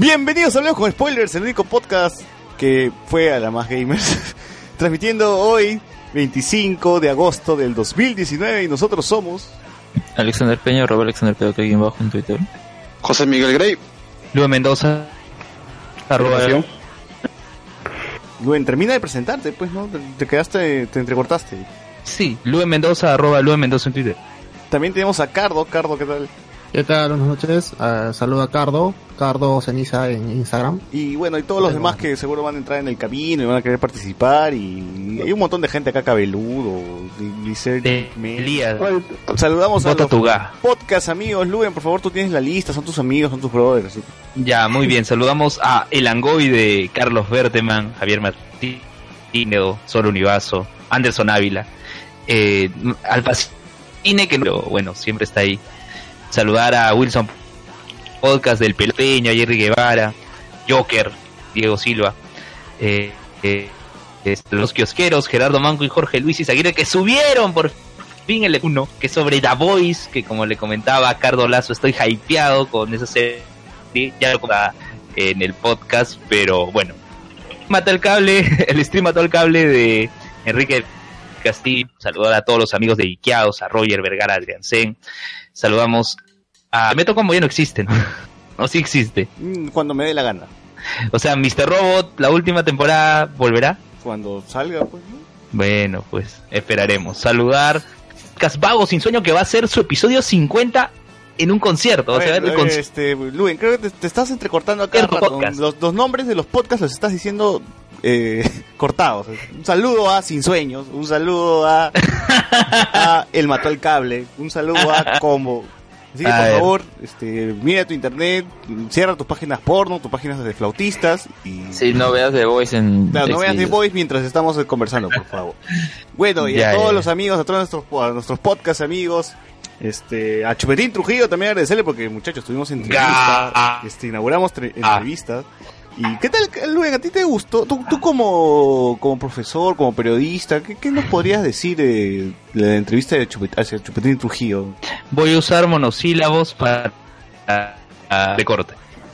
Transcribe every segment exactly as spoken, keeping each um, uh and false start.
Bienvenidos a Hablemos con Spoilers, el único podcast que fue a la Más Gamers, transmitiendo hoy, veinticinco de agosto del dos mil diecinueve, y nosotros somos... Alexander Peña, arroba Alexander Peña, que alguien bajo en Twitter. José Miguel Grey. Luis Mendoza, arroba... Luen, termina de presentarte, pues, ¿no? Te, te quedaste, te entrecortaste. Sí, Luis Mendoza, arroba Luis Mendoza en Twitter. También tenemos a Cardo. Cardo, ¿qué tal? ¿Qué tal? Buenas noches. Uh, saluda a Cardo. Cardo Ceniza en Instagram. Y bueno, y todos los demás que seguro van a entrar en el camino y van a querer participar. Y hay un montón de gente acá, Cabeludo, Lizer, Elías. Saludamos a Bota los tu ga. podcast amigos. Luen, por favor, tú tienes la lista, son tus amigos, son tus brothers. ¿Sí? Ya, muy bien. Saludamos a El Angoide, Carlos Berteman, Javier Martínez, Solo Univaso, Anderson Ávila, eh, Alpacine, que no, bueno, siempre está ahí. Saludar a Wilson Podcast del Peloteño, a Jerry Guevara, Joker, Diego Silva, eh, eh, los kiosqueros, Gerardo Manco y Jorge Luis Izaguirre, que subieron por fin el uno, que es sobre The Voice, que como le comentaba a Cardo Lazo, estoy hypeado con esa serie, ya lo contaba en el podcast, pero bueno, mata el cable, el stream mató el cable de Enrique Castillo. Saludar a todos los amigos de Iqueados, a Roger Vergara, Adrián Sen. Saludamos a... Me tocó como ya no existe, ¿no? No, sí existe. Cuando me dé la gana. O sea, mister Robot, la última temporada, ¿volverá? Cuando salga, pues, ¿no? Bueno, pues, esperaremos. Saludar Casvago Sin Sueño, que va a ser su episodio cincuenta en un concierto. A o sea, ver, el conci- este, Luen, creo que te, te estás entrecortando acá. Los, los nombres de los podcasts los estás diciendo eh, cortados. Un saludo a Sin Sueños, un saludo a, a El Mató el Cable, un saludo a Combo. Así que, A por ver. favor, este, mira tu internet, cierra tus páginas porno, tus páginas de flautistas y... Sí, no veas The Voice en... Claro, no veas The Xvideos. Voice mientras estamos conversando, por favor. Bueno, y Ya, a todos ya. los amigos, a todos nuestros, a nuestros podcast amigos, este, a Chupetín Trujillo también agradecerle porque, muchachos, tuvimos entrevistas, Ga. este, inauguramos tre- Ah. entrevistas. ¿Y qué tal, Luen? ¿A ti te gustó? Tú, tú como, como profesor, como periodista, ¿qué, qué nos podrías decir de la entrevista de Chupet- hacia Chupetín Trujillo? Voy a usar monosílabos para... de corte.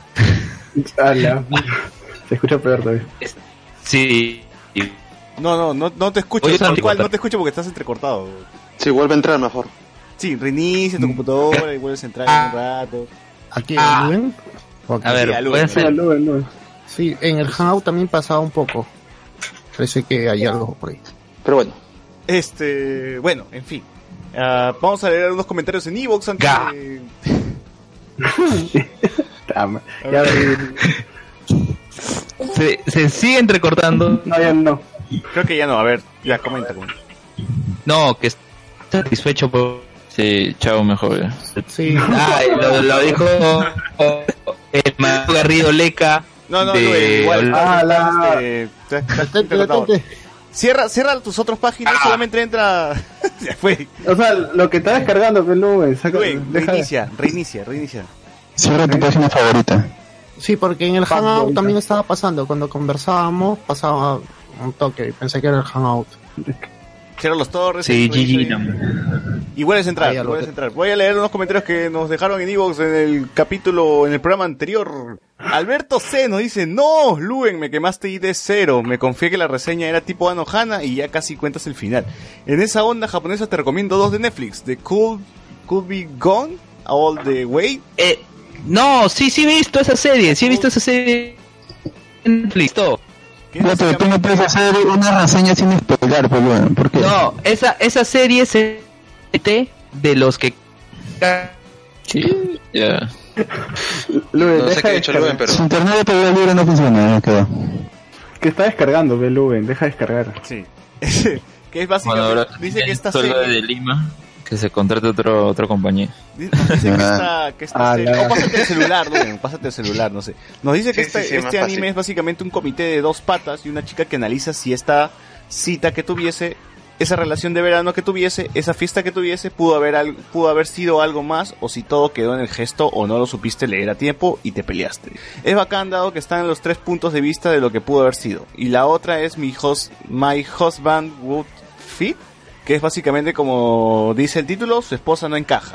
Ala. Se escucha peor todavía. Sí. No, no, no, no te escucho, Oye, tal Santi, cual, corta. no te escucho porque estás entrecortado. Sí, vuelve a entrar mejor. Sí, reinicia tu computadora y vuelves a entrar en un rato. ¿Aquí Ah. en Luen? Ok. A ver, Sí, a voy a Sí, hacer... Luen, Luen. Sí, en el Hangout también pasaba un poco. Parece que hay algo por ahí. Pero bueno, Este, bueno, en fin. Ah, vamos a leer unos comentarios en Evox antes Ga. de... Tama. Ya, eh, Se, se sigue entrecortando. no, ya no. Creo que ya no, a ver, ya comenta. comenta. No, que está satisfecho por... Sí, chao, mejor. ya. Sí. Ay, lo, lo dijo el Manuel Garrido Leca. No, no, de- Luen, igual. Ah, la- este, está- está Detente, interpretado. detente. Cierra, cierra tus otras páginas, solamente entra... ya fue. O sea, lo que está descargando, que no, saca, Luen, deja- reinicia, reinicia, reinicia. cierra tu página favorita. Sí, porque en el Fuck, Hangout bonita. también estaba pasando. Cuando conversábamos, pasaba un toque. Pensé que era el Hangout. Cierra los torres. Sí, reinicia G G y- también. Y vuelves a entrar, Ahí, algo vuelves a que- entrar. Voy a leer unos comentarios que nos dejaron en Evox en el capítulo, en el programa anterior. Alberto C nos dice, no, Luen, me quemaste I D cero. Me confié que la reseña era tipo Anohana y ya casi cuentas el final. En esa onda japonesa te recomiendo dos de Netflix. The Could, Could Be Gone, All the Way. Eh, no, sí, sí he visto esa serie. Sí he visto esa serie. Listo. que es Ya, pero tú básicamente- no puedes hacer una reseña sin spoiler, pues bueno, porque... No, esa, esa serie es de los que... Sí, ya. Luen, No sé deja qué ha de dicho descargar. Luen, pero... Su internet de Pedro Libre no funciona, ya quedó. Que está descargando, ve, Luen, deja de descargar. Sí. que es Bueno, básicamente... ahora dice que esta solo serie... de Lima, que se contrate otro, otra compañía. Dice que esta, que esta Ah, serie... la- O pásate el celular, Luen, pásate el celular, no sé. Nos dice que Sí, este, sí, sí, más este anime fácil. es básicamente un comité de dos patas y una chica que analiza si esta cita que tuviese, esa relación de verano que tuviese, esa fiesta que tuviese, pudo haber, al- pudo haber sido algo más o si todo quedó en el gesto o no lo supiste leer a tiempo y te peleaste. Es bacán dado que están los tres puntos de vista de lo que pudo haber sido. Y la otra es mi host, My Husband Would Fit, que es básicamente como dice el título, su esposa no encaja.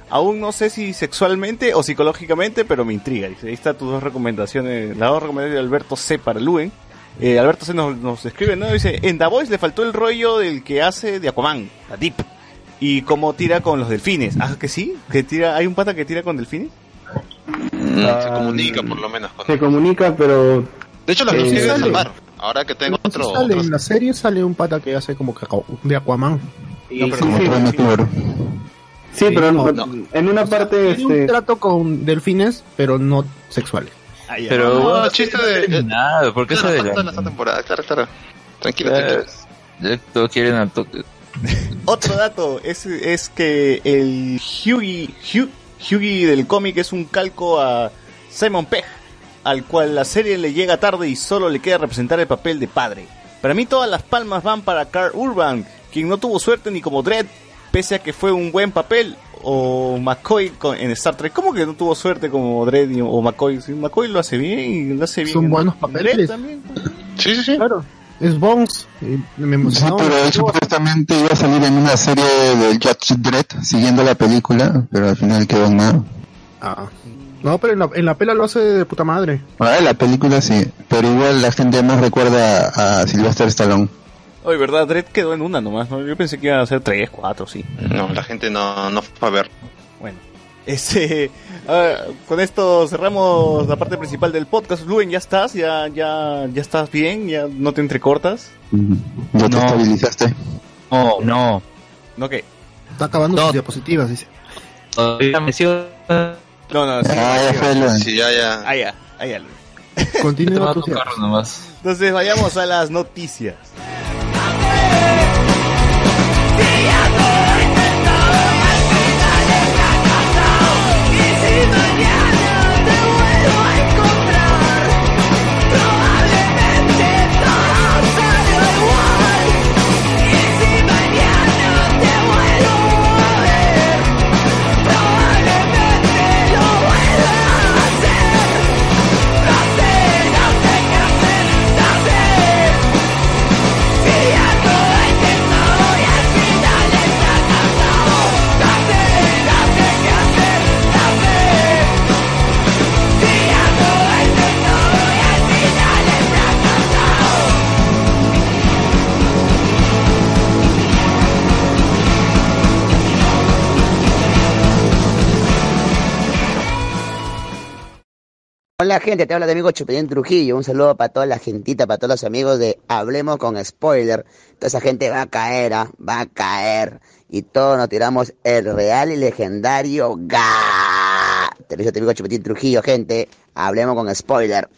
Aún no sé si sexualmente o psicológicamente, pero me intriga. Dice, ahí están tus dos recomendaciones, las dos recomendaciones de Alberto C. para Luen. Eh, Alberto C. nos, nos escribe, ¿no? Dice, en The Voice le faltó el rollo del que hace de Aquaman, la Deep. Y cómo tira con los delfines. ¿Ah, que sí? ¿Que tira? ¿Hay un pata que tira con delfines? Ah, se comunica por lo menos con Se comunica, pero... De hecho, la Eh, consigue sale. salvar. Ahora que tengo No sé si otro... sale, otro- en la serie sale un pata que hace como que de Aquaman. No, pero Como sí, trueno sí. cloro. Sí, pero no, no, en una parte... Tiene un este trato con delfines, pero no sexuales. Ah, ya. Pero No, bueno, chiste no ha de- terminado, ¿por qué se Claro, adelanta? falta la segunda temporada, claro, claro. Tranquilo, Ya, tranquilo. ya todos quieren al toque. Otro dato es, es que el Hughie, Hugh, Hughie del cómic es un calco a Simon Pegg, al cual la serie le llega tarde y solo le queda representar el papel de padre. Para mí todas las palmas van para Karl Urban, quien no tuvo suerte ni como Dredd, pese a que fue un buen papel, o McCoy con- en Star Trek. ¿Cómo que no tuvo suerte como Dredd y- o McCoy? Sí, McCoy lo hace bien y lo hace bien. Son en buenos Dredd papeles. también. Sí, sí, sí. Claro. Es Bones. y me Sí, emocionó. pero él supuestamente iba a salir en una serie del Judge Dredd, siguiendo la película, pero al final quedó en nada. Ah. No, pero en la, en la pela lo hace de puta madre. Ahora la película sí, pero igual la gente más recuerda a Sylvester Stallone. Oye, verdad, Dredd quedó en una nomás, ¿no? Yo pensé que iban a ser tres, cuatro, sí. No, la gente no, no fue a ver. Bueno, este, ah, con esto cerramos la parte principal del podcast. Luen, ¿ya estás? ¿Ya, ya, ya estás bien? ¿Ya no te entrecortas? ¿Ya te No. estabilizaste? No, no. ¿No qué? Está acabando No. sus diapositivas, dice. Todavía me sigo... No, no, sí. Ah, ya fue Luen. Sí, ya, ya. Ah, ya, ah, ya, Luen. Continúa Te va a tu tocar nomás. Entonces vayamos a las noticias. Hola gente, te habla de amigo Chupetín Trujillo, un saludo para toda la gentita, para todos los amigos de Hablemos con Spoiler. Toda esa gente va a caer, ¿ah? Va a caer. Y todos nos tiramos el real y legendario GA. Te lo dice tu amigo Chupetín Trujillo, gente. Hablemos con Spoiler.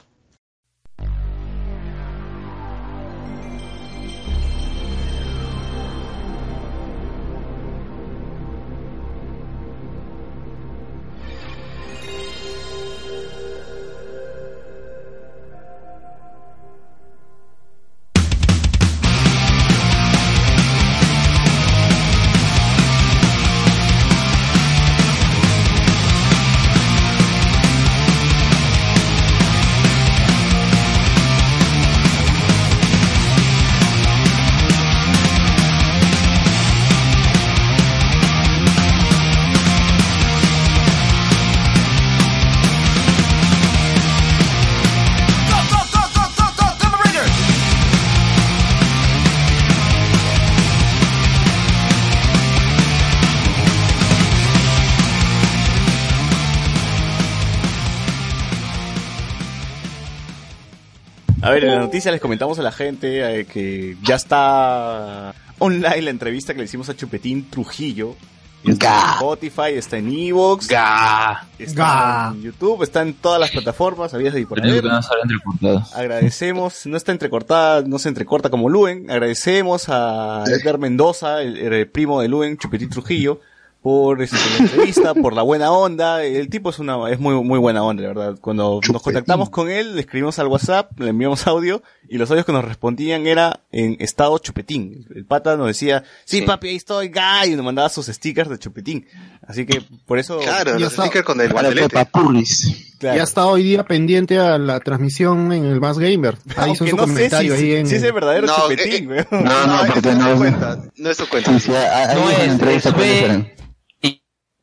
A ver, en la noticia les comentamos a la gente eh, que ya está online la entrevista que le hicimos a Chupetín Trujillo. Ya está en Spotify, está en Evox, Ga. está Ga. en YouTube, está en todas las plataformas, habías de ir por Lo único ahí. que no sale entrecortado. Agradecemos, no está entrecortada, no se entrecorta como Luen. Agradecemos a Edgar Mendoza, el, el primo de Luen, Chupetín Trujillo, por este, la entrevista, por la buena onda. El tipo es una, es muy, muy buena onda, la verdad. Cuando nos contactamos con él, le escribimos al WhatsApp, le enviamos audio, y los audios que nos respondían era en estado chupetín. El pata nos decía, sí, Sí. papi, ahí estoy, guy, y nos mandaba sus stickers de chupetín. Así que, por eso, Claro, Ya los está. stickers con el Para guantelete. papurris. claro. Ya está hoy día pendiente a la transmisión en el Más Gamer. Ahí hizo Aunque su no sé si, comentario ahí en... si es el verdadero No, chupetín, eh, weón. No, no, eso porque no no es es- cuenta. No es su cuenta. Sí, sí, a- a- No ahí en la es, entrevista es cuáles B. eran. Y,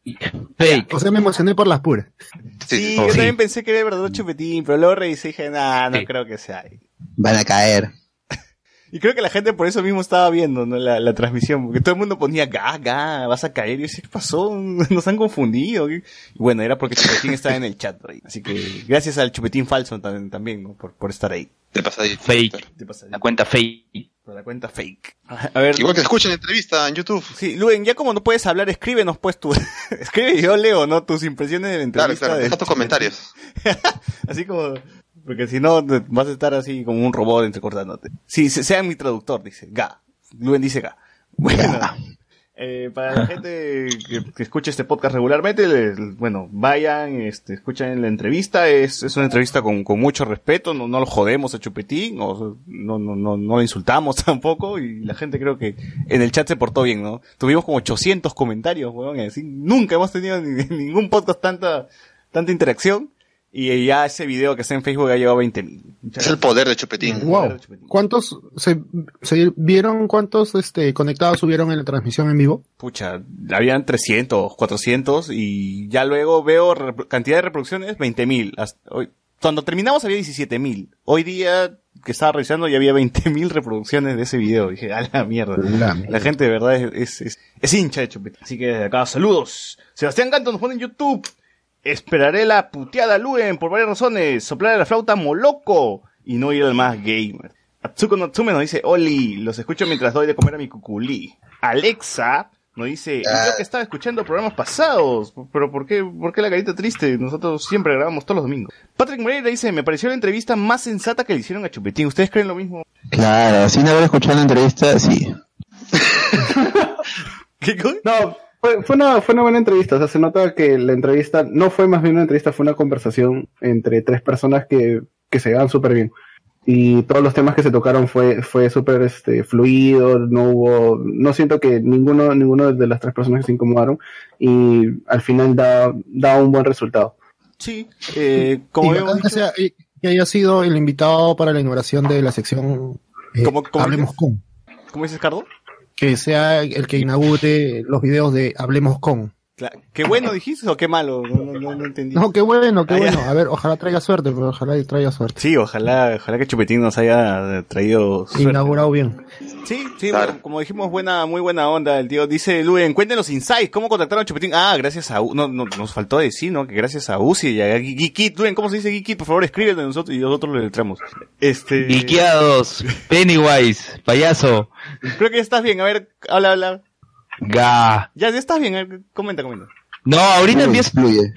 Fake. O sea, me emocioné por las puras. Sí, Sí, sí. yo sí. también pensé que era verdadero Chupetín, pero luego revisé y dije, nah, no Sí. creo que sea. Van a caer. Y creo que la gente por eso mismo estaba viendo, ¿no? la, la transmisión, porque todo el mundo ponía, ga, ga, vas a caer. Y yo decía, ¿qué pasó? Nos han confundido. Y bueno, era porque Chupetín estaba en el chat. Ahí. Así que gracias al Chupetín falso también, también ¿no? por, por estar ahí. Te pasa ahí. Fake. Te pasa ahí. La cuenta fake. Por la cuenta fake. A ver, Igual que escuchen entrevista en YouTube. sí, Luen, ya como no puedes hablar, escríbenos pues tú. Escribe y yo leo, ¿no? Tus impresiones de la Claro, entrevista. claro. de Deja tus Chupetín. comentarios. Así como, porque si no, te- vas a estar así como un robot entrecortándote. Sí, se- sea mi traductor, dice, ga. Luen dice ga. Bueno, eh, para la gente que, que escuche este podcast regularmente, les- bueno, vayan, este, escuchen la entrevista. Es, es una entrevista con, con mucho respeto, no, no lo jodemos a Chupetín, o no, no, no, no lo insultamos tampoco, y la gente creo que en el chat se portó bien, ¿no? Tuvimos como ochocientos comentarios, weón, y así, nunca hemos tenido ni- en ningún podcast tanta, tanta interacción. Y ya ese video que está en Facebook ha llegado a veinte mil. Es el poder de Chupetín. Wow. ¿Cuántos se, se vieron cuántos este conectados subieron en la transmisión en vivo? Pucha, habían trescientos, cuatrocientos y ya luego veo rep- cantidad de reproducciones, veinte mil. Cuando terminamos había diecisiete mil. Hoy día que estaba revisando ya había veinte mil reproducciones de ese video. Dije, a la mierda. La La gente de verdad es, es, es, es hincha de Chupetín. Así que desde acá, saludos. Sebastián Canto nos pone en YouTube. Esperaré la puteada Luen por varias razones. Soplar a la flauta moloco y no ir al más gamer. Atsuko Natsume nos dice, Oli, los escucho mientras doy de comer a mi cuculí. Alexa nos dice, yo que estaba escuchando programas pasados, pero ¿por qué, por qué la carita triste? Nosotros siempre grabamos todos los domingos. Patrick Moreira dice, me pareció la entrevista más sensata que le hicieron a Chupetín. ¿Ustedes creen lo mismo? Claro, sin haber escuchado la entrevista, sí. ¿Qué co- No, fue, fue, una, fue una buena entrevista. O sea, se nota que la entrevista no fue más bien una entrevista, fue una conversación entre tres personas que, que se llevan súper bien. Y todos los temas que se tocaron fue, fue súper este, fluido, no hubo, no siento que ninguno, ninguno de las tres personas se incomodaron y al final da, da un buen resultado. Sí, eh, como Y hemos bacán que, dicho, sea- eh, que haya sido el invitado para la inauguración de la sección eh, ¿Cómo- cómo Hablemos dices? con. ¿cómo dices, Cardo? Que sea el que inaugure los videos de Hablemos con. Cla- ¿Qué bueno dijiste o qué malo? No, no, no, no entendí. No, qué bueno, qué Ah, ya. bueno. A ver, ojalá traiga suerte, pero ojalá traiga suerte. Sí, ojalá, ojalá que Chupetín nos haya traído suerte. Inaugurado bien. Sí, sí, Claro. bueno, como dijimos, buena, muy buena onda. El tío dice, Luen, cuenten los insights, ¿cómo contactaron a Chupetín? Ah, gracias a, U- no, no, nos faltó decir, ¿no? Que gracias a Uzi y a Geekit. Luen, ¿cómo se dice Geekit? Por favor, escríbelo de nosotros y nosotros lo letramos. Este, Guiqueados. Pennywise. Payaso. creo que ya estás bien, a ver, habla, habla. Ga. Ya, ya estás bien, a ver, comenta, comenta. No, ahorita empieza. Fluye.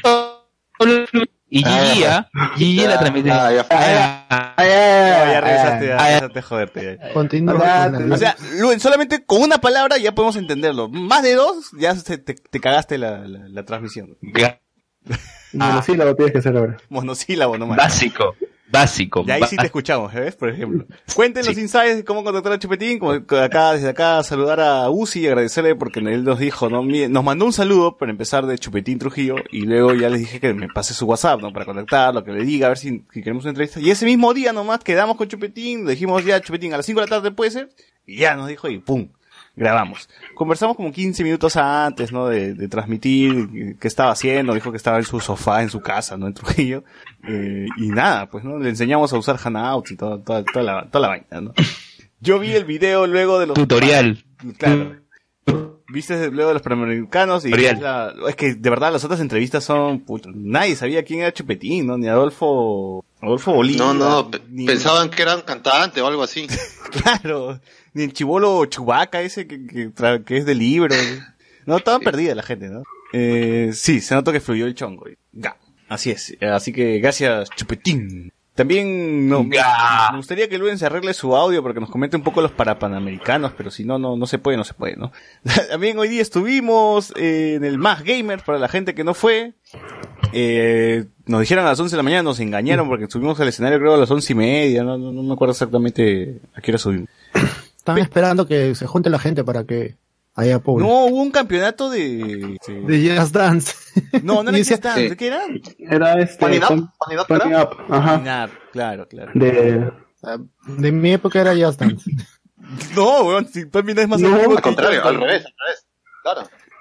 Y Gigi, ¿ah? Gigi la transmisión. Ah, ya fue. Ah, No, ya regresaste, ya, ah, regresaste a joderte. ya. Continúa. Hola, con la- O sea, Luen, solamente con una palabra ya podemos entenderlo. Más de dos, ya se- te, te cagaste la, la, la transmisión. ga. Monosílabo tienes que hacer ahora. Monosílabo nomás. Básico. Básico. Y ahí sí te escuchamos, ¿ves? Por ejemplo. Cuenten los Sí. insights de cómo contactar a Chupetín, como acá, desde acá, saludar a Uzi y agradecerle porque él nos dijo, ¿no? Mi- Nos mandó un saludo para empezar de Chupetín Trujillo y luego ya les dije que me pase su WhatsApp, ¿no? Para contactarlo, que le diga, a ver si, si queremos una entrevista. Y ese mismo día nomás quedamos con Chupetín, le dijimos ya, Chupetín, a las cinco de la tarde puede ser, y ya nos dijo y pum. Grabamos. Conversamos como quince minutos antes, ¿no? De, de transmitir qué estaba haciendo. Dijo que estaba en su sofá, en su casa, ¿no? En Trujillo. Eh, y nada, pues, ¿no? Le enseñamos a usar Hangouts y todo, toda, toda la, toda la vaina, ¿no? Yo vi el video luego de los... Tutorial. Claro. Viste luego de los panamericanos y Tutorial. es, la- es que de verdad las otras entrevistas son... puta, nadie sabía quién era Chupetín, ¿no? Ni Adolfo... Adolfo Bolívar. No, no, pe- ni- pensaban que eran cantante o algo así. Claro, ni el chivolo Chubaca ese que, que, tra- que es de libro. No, estaba perdida la gente, ¿no? Eh, sí, se notó que fluyó el chongo. Ga. Así es. Así que gracias, Chupetín. También no, Ga. me gustaría que Luen se arregle su audio porque nos comente un poco los parapanamericanos, pero si no, no, no se puede, no se puede, ¿no? También hoy día estuvimos eh, en el Más Gamer para la gente que no fue. Eh, nos dijeron a las once de la mañana, nos engañaron porque subimos al escenario creo a las once y media, no, no, no me acuerdo exactamente a qué hora subimos. Están esperando que se junte la gente para que haya público. No, hubo un campeonato de... de- De Just Dance. No, no era Y decía- Just Dance, Sí. ¿de qué era? Era este. Funny Up, Fun- Funny Up, Funny ¿verdad? Up, ajá. Minar, claro, claro. De, De mi época era Just Dance. No, weón, si Pamina es más No, antiguo Al que contrario, yo. al revés, al revés. Claro.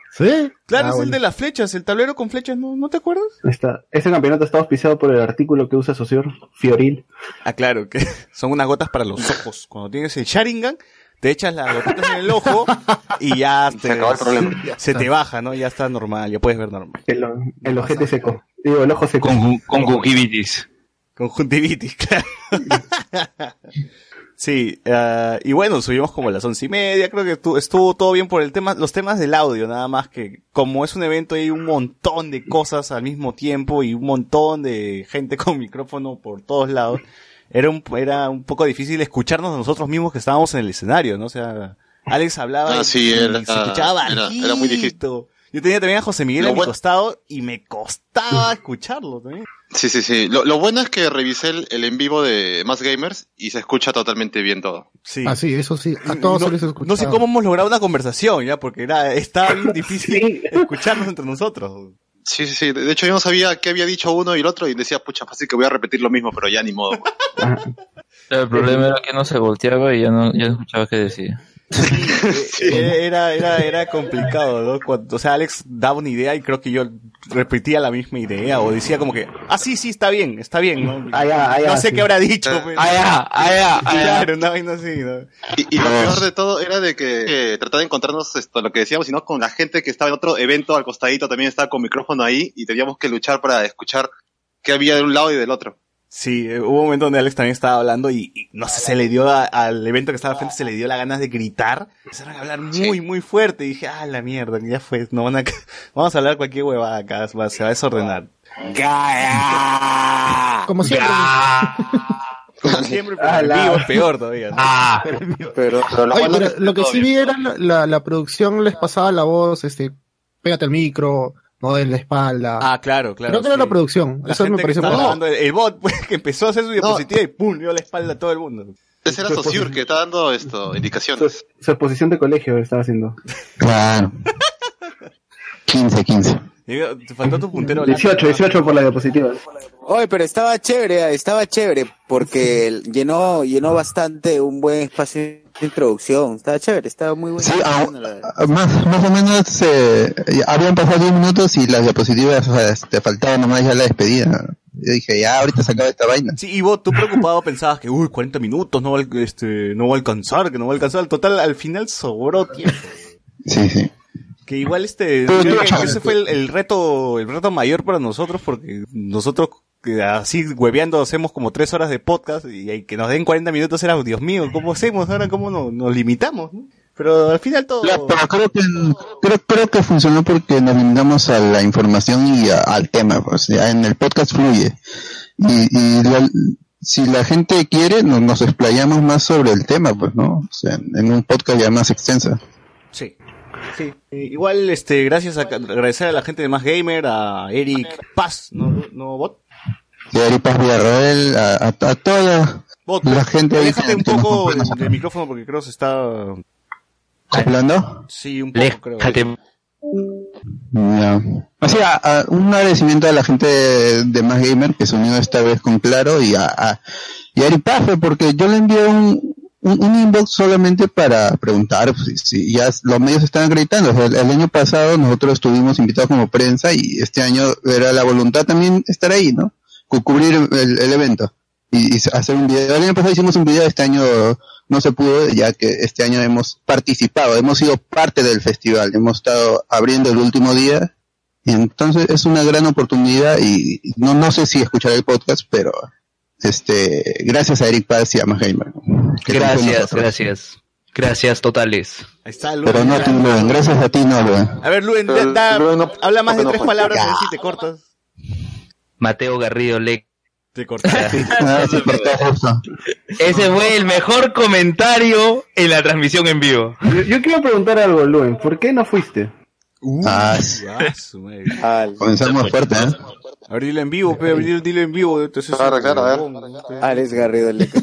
¿Sí? Claro, Ah, es el bueno. de las flechas, el tablero con flechas, ¿no, ¿no te acuerdas? Está, ese campeonato está auspiciado por el artículo que usa Socior, Fioril. Ah, claro, que son unas gotas para los ojos. Cuando tienes el Sharingan, te echas las gotitas en el ojo y ya te, Se acabó el problema. se te baja, ¿no? Ya está normal, ya puedes ver normal. El, el ojete seco. Digo, el ojo seco. Con conjuntivitis. Conjuntivitis, claro. Sí, uh, y bueno, subimos como a las once y media, creo que estuvo, estuvo todo bien por el tema, los temas del audio, nada más que como es un evento hay un montón de cosas al mismo tiempo y un montón de gente con micrófono por todos lados, era un, era un poco difícil escucharnos a nosotros mismos que estábamos en el escenario, ¿no? O sea, Alex hablaba Ah, y, sí, y era- se escuchaba era- bajito. era muy difícil. Yo tenía también a José Miguel Lo a mi bueno- costado y me costaba escucharlo también. Sí, sí, sí. Lo, lo bueno es que revisé el, el en vivo de Más Gamers y se escucha totalmente bien todo. Sí. Ah, sí, eso sí. A todos no, se les escucha. no sé cómo hemos logrado una conversación, ya, porque era, estaba bien difícil Sí. escucharnos entre nosotros. Sí, sí, sí. De hecho, yo no sabía qué había dicho uno y el otro y decía, pucha, fácil que voy a repetir lo mismo, pero ya ni modo. Ah, El problema era que no se volteaba y ya no, ya no escuchaba qué decía. Eh, Era, era, era complicado, ¿no? Cuando, o sea, Alex daba una idea y creo que yo repetía la misma idea o decía como que, ah, sí, sí, está bien, está bien, ¿no? Ah, ya, ah, ya, no sé sí. qué habrá dicho, pero... Ah, ya, ah, ya, ah, ya. Claro, una vaina así, ¿no? Y, y lo peor de todo era de que, que tratar de encontrarnos esto, lo que decíamos, sino con la gente que estaba en otro evento al costadito, también estaba con micrófono ahí y teníamos que luchar para escuchar qué había de un lado y del otro. Sí, eh, hubo un momento donde Alex también estaba hablando y, y no sé, se le dio a- al evento que estaba al frente, se le dio la ganas de gritar. Empezaron a hablar muy, muy fuerte y dije, ah, la mierda, ya fue, no van a, vamos a hablar cualquier huevada acá, va- se va a desordenar. Como siempre. Como siempre, pero Ah, en la- vivo es peor todavía, ¿no? Ah, Pero, pero lo Oye, bueno pero es que lo que todo sí bien. vi era la, la, la producción les pasaba la voz, este, pégate al micro, no en la espalda. Ah, claro, claro. Creo que era sí. la producción. La Eso me gente que pareció estaba bueno. grabando, el, el bot, pues, que empezó a hacer su diapositiva y pum, dio la espalda a todo el mundo. Ese era Sociur que está dando esto, su, indicaciones. su exposición de colegio estaba haciendo. Claro. quince, quince. Y te faltó tu puntero. dieciocho, dieciocho por la diapositiva. Oye, pero estaba chévere, estaba chévere, porque llenó, llenó bastante un buen espacio de introducción. Estaba chévere, estaba muy bueno. Sí, ah, ah, más, más o menos eh, ya habían pasado diez minutos y las diapositivas, o sea, te faltaba nomás ya la despedida. Yo dije, ya ahorita se acaba esta vaina. Sí, y vos, tú preocupado pensabas que, uy, cuarenta minutos, no va, a- este, no va a alcanzar, que no va a alcanzar. Total, al final sobró tiempo. Sí, sí. Que igual este, Pero creo tú, que chaval, ese fue el, el reto, el reto mayor para nosotros, porque nosotros que así hueveando hacemos como tres horas de podcast y hay- que nos den cuarenta minutos era, Dios mío, ¿cómo hacemos ahora? ¿Cómo nos, nos limitamos? ¿no? Pero al final todo... Ya, pero creo que creo, creo que funcionó porque nos limitamos a la información y a- al tema, pues ya en el podcast fluye. Y, y la- si la gente quiere, nos, nos explayamos más sobre el tema, pues, ¿no? O sea, en un podcast ya más extensa. Sí. Sí. Eh, igual, este, gracias a agradecer a la gente de Más Gamer, a Eric Paz, ¿no, no bot? Y a Ari Paz Villarroel, a, a, a toda Bot, la gente ahí déjate que- un que nos poco comprende. del micrófono porque creo que se está... ¿Hablando? Sí, un poco, creo. déjate. Ya. O sea, a- un agradecimiento a la gente de, de Más Gamer que se unió esta vez con Claro y a, a, y a Ari Paz, porque yo le envié un, un, un inbox solamente para preguntar si, si ya los medios están acreditando. O sea, el, el año pasado nosotros estuvimos invitados como prensa y este año era la voluntad también estar ahí, ¿no? Cu- Cubrir el, el evento y, y hacer un video. El año pasado hicimos un video, este año no se pudo, ya que este año hemos participado, hemos sido parte del festival, hemos estado abriendo el último día y entonces es una gran oportunidad y no no sé si escuchar el podcast, pero este gracias a Eric Paz y a Más Gamer. que están con Gracias, nosotros. gracias. Gracias totales. Ahí está, Luen. Pero no a ti, Luen, gracias a ti, no, Luen. A ver, Luen, da- Pero, da- Luen, no- habla más de no, tres no, palabras ya. a ver si te cortas. Mateo Garrido Le. Te cortas. Ah, sí, cortó justo. Ese fue el mejor comentario en la transmisión en vivo. Yo, yo quiero preguntar algo, Luen, ¿por qué no fuiste? Uh, Ah, sí. ah, su madre. Al, Comenzamos fuerte, ¿eh? A ver, dilo en vivo, pe, a ver, dilo, dilo en vivo. Entonces, Claro, claro, a ver. Alex Garrido Leca.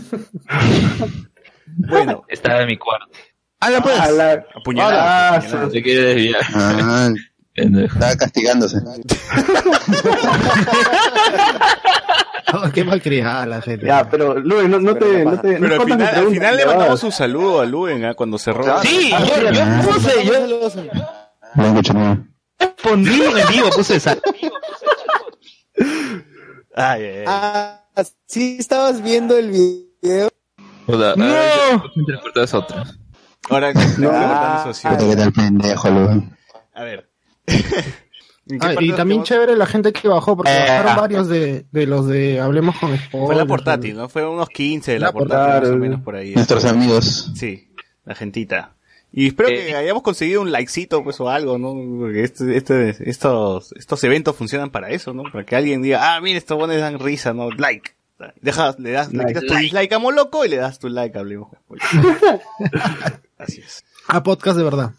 Bueno, Estaba en mi cuarto. ¡Hala, pues! A la- apuñalado. Ah, apuñalado. Se quiere desviar. Ah, Pendejo. estaba castigándose. Oh, qué malcriada la gente. Ya, pero Luen, no, no te, no te, no Pero al respondas mi final, al pregunta, final le ya mandamos vas. un saludo a Luen, ¿ah? Cuando cerró. Sí, yo, yo puse, yo, No escucho nada. Respondí en vivo, puse esa. Ay, ay, ay. Ah, sí estabas viendo el video. O sea, ¡No! ah, yo- interpretas otra. Ahora, no, Ah, eso sí. Puta, ¿qué tal pendejo, luego? A ver. ¿En qué Ah, parte y nos también quedamos? chévere la gente que bajó, porque Eh, bajaron ah. varios de, de los de Hablemos con Spoilers. Fue la portátil, ¿no? Fue unos quince de la La portátil, más o portátil. menos por ahí. Nuestros amigos. Sí, la gentita. Y espero Eh. que hayamos conseguido un likecito, pues, o algo, ¿no? Porque este, este, estos, estos eventos funcionan para eso, ¿no? Para que alguien diga, ah, mira, estos bones dan risa, ¿no? Like. Dejas, le das, le Like. quitas tu dislike a Moloco y le das tu like a Hablemos con Spoilers. Así es. Ah, podcast de verdad.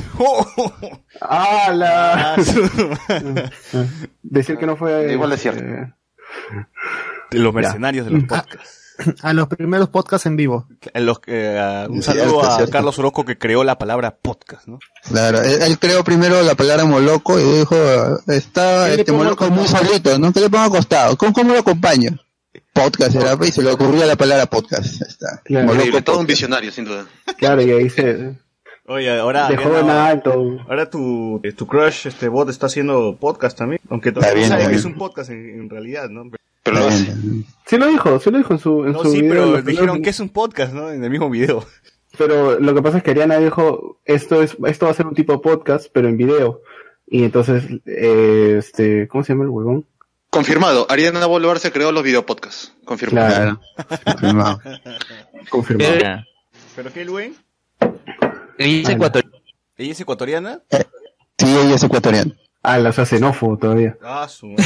¡Ah, la! Ah, su- Decir que no fue... Igual es cierto. eh, De los mercenarios de los podcasts. A los primeros podcasts en vivo. En los que, ah, un Cierto, saludo a cierto. Carlos Orozco que creó la palabra podcast, ¿no? Claro, él, él creó primero la palabra moloco y dijo, está ¿Qué le este pongo moloco al muy costado? solito, ¿no? ¿Qué le pongo acostado? ¿Cómo, cómo lo acompaño? Podcast era, y se le ocurrió la palabra podcast. Ahí está. Claro. Moloco Increíble, todo un podcast. visionario, sin duda. Claro, y ahí se Oye, ahora... dejó ya en no- alto. Ahora tu, eh, tu crush, este bot, está haciendo podcast también. Aunque todavía Está no bien, sabe que está es un podcast en, en realidad, ¿no? Pero lo Está hace. bien. Sí lo dijo, sí lo dijo en su, en No, su sí, video. pero Los dijeron primeros- que es un podcast, ¿no? En el mismo video. Pero lo que pasa es que Ariana dijo, esto es, esto va a ser un tipo podcast, pero en video. Y entonces, eh, este, ¿cómo se llama el huevón? Confirmado, Ariana Bolívar se creó los videopodcasts. Confirmado. Claro, Confirmado. confirmado. Pero- ¿Pero qué, Luen? Ella es Ah, ecuatoriana. ¿Ella es ecuatoriana? Sí, ella es ecuatoriana. Ah, la o sea, xenófobo todavía. Ah, su madre.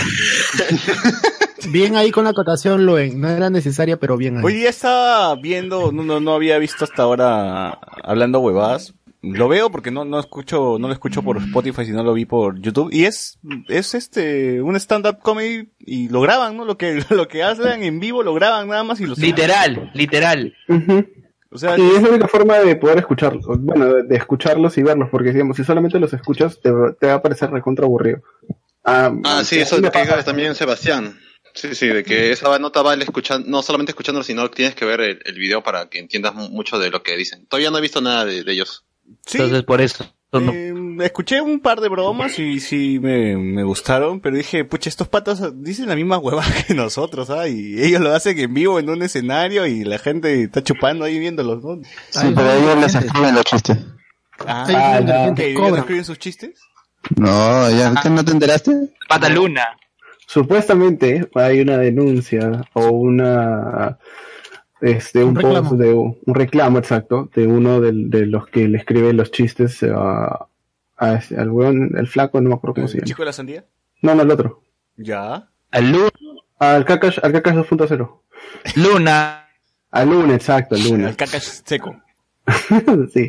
Bien ahí con la acotación, Luen. No era necesaria, pero bien ahí. Hoy día estaba viendo, no, no, no había visto hasta ahora hablando huevadas. Lo veo porque no, no escucho, no lo escucho por Spotify, sino lo vi por YouTube. Y es, es este, un stand-up comedy y lo graban, ¿no? Lo que, lo que hacen en vivo lo graban nada más y lo suben. Literal, literal. Ujú. O sea, Y es la única forma de poder escucharlos, bueno, de, de escucharlos y verlos, porque digamos, si solamente los escuchas, te, te va a parecer recontra aburrido. Ah, Ah, sí, eso me es lo que pasa. diga también Sebastián. Sí, sí, de que esa nota vale escuchando, no solamente escuchándolo, sino que tienes que ver el, el video para que entiendas mu- mucho de lo que dicen. Todavía no he visto nada de, de ellos. sí, Entonces por eso. no- eh, escuché un par de bromas y sí me, me gustaron, pero dije, pucha, estos patas dicen la misma hueva que nosotros, ¿ah? Y ellos lo hacen en vivo en un escenario y la gente está chupando ahí viéndolos, ¿no? Sí, Ay, pero no, ellos no, les no. escriben los chistes. Ah, Ellos son Ah, inteligentes, ¿que ellos cobran. escriben sus chistes? No, ya, ¿qué no te enteraste? Pata Luna. Supuestamente hay una denuncia o una este un, Un reclamo. post de un reclamo exacto de uno del- de, los que le escribe los chistes a, a ese- al weón, el flaco, no me acuerdo cómo se ¿El llama. chico de la sandía? No, no, el otro. Ya. Al Luna. Al Kakash, al Kakash dos punto cero. Luna. Al Luna, exacto, al El Luna. cacash seco. Sí.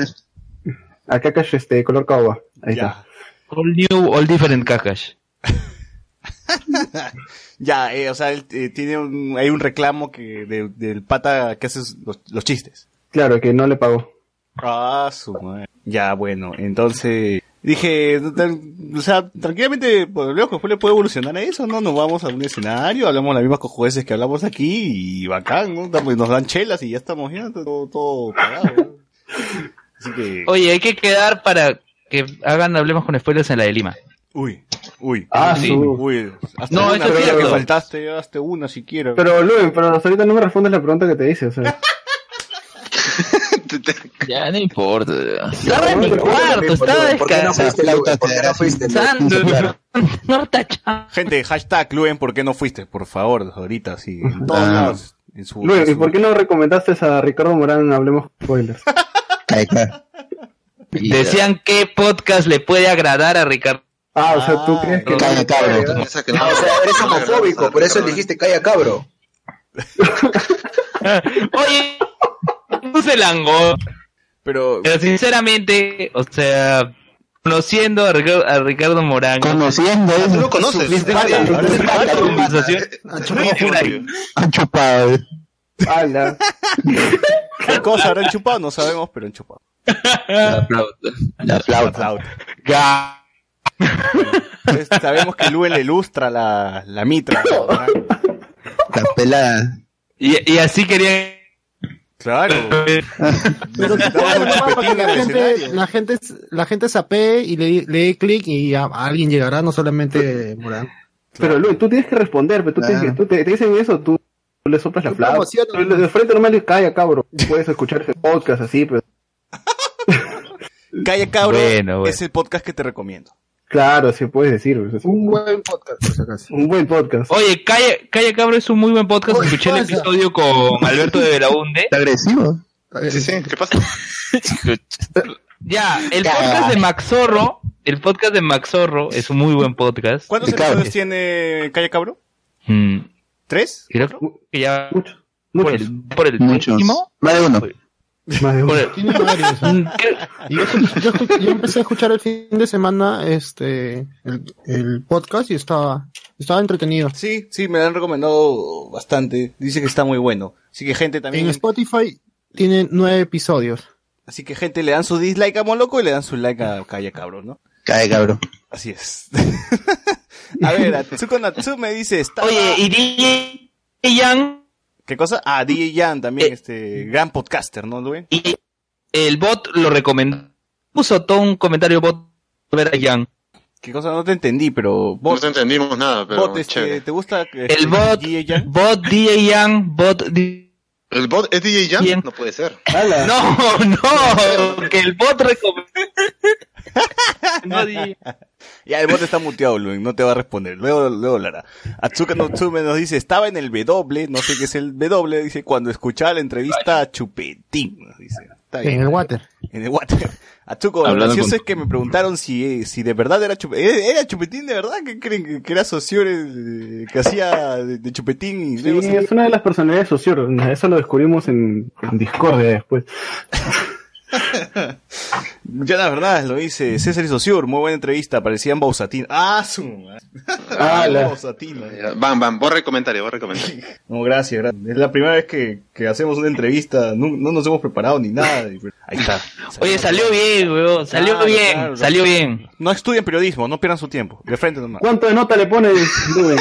Al Kakash este color caoba. Ahí está. Ya. All new, all different cajas. Ya, eh, o sea, él, eh, tiene un, hay un reclamo que de- del pata que hace los, los chistes. Claro, que no le pagó. Ah, su madre. Ya, bueno, entonces dije, tan- o sea, tranquilamente, pues, luego después le puede evolucionar a eso, ¿no? Nos vamos a un escenario, hablamos las mismas cojudeces que hablamos aquí y bacán, ¿no? Damos- Nos dan chelas y ya estamos ya todo, todo pagado, ¿no? Así que, Oye, hay que quedar para que hagan Hablemos con Spoilers en la de Lima. uy, uy, Ah, uy, sí. uy, hasta No, una eso es vez que cierto. faltaste, hazte una siquiera. Pero Luen, pero hasta ahorita no me respondes la pregunta que te hice, o sea. Ya no importa. Estaba en mi cuarto, estaba ¿Por qué no descansando. fuiste, Luen? ¿Por qué no fuiste? Luen? No tacha. Gente, hashtag Luen, ¿por qué no fuiste? Por favor, ahorita, sí, en todos Ah. lados. En su, Luen, en ¿y su- por qué no recomendaste a Ricardo Morán Hablemos Spoilers? Ahí está. Decían qué podcast le puede agradar a Ricardo. Ah, o sea, ¿tú Ah, crees que Calla, cabro. Esa que No, o sea, eres homofóbico, por eso dijiste calla cabro. Oye, puse el ango. Pero, Pero sinceramente, o sea, conociendo a Ricardo, a Ricardo Morán. Conociendo Tú eso, lo conoces. Viste Ahora, que- ahora se la falta, conversación. No íntimo tuyo. han chupado. eh. Ala. ¿qué cosa habrán chupado? No sabemos, pero han chupado. La flauta. La La flauta. flauta. Ga- Entonces, sabemos que Luen le ilustra la, la mitra. ¿no? La pelada. Y, y así querían Claro. Pero si puede, no, para que la gente, la gente, la gente sapee y le, le dé clic y a, a alguien llegará, no solamente Morán. Pero Luis, tú tienes que responder, pero tú, Claro. tienes que, tú te, te dicen eso, tú, tú le soplas la Tú flauta. promocionas. Tú le- De frente nomás le calla, cabrón. Puedes escuchar ese podcast así, pero Calla Cabro Bueno, bueno. es el podcast que te recomiendo. claro, sí puedes decir. pues, Un buen podcast, por si acaso. Un buen podcast. Oye, Calla, Calla Cabro es un muy buen podcast. Oye, Escuché el pasa. episodio con Alberto de Belaunde. Está agresivo. Sí, sí, ¿qué pasa? Ya, el podcast de Max Zorro, el podcast de Max Zorro es un muy buen podcast. ¿Cuántos De cable. episodios tiene Calla Cabro? Mm, ¿Tres? creo que ya Muchos. por Muchos. el, por el Muchos. décimo. Más de uno. Más de uno. Por el- Tiene varios, ¿eh? Mm, creo- Y yo, yo, escu- yo empecé a escuchar el fin de semana este el, el podcast y estaba estaba entretenido. Sí, sí, me lo han recomendado bastante. Dice que está muy bueno. Así que gente también... En Spotify tiene nueve episodios. Así que gente le dan su dislike a Moloco y le dan su like a Calla Cabro, ¿no? Cae, cabrón. Así es. A ver, Atsuko Natsume dice... Estaba... Oye, y D J Yang ¿Qué cosa? Ah, D J Yan también, Eh. este... Gran podcaster, ¿no, Luen? y el bot lo recomendó. Puso todo un comentario bot ver a Yang. ¿Qué cosa? No te entendí, pero... No Bot, te entendimos nada, pero bot, este, chévere. ¿te gusta este, El bot, D J Yan? bot D J Yang, bot D- ¿El bot es D J Jam? Bien. No puede ser. ¡Hala! No, no, porque el bot recomendó. No, D J. Ya, el bot está muteado, Luen, no te va a responder. Luego, luego hablará. Atsuka Natsume nos dice, estaba en el W, no sé qué es el W, dice, cuando escuchaba la entrevista a Chupetín. Nos dice, está bien. En el water. En el water. Atsuko, lo Hablando gracioso con- es que me preguntaron si, si de verdad era Chupetín. ¿Era Chupetín de verdad? ¿Qué creen? ¿Que, que era Sociores eh, que hacía de, de Chupetín? Y Sí, luego se- es una de las personalidades socios. Eso lo descubrimos en, en Discordia después. Ya la verdad, lo dice César y Sociur, muy buena entrevista, parecían Bausatín. ¡Ah, su! Ah, la- Bausatín. Ya, Van, van, borra el comentario, borra el comentario. No, gracias, gracias. Es la primera vez que, que hacemos una entrevista, no, no nos hemos preparado ni nada. y pues, ahí está. Oye, salió bien, weón, salió Claro, bien, claro. salió bien. No estudien periodismo, no pierdan su tiempo. De frente nomás. ¿Cuánto de nota le pones, Rubén?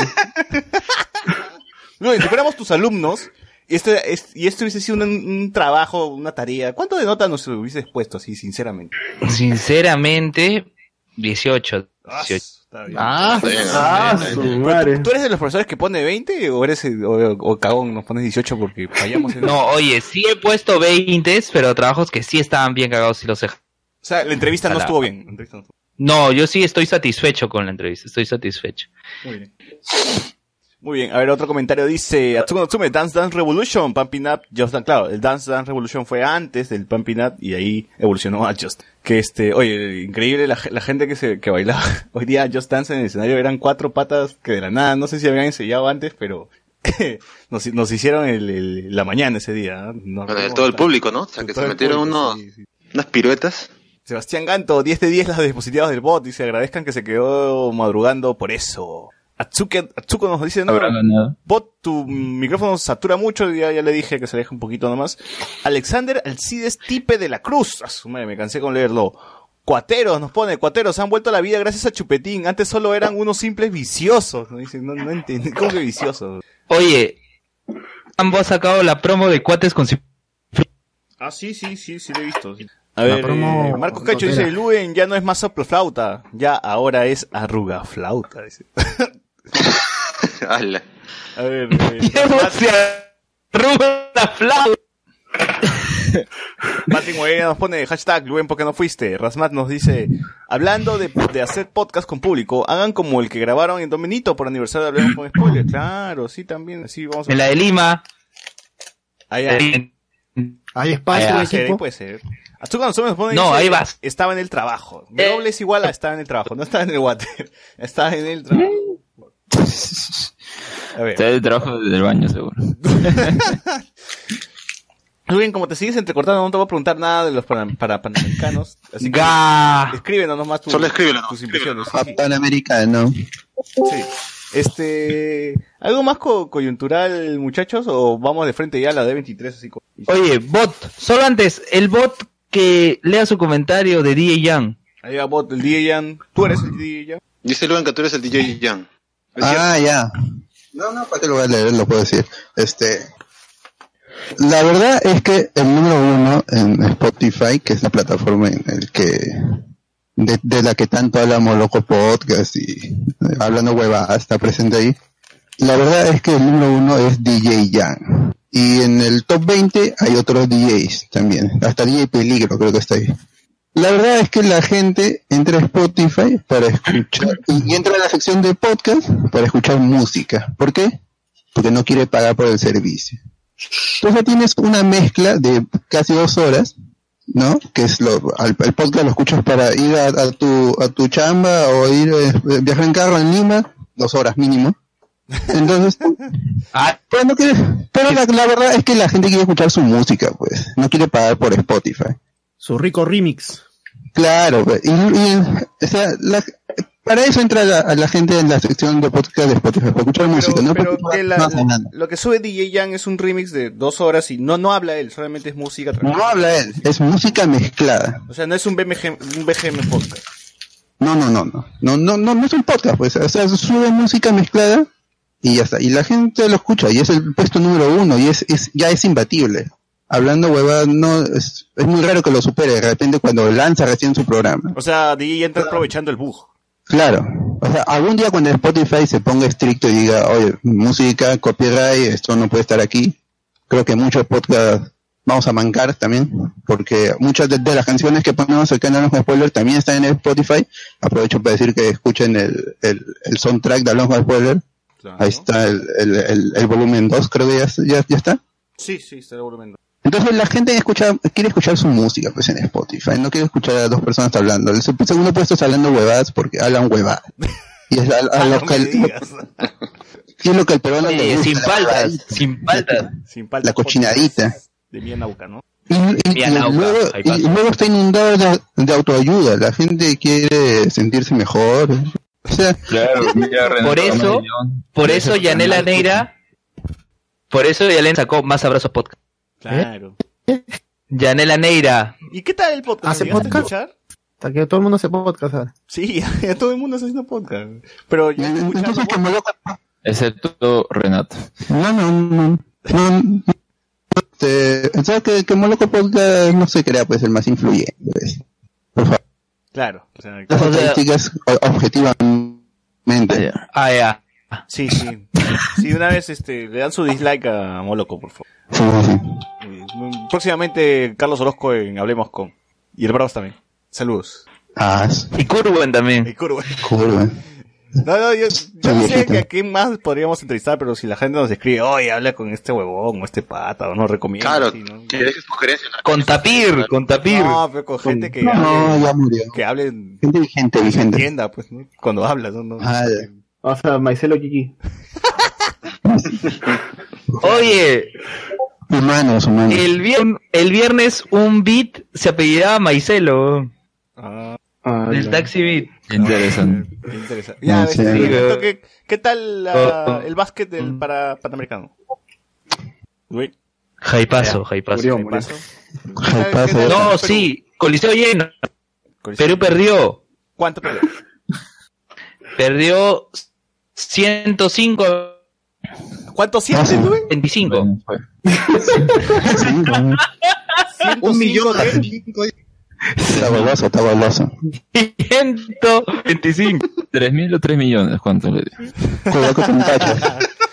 No, si fuéramos tus alumnos, y este, es- y esto hubiese sido un, un trabajo, una tarea, ¿cuánto de nota nos hubieses puesto así, sinceramente? Sinceramente, dieciocho. Ah, dieciocho. está bien. Ah, Está bien, Ah, está bien, su está bien. madre. ¿Tú eres de los profesores que pone veinte o eres el- o, o cagón, nos pones dieciocho porque fallamos en... No, oye, sí he puesto veinte, pero trabajos que sí estaban bien cagados y los he... O sea, la entrevista no Ojalá. estuvo bien. La entrevista no estuvo No, yo sí estoy satisfecho con la entrevista, estoy satisfecho. muy bien. Muy bien, a ver, otro comentario dice, Atsuko Natsume, Dance Dance Revolution, Pumping Up, Just Dance, claro, el Dance Dance Revolution fue antes del Pumping Up y ahí evolucionó a Just. Que este, oye, increíble la, la gente que se, que bailaba hoy día Just Dance en el escenario, eran cuatro patas que de la nada, no sé si habían ensayado antes, pero nos, nos hicieron el, el- la mañana ese día. ¿no? Nos Bueno, de reímos todo el bastante. público, ¿no? O sea, De que todo se el metieron público, unos, sí, sí. unas piruetas. Sebastián Ganto, diez de diez las dispositivos del bot, dice, agradezcan que se quedó madrugando por eso. Atsuke, Atsuko nos dice, no, Habrá ganado. bot, tu micrófono satura mucho, ya, ya le dije que se deje un poquito nomás. Alexander Alcides Tipe de la Cruz, a su madre, me cansé con leerlo. Cuateros, nos pone, cuateros, han vuelto a la vida gracias a Chupetín, antes solo eran unos simples viciosos, ¿no? Dice, no, no entiendo, ¿cómo que viciosos? Oye, ambos ha sacado la promo de cuates con... Ah, sí, sí, sí, sí lo he visto. sí. A La ver, promo eh, Marcos Cacho notera. dice, Luen ya no es más soploflauta, ya ahora es arrugaflauta, dice. Ala. A ver, eh, Se arruga la flauta. Martín Moreira nos pone hashtag Luen, ¿por qué no fuiste? Rasmat nos dice, hablando de, de hacer podcast con público, hagan como el que grabaron en Domenito por aniversario de Hablemos con Spoiler. Claro, sí, también, sí, vamos a... En la de Lima. Ahí, ahí. hay espacio Ah, de Puede ser, ahí equipo. puede ser. Atsuko nos pone, No, dice, ahí vas. Estaba en el trabajo. W es igual a estaba en el trabajo, no estaba en el water. Estaba en el trabajo. A ver. Está el trabajo del baño, seguro. Muy bien, como te sigues entrecortando, no te voy a preguntar nada de los para, para panamericanos. Así que Ga. escríbenos nomás tu- Solo escríbelo, tus escríbelo. impresiones. Sí, sí. Panamericano. Sí. Este, ¿algo más co- coyuntural, muchachos? ¿O vamos de frente ya a la D veintitrés? Así co- Oye, bot, solo antes, el bot que lea su comentario de D J Yang. Ahí va bot, el D J Yan. ¿Tú eres el D J Yan? Dice Luan que tú eres el D J Jan. ¿Es cierto? Ah, ya. No, no, ¿para qué lo voy a leer? Lo puedo decir. Este. La verdad es que el número uno en Spotify, que es la plataforma en el que de, de la que tanto hablamos, Loco Podcast y eh, hablando huevadas, está presente ahí. La verdad es que el número uno es D J Jan. Y en el top veinte hay otros D Js también. Hasta D J Peligro creo que está ahí. La verdad es que la gente entra a Spotify para escuchar, y entra a la sección de podcast para escuchar música. ¿Por qué? Porque no quiere pagar por el servicio. Entonces tienes una mezcla de casi dos horas, ¿no? Que es lo, al, el podcast lo escuchas para ir a, a tu a tu chamba o ir eh, viajar en carro en Lima, dos horas mínimo. Entonces, ah, pero, no quiere, pero la, la verdad es que la gente quiere escuchar su música, pues, no quiere pagar por Spotify. Su rico remix. Claro, pues, y, y o sea, la, para eso entra la, a la gente en la sección de podcast de Spotify, para escuchar Pero, música, ¿no? pero Porque que no la- hace nada. lo que sube D J Jan es un remix de dos horas y no no habla él, solamente es música. No habla él, es música mezclada. O sea, no es un B M G, un B G M podcast. No, no, no, no, no, no, no, no es un podcast, pues, o sea, sube música mezclada y ya está, y la gente lo escucha y es el puesto número uno y es, es ya es imbatible. Hablando huevada, no, es, es muy raro que lo supere de repente cuando lanza recién su programa. O sea, D J entra aprovechando el bug. Claro, o sea, algún día cuando Spotify se ponga estricto y diga, oye, música, copyright, esto no puede estar aquí, creo que muchos podcasts vamos a mancar también, porque muchas de, de las canciones que ponemos acá en Hablamos con Spoiler también están en Spotify. Aprovecho para decir que escuchen el, el, el soundtrack de Hablamos con Spoiler. Claro. Ahí está el, el, el, el volumen dos, creo que ya, ya, ya está. Sí, sí, está el volumen. Entonces la gente escucha, quiere escuchar su música pues en Spotify, no quiere escuchar a dos personas hablando. El segundo puesto está hablando huevadas porque hablan huevadas. Y es, a, a Ah, lo no que me el, digas. y es lo que el peruano Oye, le gusta, sin la paltas, huevada. sin paltas. Sin falta La cochinadita. de Mía Nauca, ¿no? Y, y- Bien, y Nauca, luego, ahí y pasa. luego está inundado de, de autoayuda. La gente quiere sentirse mejor. O sea, Claro, mira, Renato Por eso, León. por eso Yanela Neira, por eso Yanela sacó Más Abrazos Podcast. Claro. Yanela Neira, ¿Y qué tal el podcast? ¿Hace ¿Llegaste a podcast? escuchar? Hasta que todo el mundo se podcast ahora. Sí, ya todo el mundo está haciendo podcast. Pero yo entonces que me lo- Excepto Renato. no, no, no, no, este, ¿sabes que, que Moloco Podcast no se crea pues el más influyente? Pues. Por favor, Claro. O sea, las O sea- estadísticas o- objetivamente. ah ya, sí, sí. Sí, una vez este, le dan su dislike a Moloco, por favor. Sí, sí, sí. Eh, Próximamente Carlos Orozco en Hablemos con. Y el Bravos también. Saludos. Ah, es y Curwen también. Y Curva. curva. No, no, yo, yo no sé viejito. que a quién más podríamos entrevistar, pero si la gente nos escribe, oye, habla con este huevón o este pata, o nos recomienda. Claro, así, ¿no? que deje sugerencias. Con Tapir, con Tapir. No, pero con gente que No, hable, ya murió. que hable, Gente vigente, que se vigente. entienda, pues, ¿no? Cuando hablas, ¿no? no Ah, ya. O sea, Maicelo Kiki. Oye, Humanos, humanos. el, vier- el viernes un beat se apellidaba Maicelo, Ah, Ah, del ya. Taxi Beat. Interesante. qué interesante. Ya, Ah, sí. este, Sí, Ernesto, pero- ¿qué, ¿qué tal la- Oh, oh. el básquet del para Panamericano? Uy, Jaipazo, Jaipazo. Murió, ¿qué murió. pasó? Ay, ¿Qué paso. tal No, Perú? sí, Coliseo lleno. Coliseo. Perú perdió. ¿Cuánto perdió? Perdió ciento cinco a ¿Cuánto sientes, Ah, sí. güey? veinticinco. Bueno, fue. Sí, no. Un millón ¿qué? de cinco. Está boloso, está boloso. ciento veinticinco. ¿Tres mil o tres millones? ¿Cuánto le di? Cuidado con pachas.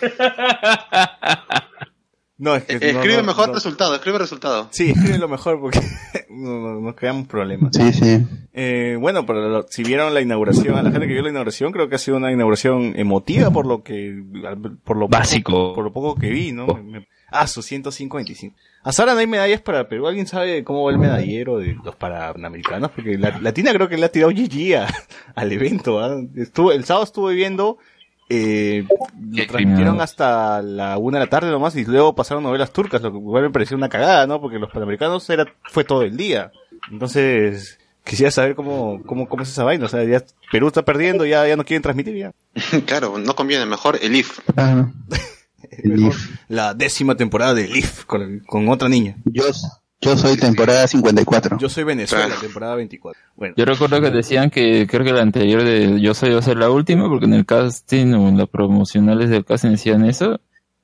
No, es que Eh, no, Escribe no, mejor no. resultado, escribe resultado. Sí, escribe lo mejor porque no- no- nos creamos problemas. Sí, sí. Eh, bueno, pero lo- si vieron la inauguración, a la gente que vio la inauguración, creo que ha sido una inauguración emotiva por lo que, por lo Básico. poco, por lo poco que vi, ¿no? Me- Ah, sus ciento cinco veinticinco. Hasta ahora no hay medallas para Perú. ¿Alguien sabe cómo va el medallero de los panamericanos? Porque la, Latina creo que le ha tirado G G a- al evento. ¿ah? Estuvo, el sábado estuve viendo, eh, lo Qué transmitieron criminal. hasta la una de la tarde nomás y luego pasaron novelas turcas, lo que igual me pareció una cagada, ¿no? Porque los panamericanos era, fue todo el día. Entonces, quisiera saber cómo, cómo, cómo es esa vaina. O sea, ya Perú está perdiendo, ya, ya no quieren transmitir ya. Claro, no conviene, mejor el I F. Ah, el Mejor I F. la décima temporada de Leaf con, con otra niña. Yo, yo soy temporada cincuenta y cuatro. Yo soy Venezuela, Claro. temporada veinticuatro. Bueno, Yo recuerdo que decían que creo que la anterior de Yo Soy iba a ser la última, porque en el casting o en las promocionales del casting decían eso,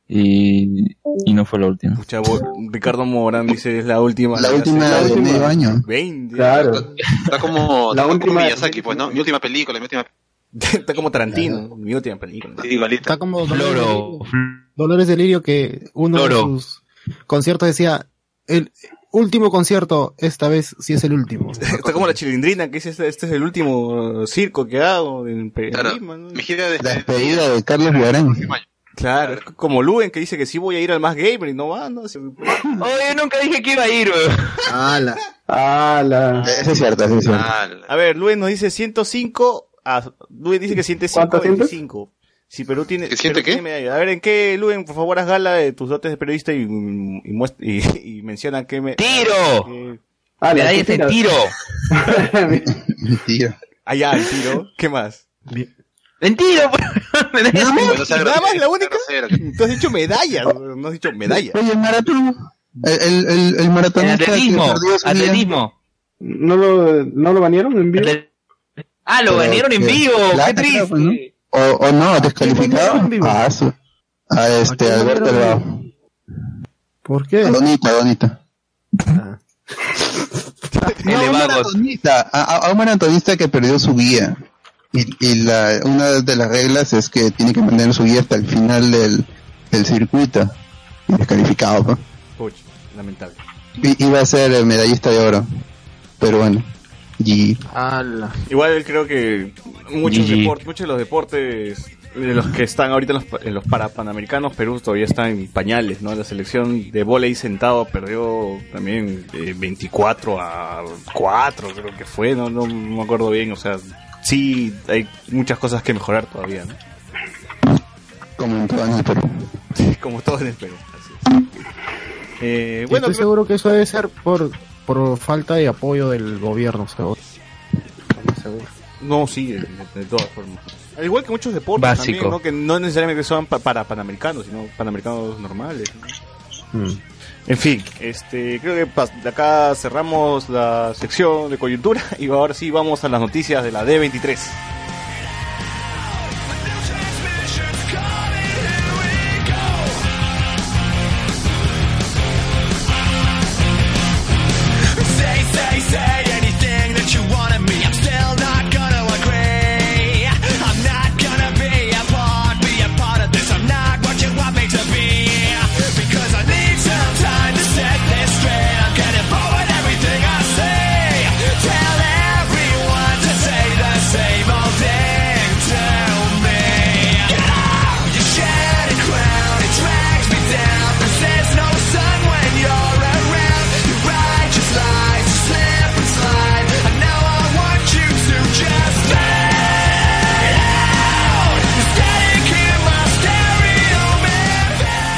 y, y no fue la última. Pucha, Ricardo Morán dice es la última. La, la última de última. medio año. veinte. Claro. Está como, la está última como Miyazaki, pues, ¿no? Mi última película, mi última. Está como Tarantino, claro. Mi última película. Sí, igualita. Está como Floro. Dolores, Dolores de Lirio, que uno Floro. de sus conciertos decía, el último concierto, esta vez sí es el último. Está como la Chilindrina, que dice, este, este es el último circo que hago en Claro. Lima, ¿no? Mi gira de La despedida de Carlos Villagrán. Claro, es como Luen, que dice que sí voy a ir al Más Gamer y no va, ¿no? Se- Oye, nunca dije que iba a ir, weón. ¡Hala! ¡Hala! Eso es cierto, eso es cierto. Ah, A ver, Luen nos dice ciento cinco, ah, Luen dice que siente ¿Cuánto sientes? ciento veinticinco. Si Perú tiene, ¿Que siente Perú qué? tiene medalla. A ver, ¿en qué, Luen, por favor, haz gala de tus dotes de periodista y, y, muest- y, y menciona qué me... ¡Tiro! qué- ¡Hala! Medallas ¿qué de tiras? tiro. Mentira. Ah, ya, el tiro. ¿Qué más? ¡En tiro! Nada más. Bueno, o sea, Nada más, la grosero, única. grosero. Tú has dicho medallas, no has dicho medalla. Oye, el maratón. El, el, el, el En maratonista que atletismo. perdió su vida. Atletismo. ¿No lo, ¿No lo banearon en vivo? Atle- Ah, lo Pero banearon en que- vivo. Claro, ¡Qué triste! claro, pues, ¿no? O, o no, descalificado. en vivo? A su, a este, ¿A quién Alberto banearon en Alvao. ¿Por qué? A Donita, a Donita. Ah. No, El a de un vagos. maratonista, a, a un maratonista que perdió su guía. Y, y la, una de las reglas es que tiene que mantener su guía hasta el final del, del circuito. Y descalificado, pues. Puch, lamentable. I- Iba a ser el medallista de oro. Pero bueno. Y ¡Hala! Igual creo que muchos G G. deportes, muchos de los deportes de los que están ahorita en los, pa- en los parapanamericanos, Perú todavía está en pañales, ¿no? La selección de vóley sentado perdió también eh, veinticuatro a cuatro, creo que fue, no, no me acuerdo bien, o sea, sí hay muchas cosas que mejorar todavía, ¿no? como en todo en el Perú. Como todo en el Perú, así es. Eh, bueno, Estoy seguro que eso debe ser por, por falta de apoyo del gobierno, seguro. Estoy seguro. no, sí, de, de- de todas formas. Al igual que muchos deportes Básico. también, ¿no? Que no necesariamente son pa- para panamericanos, sino panamericanos normales, ¿no? Mm. En fin, este, creo que pas- de acá cerramos la sección de coyuntura y ahora sí vamos a las noticias de la D veintitrés. Say, say, say anything that you want of me. I'm still not gonna agree. I'm not gonna be a part, be a part of this. I'm not what you want me to be. Because I need some time to set this straight. I'm getting bored with everything I say. Tell everyone to say the same old thing to me. Get out! Your shattered crown, it drags me down. 'Cause there's no sun when you're around. You righteous lies, you slip and slide. And now I want you to just fade out. The static in my stereo, man.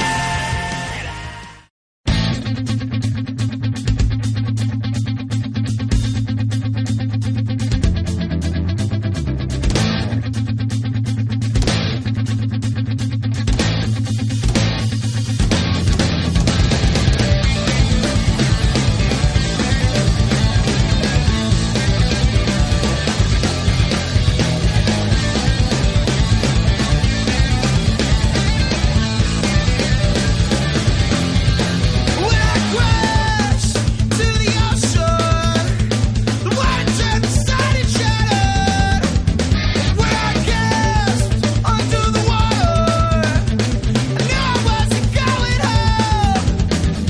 When I crash to the ocean, the water turns inside and shattered. When I cast onto the water, I knew I wasn't going home.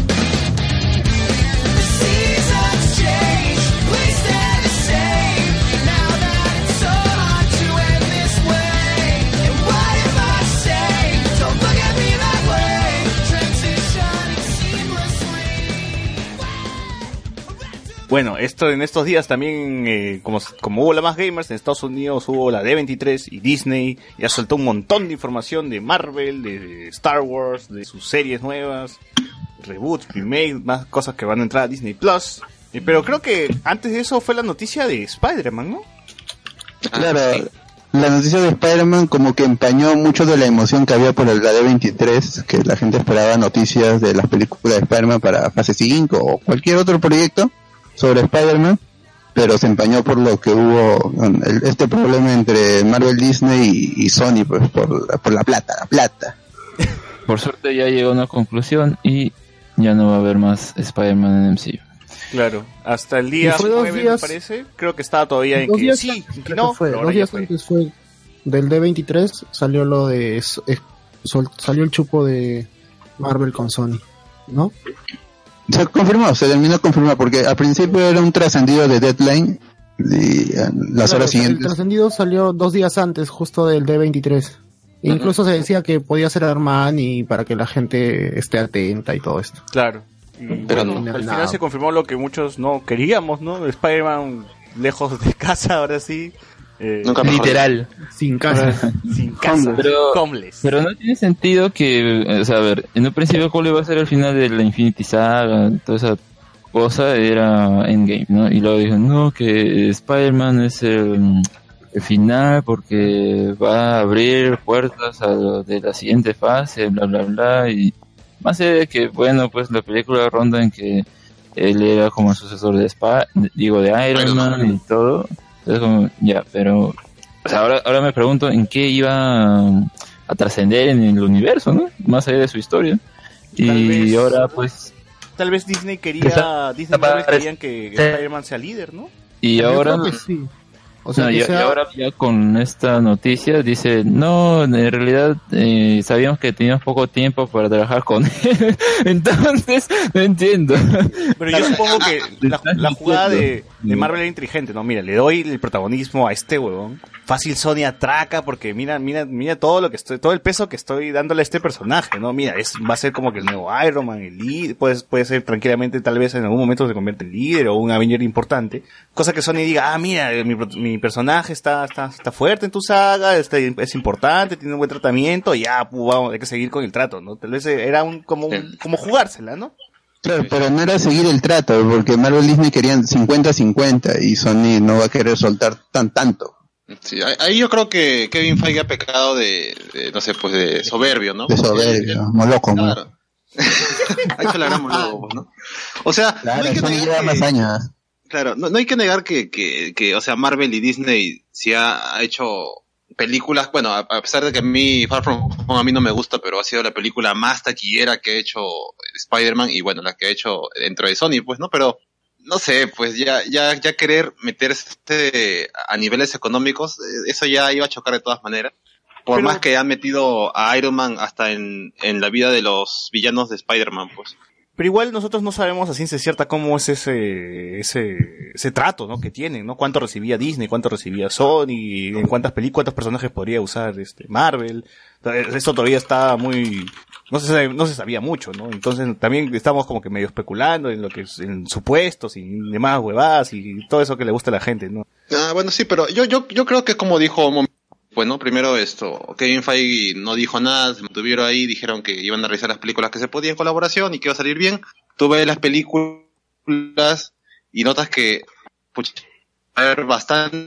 The seasons change, please stay the same. Now that it's so hard to end this way, and what if I say, don't look at me that way? Transitioning seamlessly. Bueno, esto en estos días también, eh, como, como hubo la Más Gamers, en Estados Unidos hubo la D veintitrés y Disney ya soltó un montón de información de Marvel, de Star Wars, de sus series nuevas, reboots, remakes, más cosas que van a entrar a Disney Plus. Eh, pero creo que antes de eso fue la noticia de Spider-Man, ¿no? Claro, la noticia de Spider-Man como que empañó mucho de la emoción que había por la D veintitrés, que la gente esperaba noticias de las películas de Spider-Man para fase cinco o cualquier otro proyecto sobre Spider-Man, pero se empañó por lo que hubo, el- este problema entre Marvel, Disney y, y Sony, pues por, la- por la plata, la plata. por suerte ya llegó a una conclusión y ya no va a haber más Spider-Man en M C U. Claro, hasta el día Y fue dos nueve, días- me parece, creo que estaba todavía en Dos que días sí, antes, que creo no, que fue, pero ahora dos ya días fue. antes fue del D veintitrés, salió lo de es- es- sol- salió el chupo de Marvel con Sony, ¿no? Se confirmó, se terminó confirmado, porque al principio era un trascendido de Deadline y eh, las Claro, horas el siguientes. trascendido salió dos días antes, justo del D veintitrés. E incluso se decía que podía ser Armani para que la gente esté atenta y todo esto. Claro. Y Pero bueno, no. al Nada. final se confirmó lo que muchos no queríamos, ¿no? Spider-Man lejos de casa, ahora sí. Eh, Nunca mejor Literal. Sin casa. Sin casa. Pero, Homeless. pero no tiene sentido que, o sea, a ver, en un principio cuál iba a ser el final de la Infinity Saga, toda esa cosa era Endgame, ¿no? Y luego dijeron, no, que Spider-Man es el, el final porque va a abrir puertas a lo de la siguiente fase, bla, bla, bla, y más allá de que, bueno, pues la película ronda en que él era como el sucesor de Sp- digo, de Iron Man y todo. Entonces, como, ya, pero, o sea, ahora, ahora me pregunto en qué iba a, a trascender en el universo, ¿no? Más allá de su historia. Tal Y vez- ahora, pues, Tal vez Disney quería, Esa- Disney tal vez querían que Sí. Spider-Man sea líder, ¿no? y Yo ahora, creo que sí. O sea, no, que y, sea- y ahora ya con esta noticia dice, no, en realidad eh, sabíamos que teníamos poco tiempo para trabajar con él. Entonces, no entiendo. Pero yo supongo que la, la jugada de, de Marvel era inteligente, ¿no? Mira, le doy el protagonismo a este huevón. Fácil Sony atraca porque mira, mira, mira todo lo que estoy, todo el peso que estoy dándole a este personaje, ¿no? Mira, es, va a ser como que el nuevo Iron Man, el líder, puede, puede ser tranquilamente, tal vez en algún momento se convierte en líder o un Avenger importante. Cosa que Sony diga, ah, mira, mi, mi personaje está, está, está fuerte en tu saga, está, es importante, tiene un buen tratamiento, y ya, pues, vamos, hay que seguir con el trato, ¿no? Tal vez era un, como, un- como jugársela, ¿no? Claro, pero no era seguir el trato, porque Marvel y Disney querían cincuenta cincuenta y Sony no va a querer soltar tan tanto. Sí, ahí- ahí yo creo que Kevin Feige ha pecado de, de, no sé, pues de soberbio, ¿no? De soberbio, moloco, ¿no? Claro. Ha hecho la gran moloco, pues, ¿no? O sea, Claro, no hay que Sony negar lleva que- más años. Claro, no, no hay que negar que, que, que, o sea, Marvel y Disney sí ha, ha hecho películas, bueno, a, a pesar de que a mí Far From Home a mí no me gusta, pero ha sido la película más taquillera que ha hecho Spider-Man y bueno, la que ha hecho dentro de Sony, pues, ¿no? Pero, no sé, pues ya, ya, ya querer meterse a niveles económicos, eh, eso ya iba a chocar de todas maneras. Por Pero- más que han metido a Iron Man hasta en, en la vida de los villanos de Spider-Man, pues. Pero igual nosotros no sabemos a ciencia cierta cómo es ese, ese, ese trato, ¿no? Que tienen, ¿no? Cuánto recibía Disney, cuánto recibía Sony, en cuántas películas, cuántos personajes podría usar este Marvel. Entonces, eso todavía está muy, no se sabe- no se sabía mucho, ¿no? Entonces también estamos como que medio especulando en lo que es, en supuestos y demás huevadas y todo eso que le gusta a la gente, ¿no? Ah, bueno, sí, pero yo, yo, yo creo que como dijo, Mom- bueno, primero esto, Kevin Feige no dijo nada, se mantuvieron ahí, dijeron que iban a realizar las películas que se podían en colaboración y que iba a salir bien. Tú ves las películas y notas que, pucha, va a haber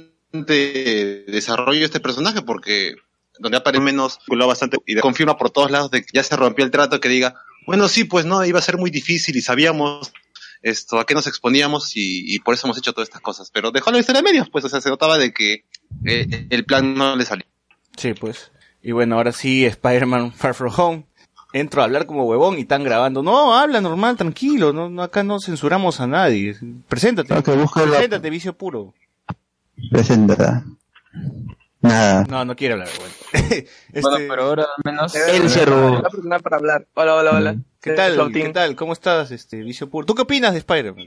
bastante desarrollo de este personaje porque donde aparece menos, bastante y confirma por todos lados de que ya se rompió el trato que diga, bueno, sí, pues no, iba a ser muy difícil y sabíamos esto a qué nos exponíamos y, y por eso hemos hecho todas estas cosas, pero dejó la historia de medios, pues, o sea, se notaba de que eh, el plan no le salió. Sí, pues. Y bueno, ahora sí, Spider-Man Far From Home. Entro a hablar como huevón y están grabando. No, habla normal, tranquilo. No, no, acá no censuramos a nadie. Preséntate. Claro, que busca la- Preséntate, vicio puro. Presenta. Nada. No, no quiere hablar, bueno. Este, Bueno, pero ahora al menos Él se robó. La oportunidad para hablar. Hola, hola, hola. ¿Qué Eh, tal? Flautín. ¿Qué tal? ¿Cómo estás, este, vicio puro? ¿Tú qué opinas de Spider-Man?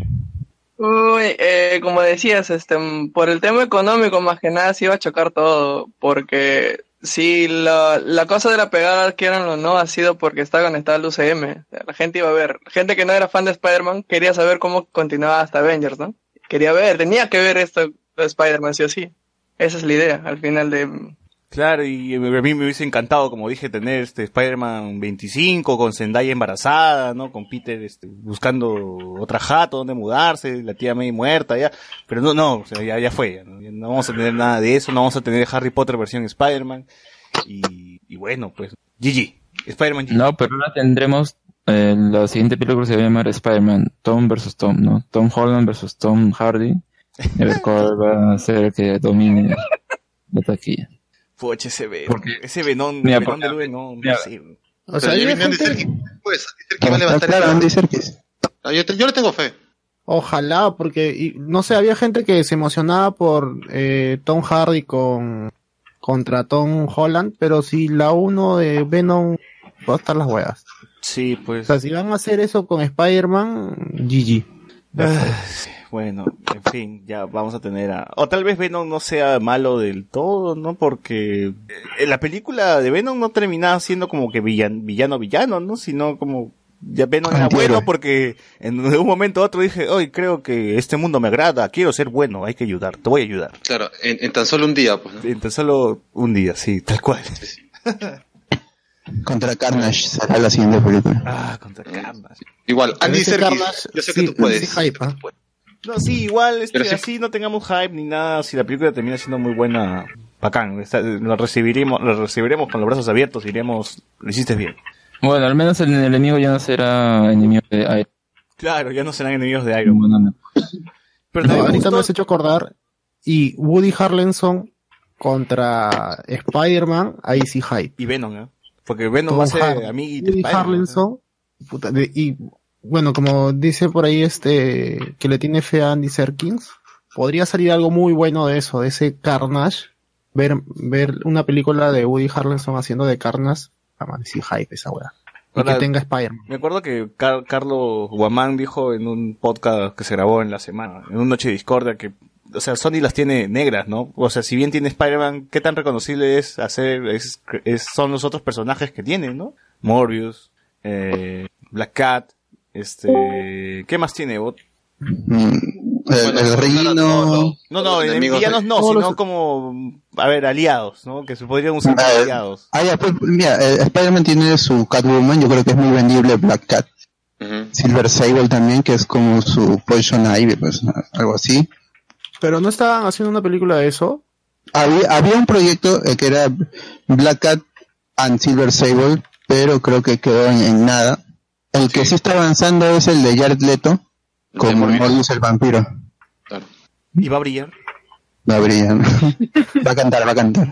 Uy, eh, como decías, este, mm, por el tema económico más que nada se iba a chocar todo, porque si la, la cosa de la pegada, quieran o no, ha sido porque está conectada al U C M. O sea, la gente iba a ver, gente que no era fan de Spider-Man quería saber cómo continuaba hasta Avengers, ¿no? Quería ver, tenía que ver esto de Spider-Man, sí o sí. Esa es la idea, al final de... Claro, y a mí me hubiese encantado, como dije, tener este Spider-Man veinticinco con Zendaya embarazada, ¿no? Con Peter este, buscando otra jato donde mudarse, la tía May muerta, ya. Pero no, no, o sea, ya, ya fue, ya, ¿no? Ya no vamos a tener nada de eso, no vamos a tener Harry Potter versión Spider-Man. Y, y bueno, pues, G G, Spider-Man G G. No, pero ahora tendremos eh, la siguiente película se va a llamar Spider-Man, Tom versus Tom, ¿no? Tom Holland versus Tom Hardy. A ver cuál va a ser el que domine la taquilla. Pucha, ese ve, Porque- ese Venom, Mira, Venom porque- del Venom, no, no mira, sé. O sea, Pero ya hay viene Andy gente- Serkis, pues, Andy Serkis va a levantar Claro, el- Andy Serkis. Ah, Yo, te- yo le tengo fe. Ojalá, porque y, no sé, había gente que se emocionaba por eh, Tom Hardy con contra Tom Holland, pero si la uno de Venom va a estar las huevas. Sí, O pues. sea, si van a hacer eso con Spider-Man, G G. Ah, bueno, en fin, ya vamos a tener a... O tal vez Venom no sea malo del todo, ¿no? Porque eh, la película de Venom no terminaba siendo como que villan, villano villano, ¿no? Sino como... Ya Venom era Antihéroe. bueno porque en un momento u otro dije, hoy creo que este mundo me agrada, quiero ser bueno, hay que ayudar, te voy a ayudar. Claro, en, en tan solo un día, pues. ¿no? En tan solo un día, sí, tal cual. Contra Carnage será la siguiente película. Ah, contra Carnage. Igual, Andy ese Serkis, Carnage, yo sé sí, que tú puedes. sí hype, ¿ah? No, sí, igual, este, Pero sí- así no tengamos hype ni nada, si la película termina siendo muy buena, bacán, está- lo recibiremos, lo recibiremos con los brazos abiertos y diremos, lo hiciste bien. Bueno, al menos el, el enemigo ya no será enemigo de Iron Claro, ya no serán enemigos de Iron Man. Man. Pero No, también me ahorita me has gustó, hecho acordar. Y Woody Harrelson contra Spider-Man, ahí sí hype. y Venom, ¿eh? Porque Venom Tom va a ser Hardy. amiguito de Woody Spider-Man, Harrelson, puta, de- y bueno, como dice por ahí este, que le tiene fe a Andy Serkins, podría salir algo muy bueno de eso, de ese Carnage. Ver, ver una película de Woody Harrelson haciendo de Carnage, ah, man, sí hype esa weá. Y Ahora, que tenga Spider-Man. Me acuerdo que Car- Carlos Guamán dijo en un podcast que se grabó en la semana, en un Noche de Discordia, que, o sea, Sony las tiene negras, ¿no? O sea, si bien tiene Spider-Man, ¿qué tan reconocible es hacer, es, es- son los otros personajes que tienen, ¿no? Morbius, eh, Black Cat, este, ¿qué más tiene? Ot- Mm, el, Bueno, el claro, Reino... todos No, los no, en enemigos villanos de- no, todos sino los- como, a ver, aliados, ¿no? Que se podrían usar como Ah, aliados. Ah, ya, pues, mira, eh, Spider-Man tiene su Catwoman, yo creo que es muy vendible Black Cat. Ujú. Silver Sable también, que es como su Poison Ivy, pues, algo así. Pero no estaban haciendo una película de eso. Había, había un proyecto eh, que era Black Cat and Silver Sable, pero creo que quedó en, en nada. El que sí está avanzando es el de Jared Leto, como Morbius. Morbius el vampiro. Claro. Y va a brillar. Va a brillar. Va a cantar, va a cantar.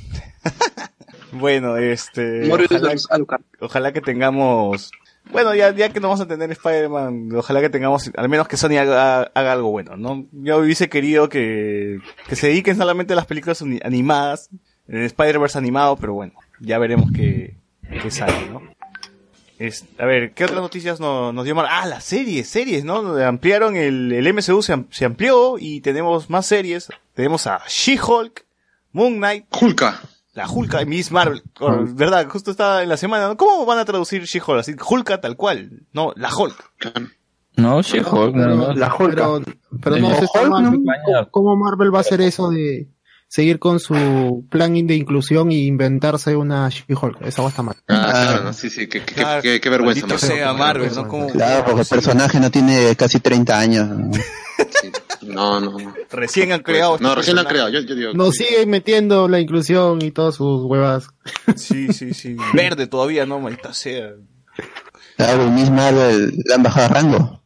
Bueno, este, Morbius ojalá, es Alucard. ojalá que tengamos, bueno, ya, ya que no vamos a tener Spider-Man, ojalá que tengamos, al menos que Sony haga, haga algo bueno, ¿no? Yo hubiese querido que, que se dediquen solamente a las películas uni- animadas, el Spider-Verse animado, pero bueno, ya veremos qué, qué sale, ¿no? Es, a ver, ¿qué otras noticias nos, nos dio Mar? Ah, las series, series, ¿no? Ampliaron el, el M C U, se, am- se amplió y tenemos más series. Tenemos a She-Hulk, Moon Knight, Hulka. la Hulka, Miss Marvel, o- ¿verdad? Justo estaba en la semana, ¿no? ¿Cómo van a traducir She-Hulk? Así, Hulka tal cual, no, la Hulk. Claro. No, She-Hulk, nada más. La Hulka. Pero, pero El no sé Hulk, cómo, ¿no? cómo- cómo Marvel va a hacer eso de seguir con su plan de inclusión e inventarse una She-Hulk. Esa va a estar mal. Ah, Ah. claro, no, sí, sí, qué, qué, Claro, qué, qué vergüenza. maldito Marvel. sea Marvel, ¿no? ¿Cómo- Claro, porque el personaje no tiene casi treinta años. ¿no? Sí. No, no, no. Recién han creado. No, este recién lo han personaje. creado. Yo, yo digo. Nos siguen metiendo la inclusión y todas sus huevas. Sí, sí, sí. Verde todavía, ¿no? Maldita sea. Claro, Miss Marvel le han bajado rango.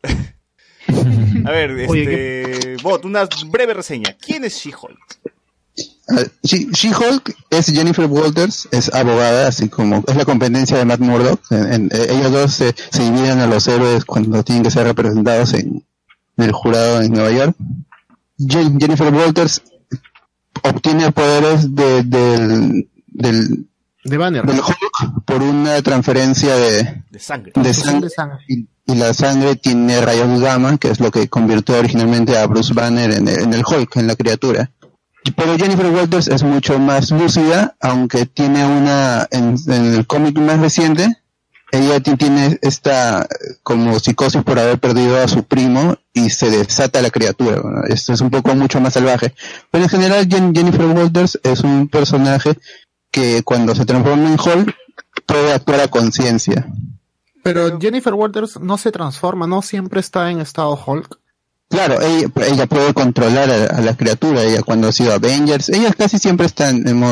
A ver, Oye, este... Bot, una breve reseña. ¿Quién es She-Hulk? Ah, She- She-Hulk es Jennifer Walters, es abogada, así como es la competencia de Matt Murdock. En- en- eh, ellos dos se, se dividen a los héroes cuando tienen que ser representados en, en el jurado en Nueva York. Jen- Jennifer Walters obtiene poderes de, del, del, De Banner. del Hulk por una transferencia de, De sangre. de Transfusión sangre. de sangre. Y, y la sangre tiene rayos gamma, que es lo que convirtió originalmente a Bruce Banner en el, en el Hulk, en la criatura. Pero Jennifer Walters es mucho más lúcida, aunque tiene una, en, en el cómic más reciente, ella ti- tiene esta eh, como psicosis por haber perdido a su primo y se desata la criatura. ¿no? Esto es un poco mucho más salvaje. Pero en general Jen- Jennifer Walters es un personaje que cuando se transforma en Hulk puede actuar a conciencia. Pero Jennifer Walters no se transforma, no siempre está en estado Hulk. Claro, ella, ella puede controlar a, a la criatura, ella cuando ha sido Avengers, ella casi siempre está en, en modo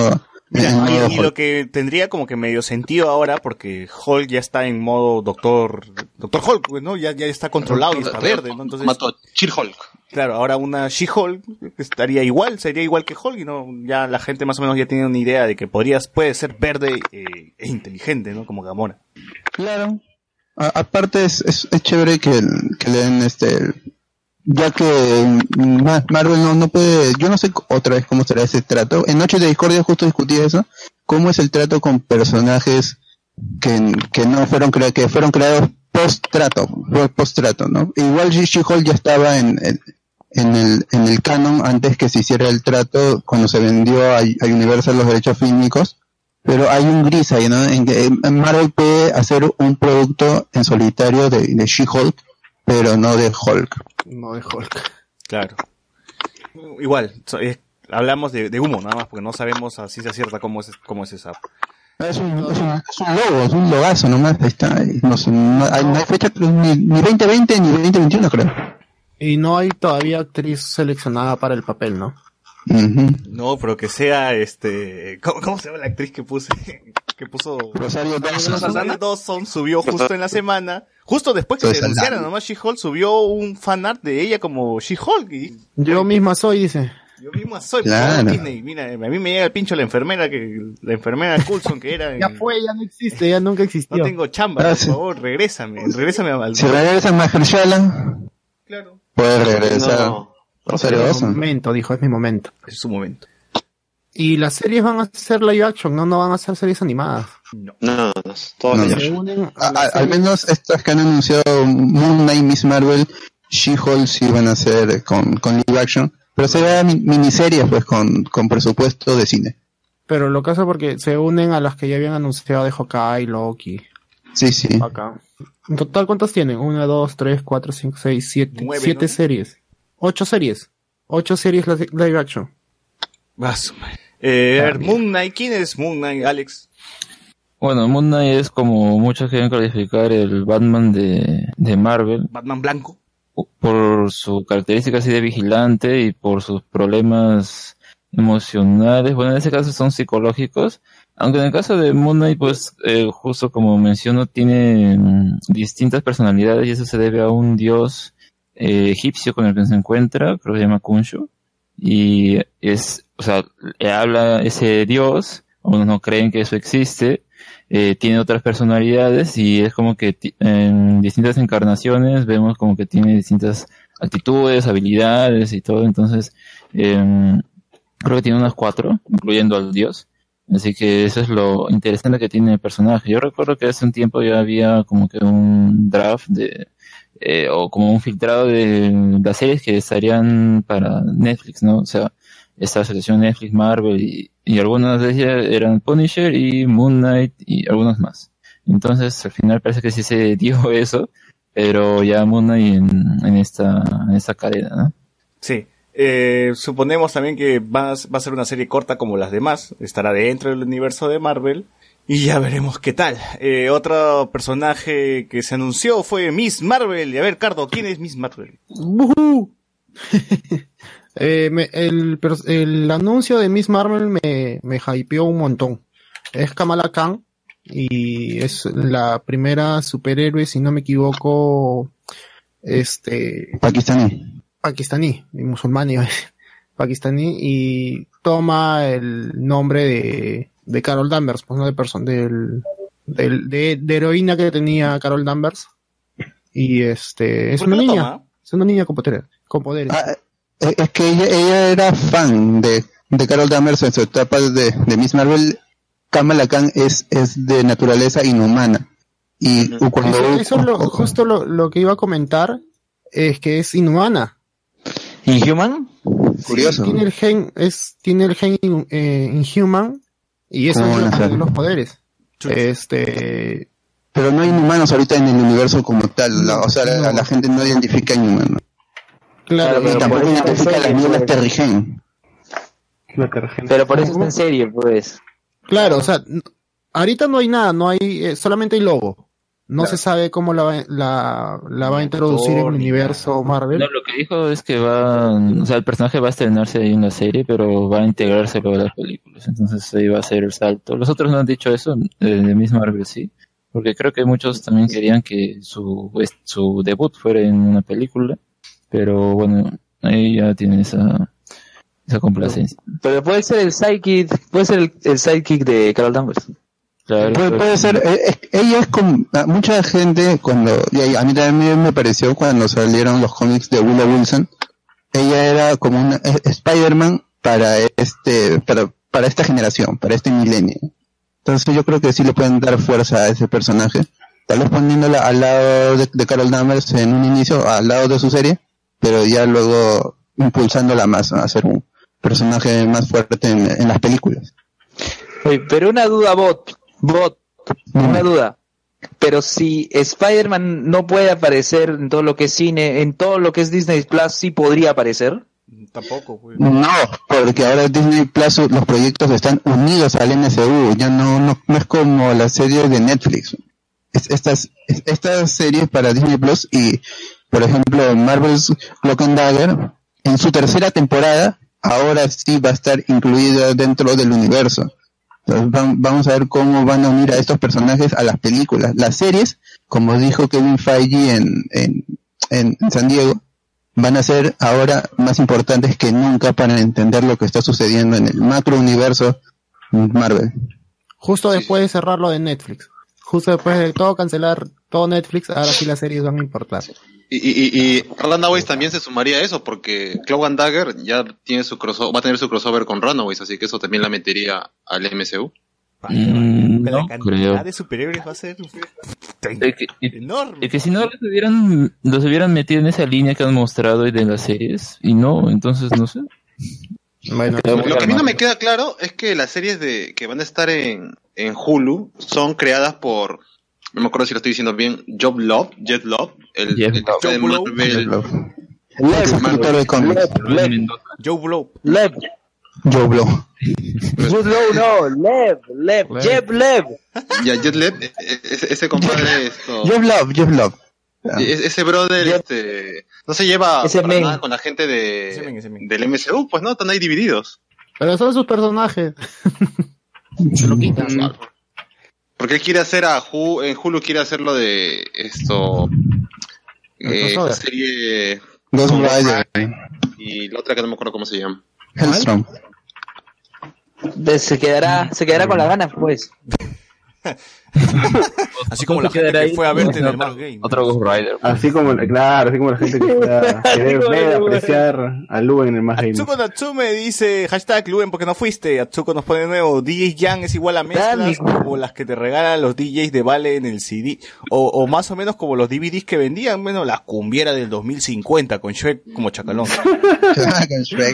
Mira, en modo y, y lo que tendría como que medio sentido ahora, porque Hulk ya está en modo doctor, doctor Hulk, pues, ¿no? Ya, ya está controlado y está verde, ¿no? Entonces, Mató She-Hulk. claro, ahora una She-Hulk estaría igual, sería igual que Hulk, y no, ya la gente más o menos ya tiene una idea de que podrías, puede ser verde eh, e inteligente, ¿no? Como Gamora. Claro. A- aparte es, es, es chévere que, que le den este, ya que mm, Ma- Marvel no, no puede, yo no sé otra vez cómo será ese trato. En Noche de Discordia justo discutí eso, cómo es el trato con personajes que, que no fueron crea- que fueron creados post trato, post trato, ¿no? Igual She-Hulk ya estaba en, en, en el, en el canon antes que se hiciera el trato cuando se vendió a, a Universal los derechos fílmicos. Pero hay un gris ahí, ¿no? En que eh, Marvel puede hacer un producto en solitario de, de She-Hulk, pero no de Hulk. No de Hulk. Claro. Igual, so- es- hablamos de, de humo nada más, porque no sabemos a ciencia cierta cómo es, cómo es esa. Es un, es un, es un logo, es un logazo nomás, ahí está. Ahí, no, sé, no, hay, no hay fecha creo, ni, ni veinte veinte ni veinte veintiuno creo. Y no hay todavía actriz seleccionada para el papel, ¿no? Ujú. No, pero que sea este, ¿cómo, cómo se llama la actriz que puse, que puso Rosario Dawson. Rosario Dawson subió justo en la semana, justo después que Soy le anunciaron Salami. nomás She-Hulk, subió un fanart de ella como She-Hulk y Yo misma soy, dice. yo mismo soy Claro. por Disney. Mira, a mí me llega el pincho la enfermera que la enfermera Coulson que era en- Ya fue, ya no existe, ya nunca existió. no tengo chamba, Ah, por sí. favor, regrésame, regrésame al Si regresa Mahershala, claro. puede regresar No. Rosario Es mi Dawson. momento, dijo, es mi momento. Es su momento. Y las series van a ser live action, no, no van a ser series animadas. No, no, no, todo No, live no. Se action. unen A- a a- las al series- menos estas que han anunciado Moon Knight, Miss Marvel, She-Hulk sí van a ser con, con live action, pero será mi- miniseries pues con, con presupuesto de cine. Pero lo caso porque se unen a las que ya habían anunciado de Hawkeye, Loki, Sí, sí. acá. En total, ¿cuántas tienen? Una, dos, tres, cuatro, cinco, seis, siete. Nueve, siete ¿no? series. Ocho series. Ocho series li- live action. Vas. Eh, a ver, Ah, Moon Knight, ¿quién es Moon Knight, Alex? Bueno, Moon Knight es como muchos quieren calificar el Batman de, de Marvel Batman blanco. por su característica así de vigilante y por sus problemas emocionales. Bueno, en ese caso son psicológicos. Aunque en el caso de Moon Knight, pues eh, justo como menciono, tiene mm, distintas personalidades y eso se debe a un dios eh, egipcio con el que se encuentra, creo que se llama Khonshu. Y es, o sea, le habla ese dios, algunos no creen que eso existe, eh, tiene otras personalidades y es como que ti- en distintas encarnaciones vemos como que tiene distintas actitudes, habilidades y todo, entonces em, creo que tiene unas cuatro, incluyendo al dios. Así que eso es lo interesante que tiene el personaje. Yo recuerdo que hace un tiempo ya había como que un draft de, eh, o como un filtrado de las series que estarían para Netflix, ¿no? O sea, esta asociación Netflix, Marvel y, y algunas de ellas eran Punisher y Moon Knight y algunas más. Entonces, al final parece que sí se dio eso, pero ya Moon Knight en, en esta, en esta cadena, ¿no? Sí. Eh, suponemos también que va, a- va a ser una serie corta como las demás. Estará dentro del universo de Marvel. Y ya veremos qué tal. Eh, otro personaje que se anunció fue Miss Marvel. Y a ver, Cardo, ¿quién es Miss Marvel? ¡Bujú! Eh, me- el, pers- el anuncio de Miss Marvel me, me hypeó un montón. Es Kamala Khan y es la primera superhéroe, si no me equivoco, este, Pakistaní. pakistaní, y musulmán iba a decir, pakistaní, y toma el nombre de, de Carol Danvers, pues no de person, del, del, de, de heroína que tenía Carol Danvers. Y este, es ¿Por qué una lo niña, toma? es una niña con poderes, con poderes. Ah, eh, es que ella, ella era fan de, de Carol Danvers en su etapa de, de Miss Marvel. Kamala Khan es, es de naturaleza inhumana. Y cuando... Eso, eso es lo, justo lo, lo que iba a comentar, es que es inhumana. ¿Inhuman? Curioso. Tiene el gen, es, tiene el gen in- eh, Inhuman, y eso ¿Cómo es van a lo que le hacer? da los poderes. Este, Pero no hay inhumanos ahorita en el universo como tal. La- o sea, la, No. la gente no identifica inhumano. claro, Y pero tampoco por eso identifica está las en nieblas serie, terrigen. La tarjeta. Pero por eso está en serie, pues. claro, o sea, n- ahorita no hay nada, no hay, eh, solamente hay logo. no Claro. se sabe cómo la va, la, la va a introducir en el universo Marvel. No, lo que dijo es que va, o sea, el personaje va a estrenarse ahí en la serie, pero va a integrarse luego a las películas. Entonces ahí va a ser el salto. Los otros no han dicho eso, eh, de mismo Marvel sí, porque creo que muchos también querían que su, pues, su debut fuera en una película, pero bueno, ahí ya tienen esa, esa complacencia. Pero puede ser el sidekick, puede ser el, el sidekick de Carol Danvers. Claro, Puede, puede ser, eh, es- ella es como, a mucha gente cuando, y a mí también me pareció cuando salieron los cómics de Willow Wilson, ella era como una eh, Spider-Man para este, para, para esta generación, para este milenio. Entonces yo creo que sí le pueden dar fuerza a ese personaje, tal vez poniéndola al lado de, de Carol Danvers en un inicio, al lado de su serie, pero ya luego impulsándola más, ¿no? A ser un personaje más fuerte en, en las películas. Oye, pero una duda, bot, bot, una duda. Pero si Spider-Man no puede aparecer en todo lo que es cine, en todo lo que es Disney Plus, sí podría aparecer. Tampoco, pues. No, porque ahora Disney Plus, los proyectos están unidos al M C U, ya no, no, no es como las series de Netflix. Es- estas, es- estas series para Disney Plus y, por ejemplo, Marvel's Cloak and Dagger, en su tercera temporada, ahora sí va a estar incluida dentro del universo. Entonces, vam- vamos a ver cómo van a unir a estos personajes a las películas. Las series, como dijo Kevin Feige en, en, en San Diego, van a ser ahora más importantes que nunca para entender lo que está sucediendo en el macro universo Marvel. Justo después de cerrar lo de Netflix. Justo después de todo cancelar todo Netflix, ahora sí las series van a importar. Y, y, y, y Runaways también se sumaría a eso, porque Cloak and Dagger ya tiene su crossover, va a tener su crossover con Runaways, así que eso también la metería al M C U. Mm, La no cantidad creo. de superhéroes va a ser Es que, y- enorme. es que si no los hubieran, los hubieran metido en esa línea que han mostrado hoy de las series, y no, entonces no sé. Bueno, Lo que a mí no me queda claro es que las series de que van a estar en, en Hulu son creadas por, no me acuerdo si lo estoy diciendo bien, Job Love, Jet Love, el, Jeff el que de Love. Marvel. Ex escritor de cómics, Joe Blow. Lev, Joe Blow. Jude Law, no, Lev, Lev, Jeff Lev. Ya, Jet Lev, e- e- ese, ese compadre, esto, Jeff Love, Jeff Love. Ah. e- ese brother, Jeff- este, no se lleva Ese para men. nada con la gente de, Ese men, ese men. del M C U, pues no, están ahí divididos. pero son sus personajes. Se lo quitan. Mm. Porque él quiere hacer a Hulu, en Hulu quiere hacerlo de esto, eh, crossover. esta serie Ghost Con Rider. y la otra que no me acuerdo cómo se llama. Hellstrom. De- Se quedará, se quedará con las ganas, pues. Así como la gente que fue a verte en el Mall Game. Otro Ghost Rider. Así como, claro, así como la gente que quiera querer ver, apreciar a Lu en el más game. Atsuko Natsume dice, hashtag Luen porque no fuiste. Atsuko nos pone de nuevo, D J Yang es igual a mezclas como las que te regalan los D Js de Vale en el C D. O, o más o menos como los D V Ds que vendían, bueno, las cumbieras del dos mil cincuenta con Shrek como chacalón. Con Shrek.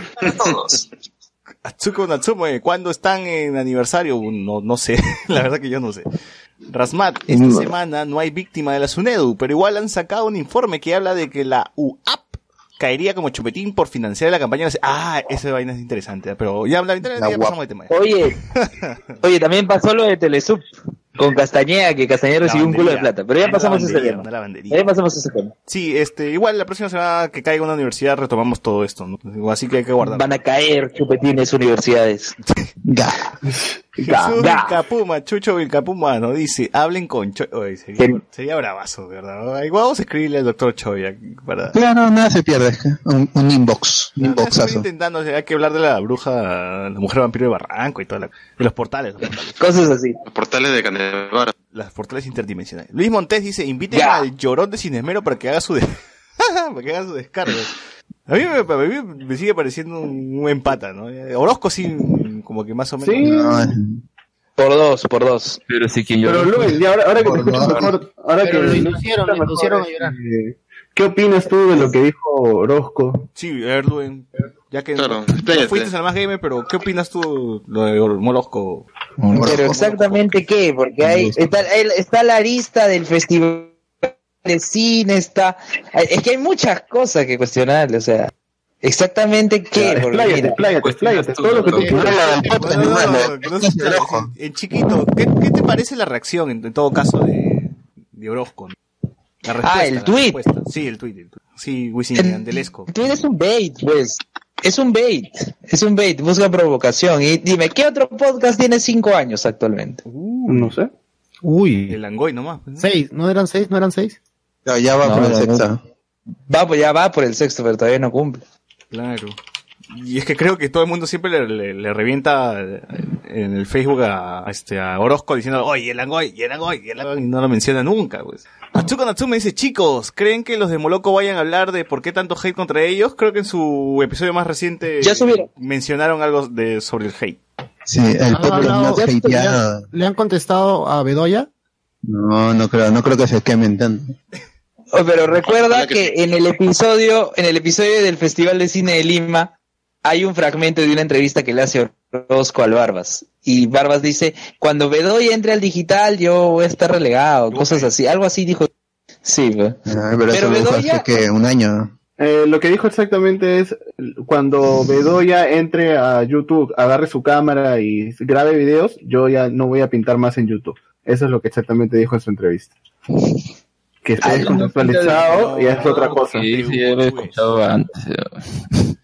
Atsuko Natsume, ¿cuándo están en aniversario? No, no sé, la verdad que yo no sé. Rasmat, esta semana no hay víctima de la SUNEDU, pero igual han sacado un informe que habla de que la U A P caería como chupetín por financiar la campaña. Ah, esa vaina es interesante, pero ya, la, ya, ya pasamos de tema. Oye, oye, también pasó lo de Telesub con Castañeda, que Castañeda recibió un culo de plata, pero ya pasamos ese tema. Una lavandería. Ya pasamos ese tema. Sí, este, igual la próxima semana que caiga una universidad retomamos todo esto, ¿no? Así que hay que guardar. Van a caer chupetines universidades. Ga. Jesús ga. Vilcapuma, Chucho Vilcapuma nos dice, hablen con Choi. Oye, sería, ¿Quién? sería bravazo, ¿verdad? Igual vamos a escribirle al doctor Choi aquí para... Claro, nada se pierde. Un, un inbox. Un Estoy inboxazo. intentando, o sea, hay que hablar de la bruja, la mujer vampiro de Barranco y toda la, de los portales, los portales, Cosas así. Los portales de Canevaro. las portales interdimensionales. Luis Montes dice, inviten Ya. al llorón de Cinesmero para que haga su de... para que haga su descarga. A mí, me, a mí me sigue pareciendo un, un empata, ¿no? Orozco sí, como que más o menos. Sí. No, eh, Por dos, por dos. Pero sí, quien yo. Pero Lu, ya ahora, ahora que te escucho mejor, ahora Pero que lo te inducieron, lo escucho inducieron mejor, a llorar. eh, ¿qué opinas tú de lo que dijo Orozco? Sí, Erduen, ya que Claro, no, expláyate. no fuiste al más gamer, pero ¿qué opinas tú lo de Orozco? Pero exactamente qué, porque hay, está, el- está la lista del festival de cine, está, es que hay muchas cosas que cuestionarle, o sea, exactamente qué, porque Expláyate, mira, expláyate, expláyate, todo lo que tú no quieras. era la del podcast, No, no, hermano. no, que no se explaye. En chiquito, ¿qué, qué te parece la reacción en, en todo caso de, de Orozco. La Ah, respuesta, el la tweet. respuesta. Sí, el tweet. el tweet. Sí, Wisin El- Andelesco. Tú eres un bait, pues. Es un bait. Es un bait. Busca provocación. Y dime, ¿qué otro podcast tiene cinco años actualmente? No sé. Uy. El Langoy nomás. pues, ¿no? Seis, ¿no eran seis? ¿No eran seis? No, ya va No, por el no, sexto. Va, pues ya va por el sexto, pero todavía no cumple. Claro. Y es que creo que todo el mundo siempre le, le- le revienta en el Facebook a, a este a Orozco diciendo, oye, el Langoy, y el Langoy, y el Langoy, y no lo menciona nunca, pues. Natsuko Natsume dice, chicos, ¿creen que los de Moloco vayan a hablar de por qué tanto hate contra ellos? Creo que en su episodio más reciente Ya subieron. mencionaron algo de sobre el hate. Sí, el ¿Han podcast hablado- más ya- hateado. ya- ¿Le han contestado a Bedoya? No, no creo, no creo que se quemen tanto. Oh, pero recuerda Ojalá que que en el episodio, en el episodio del Festival de Cine de Lima, hay un fragmento de una entrevista que le hace Orozco al Barbas. Y Barbas dice, cuando Bedoya entre al digital, yo voy a estar relegado, cosas así. Algo así dijo. Sí, pues. Ah, pero eso Pero lo dijo Bedoya- hace que un año. Eh, lo que dijo exactamente es cuando Bedoya entre a YouTube, agarre su cámara y grabe videos, yo ya no voy a pintar más en YouTube. Eso es lo que exactamente dijo en su entrevista. Que esté Ay, descontextualizado ya es otra cosa. Sí, sí, ya lo he escuchado antes. ya.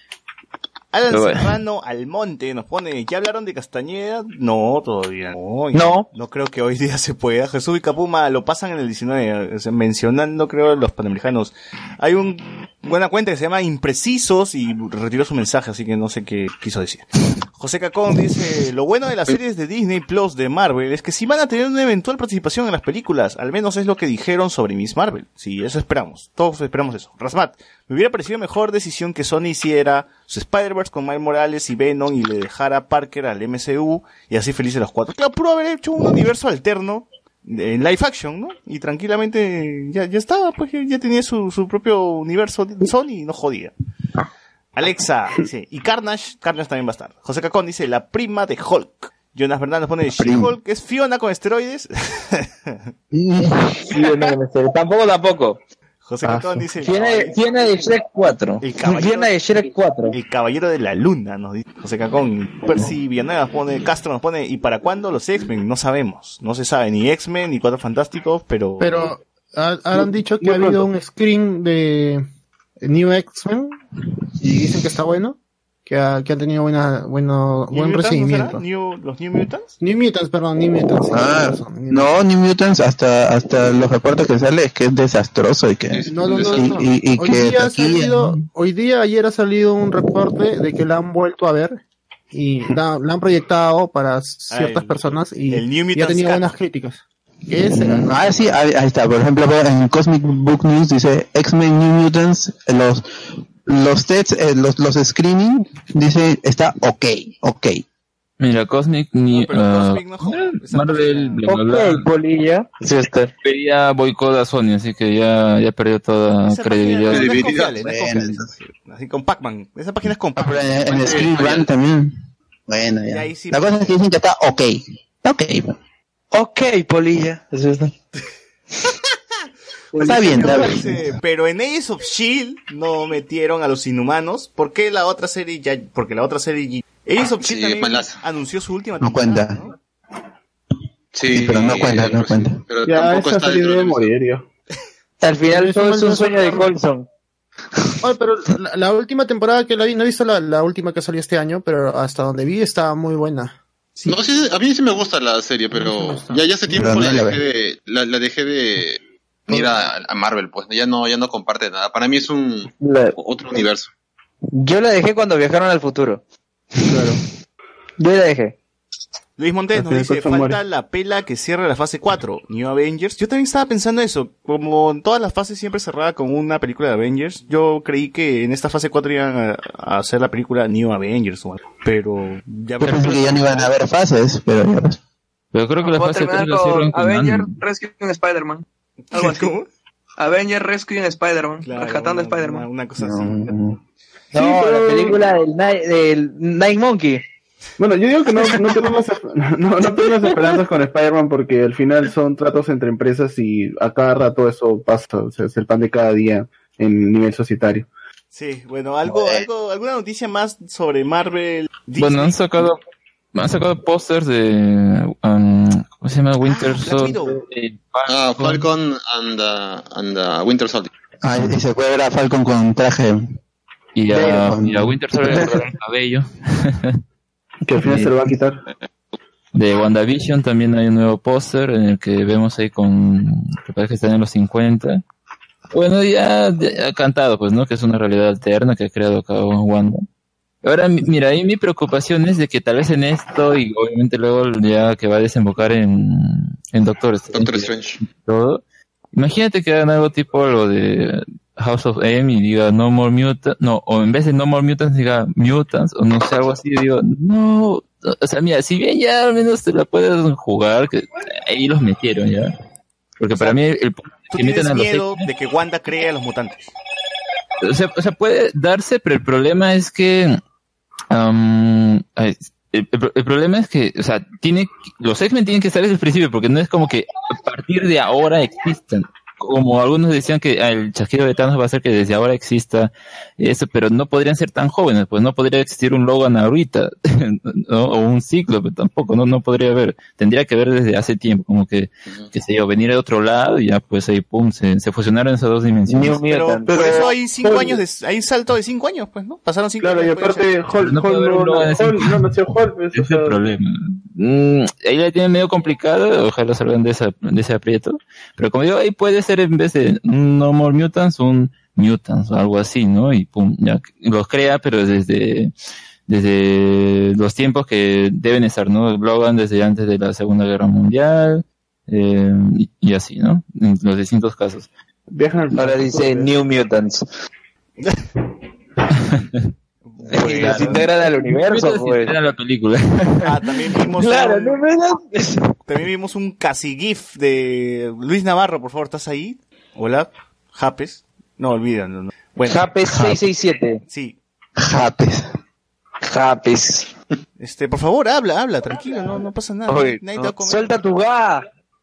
Alan Pero bueno. Serrano Almonte nos pone, ¿ya hablaron de Castañeda? No, todavía no. No. No creo que hoy día se pueda. Jesús y Capuma lo pasan en el diecinueve, o sea, mencionando creo los panamericanos. Hay un buena cuenta que se llama Imprecisos y retiró su mensaje, así que no sé qué quiso decir. José Cacón dice, lo bueno de las series de Disney Plus de Marvel es que sí van a tener una eventual participación en las películas, al menos es lo que dijeron sobre Miss Marvel. Sí, eso esperamos, todos esperamos eso. Rasmat, me hubiera parecido mejor decisión que Sony hiciera su Spider-Verse con Miles Morales y Venom y le dejara a Parker al M C U y así felices los cuatro. Claro, pudo haber hecho un universo alterno en live action, ¿no? Y tranquilamente ya, ya estaba, pues ya ya tenía su, su propio universo de Sony y no jodía. Alexa dice, y Carnage, Carnage también va a estar. José Cacón dice, la prima de Hulk. Jonas Fernández pone, She-Hulk es Fiona con esteroides. Sí, no, no sé. Tampoco, tampoco. José Cacón dice, Fiona de, Fiona de Shrek cuatro. El caballero- Fiona de Shrek cuatro. el caballero de la luna, nos dice José Cacón. Percy Villanueva pone, Castro nos pone, ¿y para cuándo los X-Men? No sabemos. No se sabe, ni X-Men, ni Cuatro Fantásticos, pero... Pero ha- han dicho que muy ha habido pronto. un screen de New X-Men y dicen que está bueno, que, ha, que han tenido buena, bueno, ¿New buen Mutants, no será? recibimiento. New- ¿Los New Mutants? New Mutants, perdón, New Mutants. sí, Ah, tienes razón, New no, New Mutants, hasta, hasta los reportes que sale es que es desastroso y que, No, no, no, y, no. y- y Hoy que día ha taquilla, salido, ¿no? hoy día, ayer ha salido un reporte de que la han vuelto a ver y la, la han proyectado para ciertas el- personas y, el New y ha Mutants tenido Cat. buenas críticas. ¿Qué será? Mm, Ah, sí, ahí, ahí está. Por ejemplo, en Cosmic Book News dice X-Men New Mutants, los los tests, eh, los los screening dice está ok, ok. Mira, Cosmic ni No, pero ah, Cosmic no joda, esa Marvel, página- bla, bla, bla. Ok, Polilla. Sí, está. Pedía boicot a Sony, así que ya, ya perdió toda Esa página credibilidad. no es Credibilidad. confiable, no es Bueno, confiable esa página. Así con Pac-Man. Esa página es con Ah, pero Pac-Man. en, en Screen Run también. Bueno, Y ya. ahí sí- La cosa es que dicen que está ok. Está ok. Ok, Polilla. Eso está. Está bien, está bien. Dice, pero en Agents of Shield no metieron a los Inhumanos. ¿Por qué la otra serie ya? Porque la otra serie ya- Agents of Sí, Shield también malazo. anunció su última No temporada, cuenta. ¿no? Sí, pero no cuenta, no pues, cuenta. Pero Ya, tampoco esa está serie dentro debe de morir, yo. Al final Eso todo no es un es sueño de normal. Colson. Oye, pero la, la última temporada que la vi, no he visto la, la última que salió este año, pero hasta donde vi estaba muy buena. No, sí, a mí sí me gusta la serie, pero ya, ya hace tiempo Pero la no la dejé de, la, la dejé de ir a, a Marvel, pues ya no, ya no comparte nada. Para mí es un La- otro universo. yo la dejé cuando viajaron al futuro. Claro. Yo la dejé. Luis Montes nos Al dice, final Colson falta muere. la pela que cierre la fase cuatro, New Avengers. Yo también estaba pensando eso, como en todas las fases siempre cerrada con una película de Avengers, yo creí que en esta fase cuatro iban a, a hacer la película New Avengers, o algo, pero ya Yo pensé que ya no iban a haber fases, pero ya ves. Pero creo que la Puedo fase tres terminar la cierran con con Avenger Ant-Man. Rescue en Spider-Man. Algo así. ¿Cómo? Avenger Rescue en Spider-Man. Claro, Rescatando a una- Spider-Man. Una, una cosa No, así. no. Sí, No, pero- la película del, Night, del Night Monkey. Bueno, yo digo que no, no tenemos, no, no tenemos esperanzas con Spider-Man porque al final son tratos entre empresas y a cada rato eso pasa, o sea, es el pan de cada día en nivel societario. Sí, bueno, algo, algo, alguna noticia más sobre Marvel. Bueno, han sacado, han sacado pósters de, um, ¿Cómo se llama? Winter Black Soldier. Widow. eh, Ah, Falcon and, uh, and uh, Winter Soldier. Ah, y se puede ver a Falcon con traje. Y a, Con- y a Winter Soldier le cortaron el cabello. Que al final se lo va a quitar. De WandaVision también hay un nuevo póster en el que vemos ahí con, que parece que están en los cincuenta. Bueno, ya, ya ha cantado, pues, ¿no? Que es una realidad alterna que ha creado acá Wanda. Ahora, mi- mira, ahí mi preocupación es de que tal vez en esto, y obviamente luego ya que va a desembocar en, en Doctor Strange. Doctor Strange. Todo. Imagínate que hagan algo tipo lo de House of M y diga No More Mutants, no, o en vez de No More Mutants diga Mutants, o no sé, algo así, digo, no, o sea, mira, si bien ya al menos te la puedes jugar, que ahí los metieron ya. Porque para mí el Tú que metan tienes a los miedo de que Wanda cree a los mutantes. o sea, o sea, puede darse, pero el problema es que am, ay, el, el- el problema es que, o sea, tiene los X-Men tienen que estar desde el principio, porque no es como que a partir de ahora existan. Como algunos decían que ah, el chasquido de Thanos va a hacer que desde ahora exista eso, pero no podrían ser tan jóvenes, pues no podría existir un Logan ahorita, ¿no? O un Cíclope tampoco, no no podría haber, tendría que haber desde hace tiempo, como que, que sé yo, venir de otro lado y ya pues ahí pum, se, se fusionaron esas dos dimensiones. Pero por eso hay cinco años, de, hay un salto de cinco años, pues, ¿no? Pasaron cinco Claro, y años. puede aparte, ser. Hulk, No puede Hulk haber un no, Logan de Hulk cinco no nació Hulk. pues, Ese o es el sea, problema. Mm, ahí la tienen medio complicado, ojalá salgan de, esa, de ese aprieto. Pero como digo, ahí puede ser en vez de un No More Mutants, un Mutants o algo así, ¿no? Y pum, ya los crea, pero desde, desde los tiempos que deben estar, ¿no? Logan desde antes de la Segunda Guerra Mundial, eh, y, y así, ¿no? En los distintos casos. Viajan al Ahora dice New Mutants. Y los integran al universo, Mutants pues. era la película. Ah, también vimos Claro, un, no me das- también vimos un casi GIF de Luis Navarro, por favor, ¿estás ahí? Hola, Japes. No, olvídalo. No. Bueno, Japes seiscientos sesenta y siete. sí. Japes. Japes. Este, por favor, habla, habla, tranquilo, no, no pasa nada. Oye, Nadie no, te va a comer. suelta tu ga.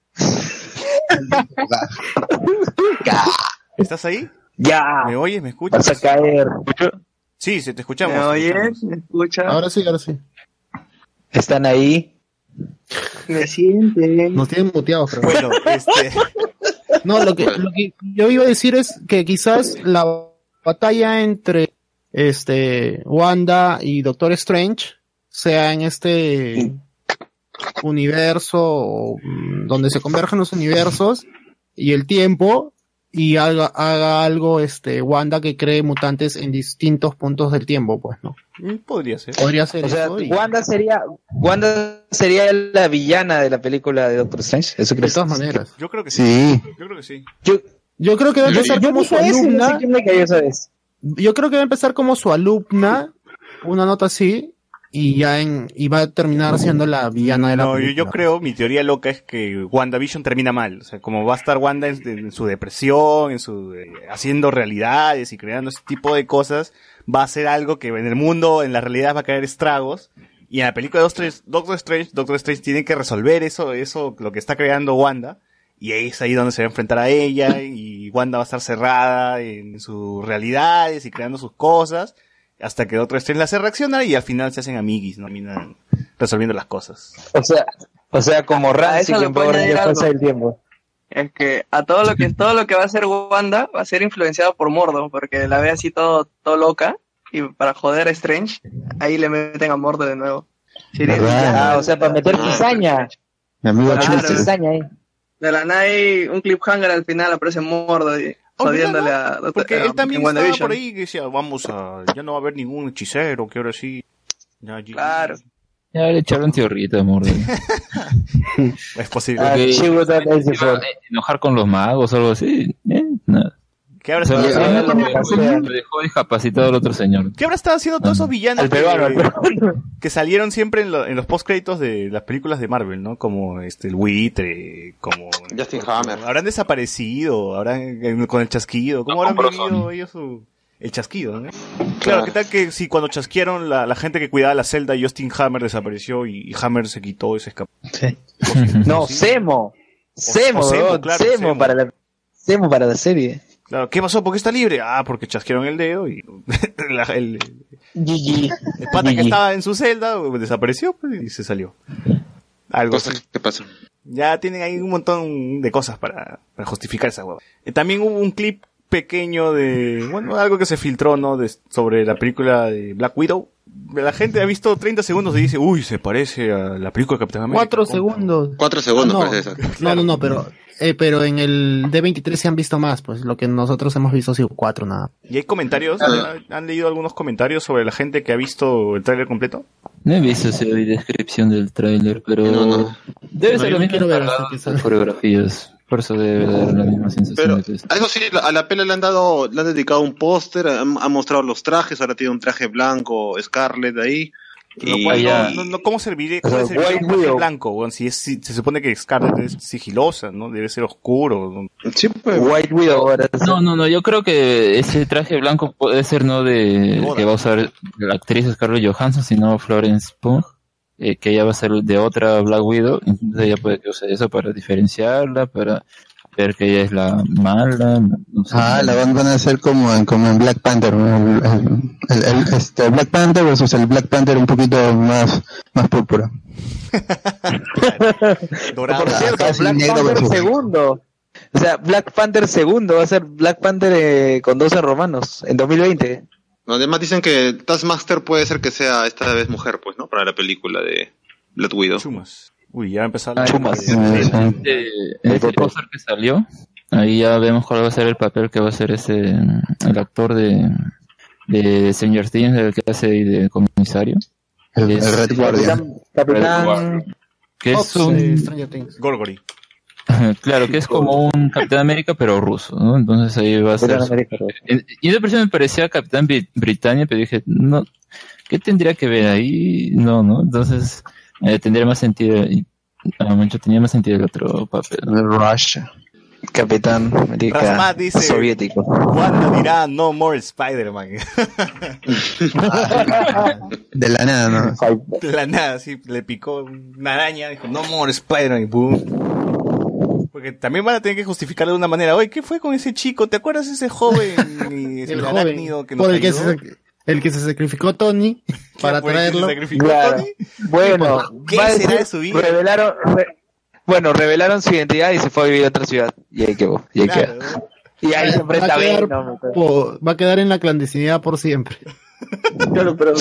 ¿Estás ahí? Ya. ¿Me oyes? ¿Me escuchas? Vas a caer. Sí, se te escuchamos. ¿Me te oyes? escuchamos. ¿Me escuchas? Ahora sí, ahora sí. Están ahí. Me sienten. Nos tienen muteados, pero... Bueno, este, No, lo que, lo que yo iba a decir es que quizás la batalla entre este Wanda y Doctor Strange sea en este universo mm, donde se convergen los universos y el tiempo y haga, haga algo este Wanda que cree mutantes en distintos puntos del tiempo, pues, ¿no? mm, podría ser. Podría ser O sea, eso y- Wanda sería, Wanda sería la villana de la película de Doctor Strange. ¿Eso de crees? todas maneras. Yo creo que sí. Sí. Yo creo que sí. Yo, Yo creo que va a empezar yo como su dije eso y no alumna. sé quién me cayó esa vez. Yo creo que va a empezar como su alumna, una nota así, y ya en, y va a terminar siendo la villana de la No, yo, película. yo creo, mi teoría loca es que WandaVision termina mal. O sea, como va a estar Wanda en, en su depresión, en su eh, haciendo realidades y creando ese tipo de cosas, va a ser algo que en el mundo, en la realidad va a caer estragos. Y en la película de Doctor, Doctor Strange, Doctor Strange tiene que resolver eso, eso, lo que está creando Wanda. Y ahí es ahí donde se va a enfrentar a ella, y Wanda va a estar cerrada en sus realidades y creando sus cosas, hasta que Doctor Strange la hace reaccionar y al final se hacen amiguis, ¿no? Terminan resolviendo las cosas. O sea, o sea, como A Ramsey eso le en puedo Power añadir Rangers algo. pasa el tiempo. Es que a todo lo que todo lo que va a hacer Wanda va a ser influenciado por Mordo, porque la ve así todo, todo loca, y para joder a Strange, ahí le meten a Mordo de nuevo. Sería ¿Verdad? villano. Ah, o sea, para meter cizaña. Mi amigo Claro. Chute. Meter cizaña ahí. De la nada hay un cliffhanger al final, aparece Mordo y jodiéndole a Doctor Porque a- él también en estaba WandaVision. por ahí que decía, vamos a, ya no va a haber ningún hechicero, que ahora sí. Ya, ya- Claro. Ya le echaron teorrita, amor. Es posible. Ah, Ok. chivo, that is the ¿Se iba a fault. enojar con los magos o algo así? Eh, nada. ¿Qué habrá O sea, estado ya, haciendo? ya, ya, ya. lo dejó discapacitado el otro señor. ¿Qué habrá estado haciendo todos esos villanos Al peruano, al que, peruano. que salieron siempre en, lo- en los post-créditos de las películas de Marvel, ¿no? Como este, el buitre, como... Justin Hammer. ¿Habrán desaparecido? ¿Habrán, eh, con el chasquido? ¿Cómo No habrán compró vivido Sony. ellos su... el chasquido, ¿no? Claro, ¿qué tal que si cuando chasquearon la, la gente que cuidaba la celda, Justin Hammer desapareció y, y Hammer se quitó y se escapó? No, Semo. Semo, o Zemo, weón, claro, Zemo Zemo. para la Zemo para la serie. Claro, ¿qué pasó? ¿Por qué está libre? Ah, porque chasquearon el dedo y la- el, G G. el pata que G G. estaba en su celda desapareció pues, y se salió. Algo así. Cosas que pasan. Ya tienen ahí un montón de cosas para, para justificar esa hueva. Eh, también hubo un clip pequeño de, bueno, algo que se filtró, ¿no? De, sobre la película de Black Widow. La gente ha visto treinta segundos y dice, uy, se parece a la película de Capitán América. Cuatro segundos. Cuatro segundos, Ah, no. parece eso. No, no, no, pero, eh, pero en el D veintitrés se han visto más, pues lo que nosotros hemos visto ha sido cuatro nada. ¿Y hay comentarios? ¿Han, han leído algunos comentarios sobre la gente que ha visto el tráiler completo? No he visto si hay descripción del tráiler, pero No, no. debe No, ser yo lo mismo quiero ver encargado hasta que de salga. coreografías. Por eso debe dar la misma sensación Pero de que es- algo sí, a la pela le han dado, le han dedicado un póster, han, han mostrado los trajes, ahora tiene un traje blanco, Scarlett ahí. Lo Y cual ya- no, no, no, ¿cómo serviría? O sea, ¿Cómo serviría White un traje Widow. blanco? Bueno, si es, si, se supone que Scarlett es sigilosa, ¿no? Debe ser oscuro. ¿no? sí, pues, White Widow ahora. No, no, no, yo creo que ese traje blanco puede ser no de boda. que va a usar la actriz Scarlett Johansson, sino Florence Pugh, eh, que ella va a ser de otra Black Widow, entonces ella puede que use eso para diferenciarla, para ver que ella es la mala. No sé. Ah, la van a hacer como en, como en Black Panther, ¿no? el, el, el, el- este, Black Panther versus el Black Panther un poquito más, más púrpura. Dorado. Por cierto, casi Black negro Panther versus- segundo. O sea, Black Panther segundo va a ser Black Panther eh, con doce romanos en dos mil veinte. además dicen que Taskmaster puede ser que sea esta vez mujer, pues, ¿no? Para la película de Black Widow. Chumas. Uy, ya empezó la... Ah, chumas. Sí, sí. Eh, en ese póster que salió, ahí ya vemos cuál va a ser el papel que va a hacer ese el actor de de Stranger Things, el que hace ahí de comisario, El, Es- el Red Guardian. Capitán. que es Ops, eh, un Stranger Things. Gorgory. claro, que es como un Capitán América pero ruso, ¿no? Entonces ahí va a ser. Capitán América. En- Y esa persona me parecía Capitán Bri- Britannia, pero dije, no, ¿qué tendría que ver ahí? No, ¿no? Entonces eh, tendría más sentido, y a mucho tenía más sentido el otro papel. Russia. Capitán América Rasmat dice- soviético. Wanda dirá no more Spider-Man. De la nada, ¿no? De la nada, sí, le picó una araña, dijo no more Spider-Man y boom. Porque también van a tener que justificarlo de una manera. Oye, ¿qué fue con ese chico? ¿Te acuerdas de ese joven y El el joven, arácnido que nos por el que, ayudó? se, sac- el que se sacrificó Tony para ¿Quién fue el que se traerlo. sacrificó, Claro. Tony? Bueno, ¿Qué va a será decir- de su vida? Revelaron, re- bueno, revelaron su identidad y se fue a vivir a otra ciudad. Y ahí quedó. Y ahí Claro. queda. Y ahí se Va enfrenta a a quedar Venom. po- va a quedar en la clandestinidad por siempre. Claro, pero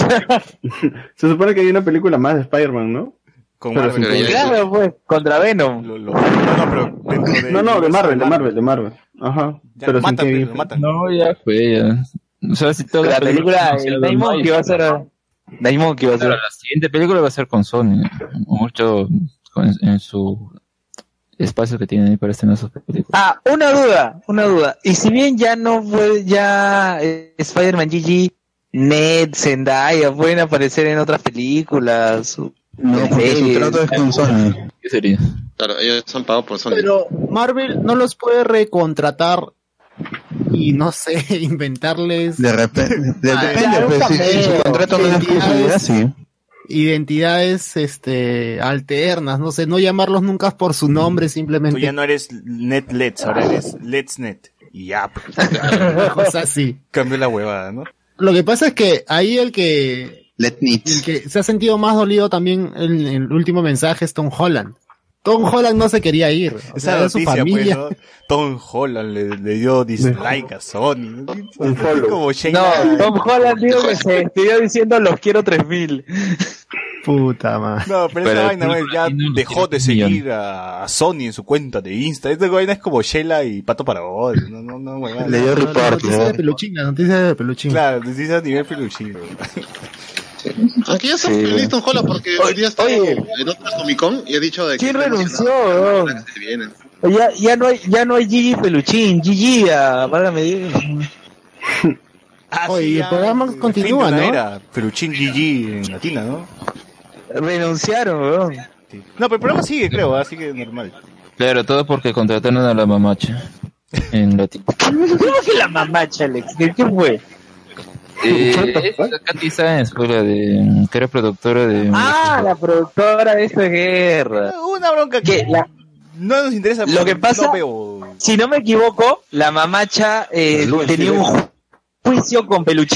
se supone que hay una película más de Spider-Man, ¿no? Con Pero Marvel. sin poder. Claro, pues, contra Venom. Lo- lo- no, no, pero dentro de... No, no, de Marvel, de Marvel, de Marvel. Ajá. Ya Pero lo sin matan, Kevin lo matan. No, ya fue, ya. O sea, si toda La película, no sea el de Night Monkey va a ser. Night Monkey va a ser. Claro, la siguiente película va a ser con Sony, mucho con- en su espacio que tiene ahí para estrenar sus películas. Ah, una duda, una duda. Y si bien ya no fue, ya eh, Spider-Man G G, Ned, Zendaya pueden aparecer en otras películas. o- No, en porque su series. trato es con Sony. ¿Qué sería? Claro, ellos han pagado por Sony. Pero Marvel no los puede recontratar y no sé, inventarles De repente, de- Ah, depende, claro, pues, si, si su cameo. contrato no es exclusividad, sí. identidades este alternas, no sé, no llamarlos nunca por su nombre, Tú simplemente ya no eres Net Let's, ahora eres Let's Net. Y ya, pues, cosas así. cambió la huevada, ¿no? Lo que pasa es que ahí el que Let Need. el que se ha sentido más dolido también en el último mensaje es Tom Holland. Tom Holland no se quería ir, o Esa sea, era su noticia, pues, familia. ¿no? Tom Holland le, le dio dislike a Sony. Un follow. Como Sheila. No, Tom Holland dijo que se despidió diciendo los quiero tres mil. Puta madre. No, pero, Pero esa vaina, el güey, ya latino lo dejó de quiere un seguir a, a Sony en su cuenta de Insta. Esta vaina es como Sheila y Pato Paragol. No, no, no, huevada. Le dio La report, noticia de ¿no? peluchín, la noticia de peluchín. Claro, dice a nivel peluchín. Aunque ya está Sí. feliz Tom Holland porque hoy día está Oye. en otra Comic Con y ha dicho de que ¿Quién está renunció, emocionado weón? para que se vienen. Ya, ya no hay, ya no hay Gigi Peluchín, Gigi, ah, válgame Dios. Ah, Oye, y el ya, programa el fin continúa, de una ¿no? era Peluchín G G en latina, ¿no? Renunciaron, weón. Sí. No, pero el programa sigue, creo, así que normal. Claro, todo porque contrataron a la mamacha en latín. ¿Cómo que la mamacha, Alex? ¿Qué qué fue? Eh, es la Katy Sáenz, fue la de, que era productora de... Ah, la productora de esto es guerra. Una bronca Que que la, no nos interesa. Lo que pasa- No veo. si no me equivoco, la mamacha eh, Salud, tenía sí. un ju- juicio con Peluchín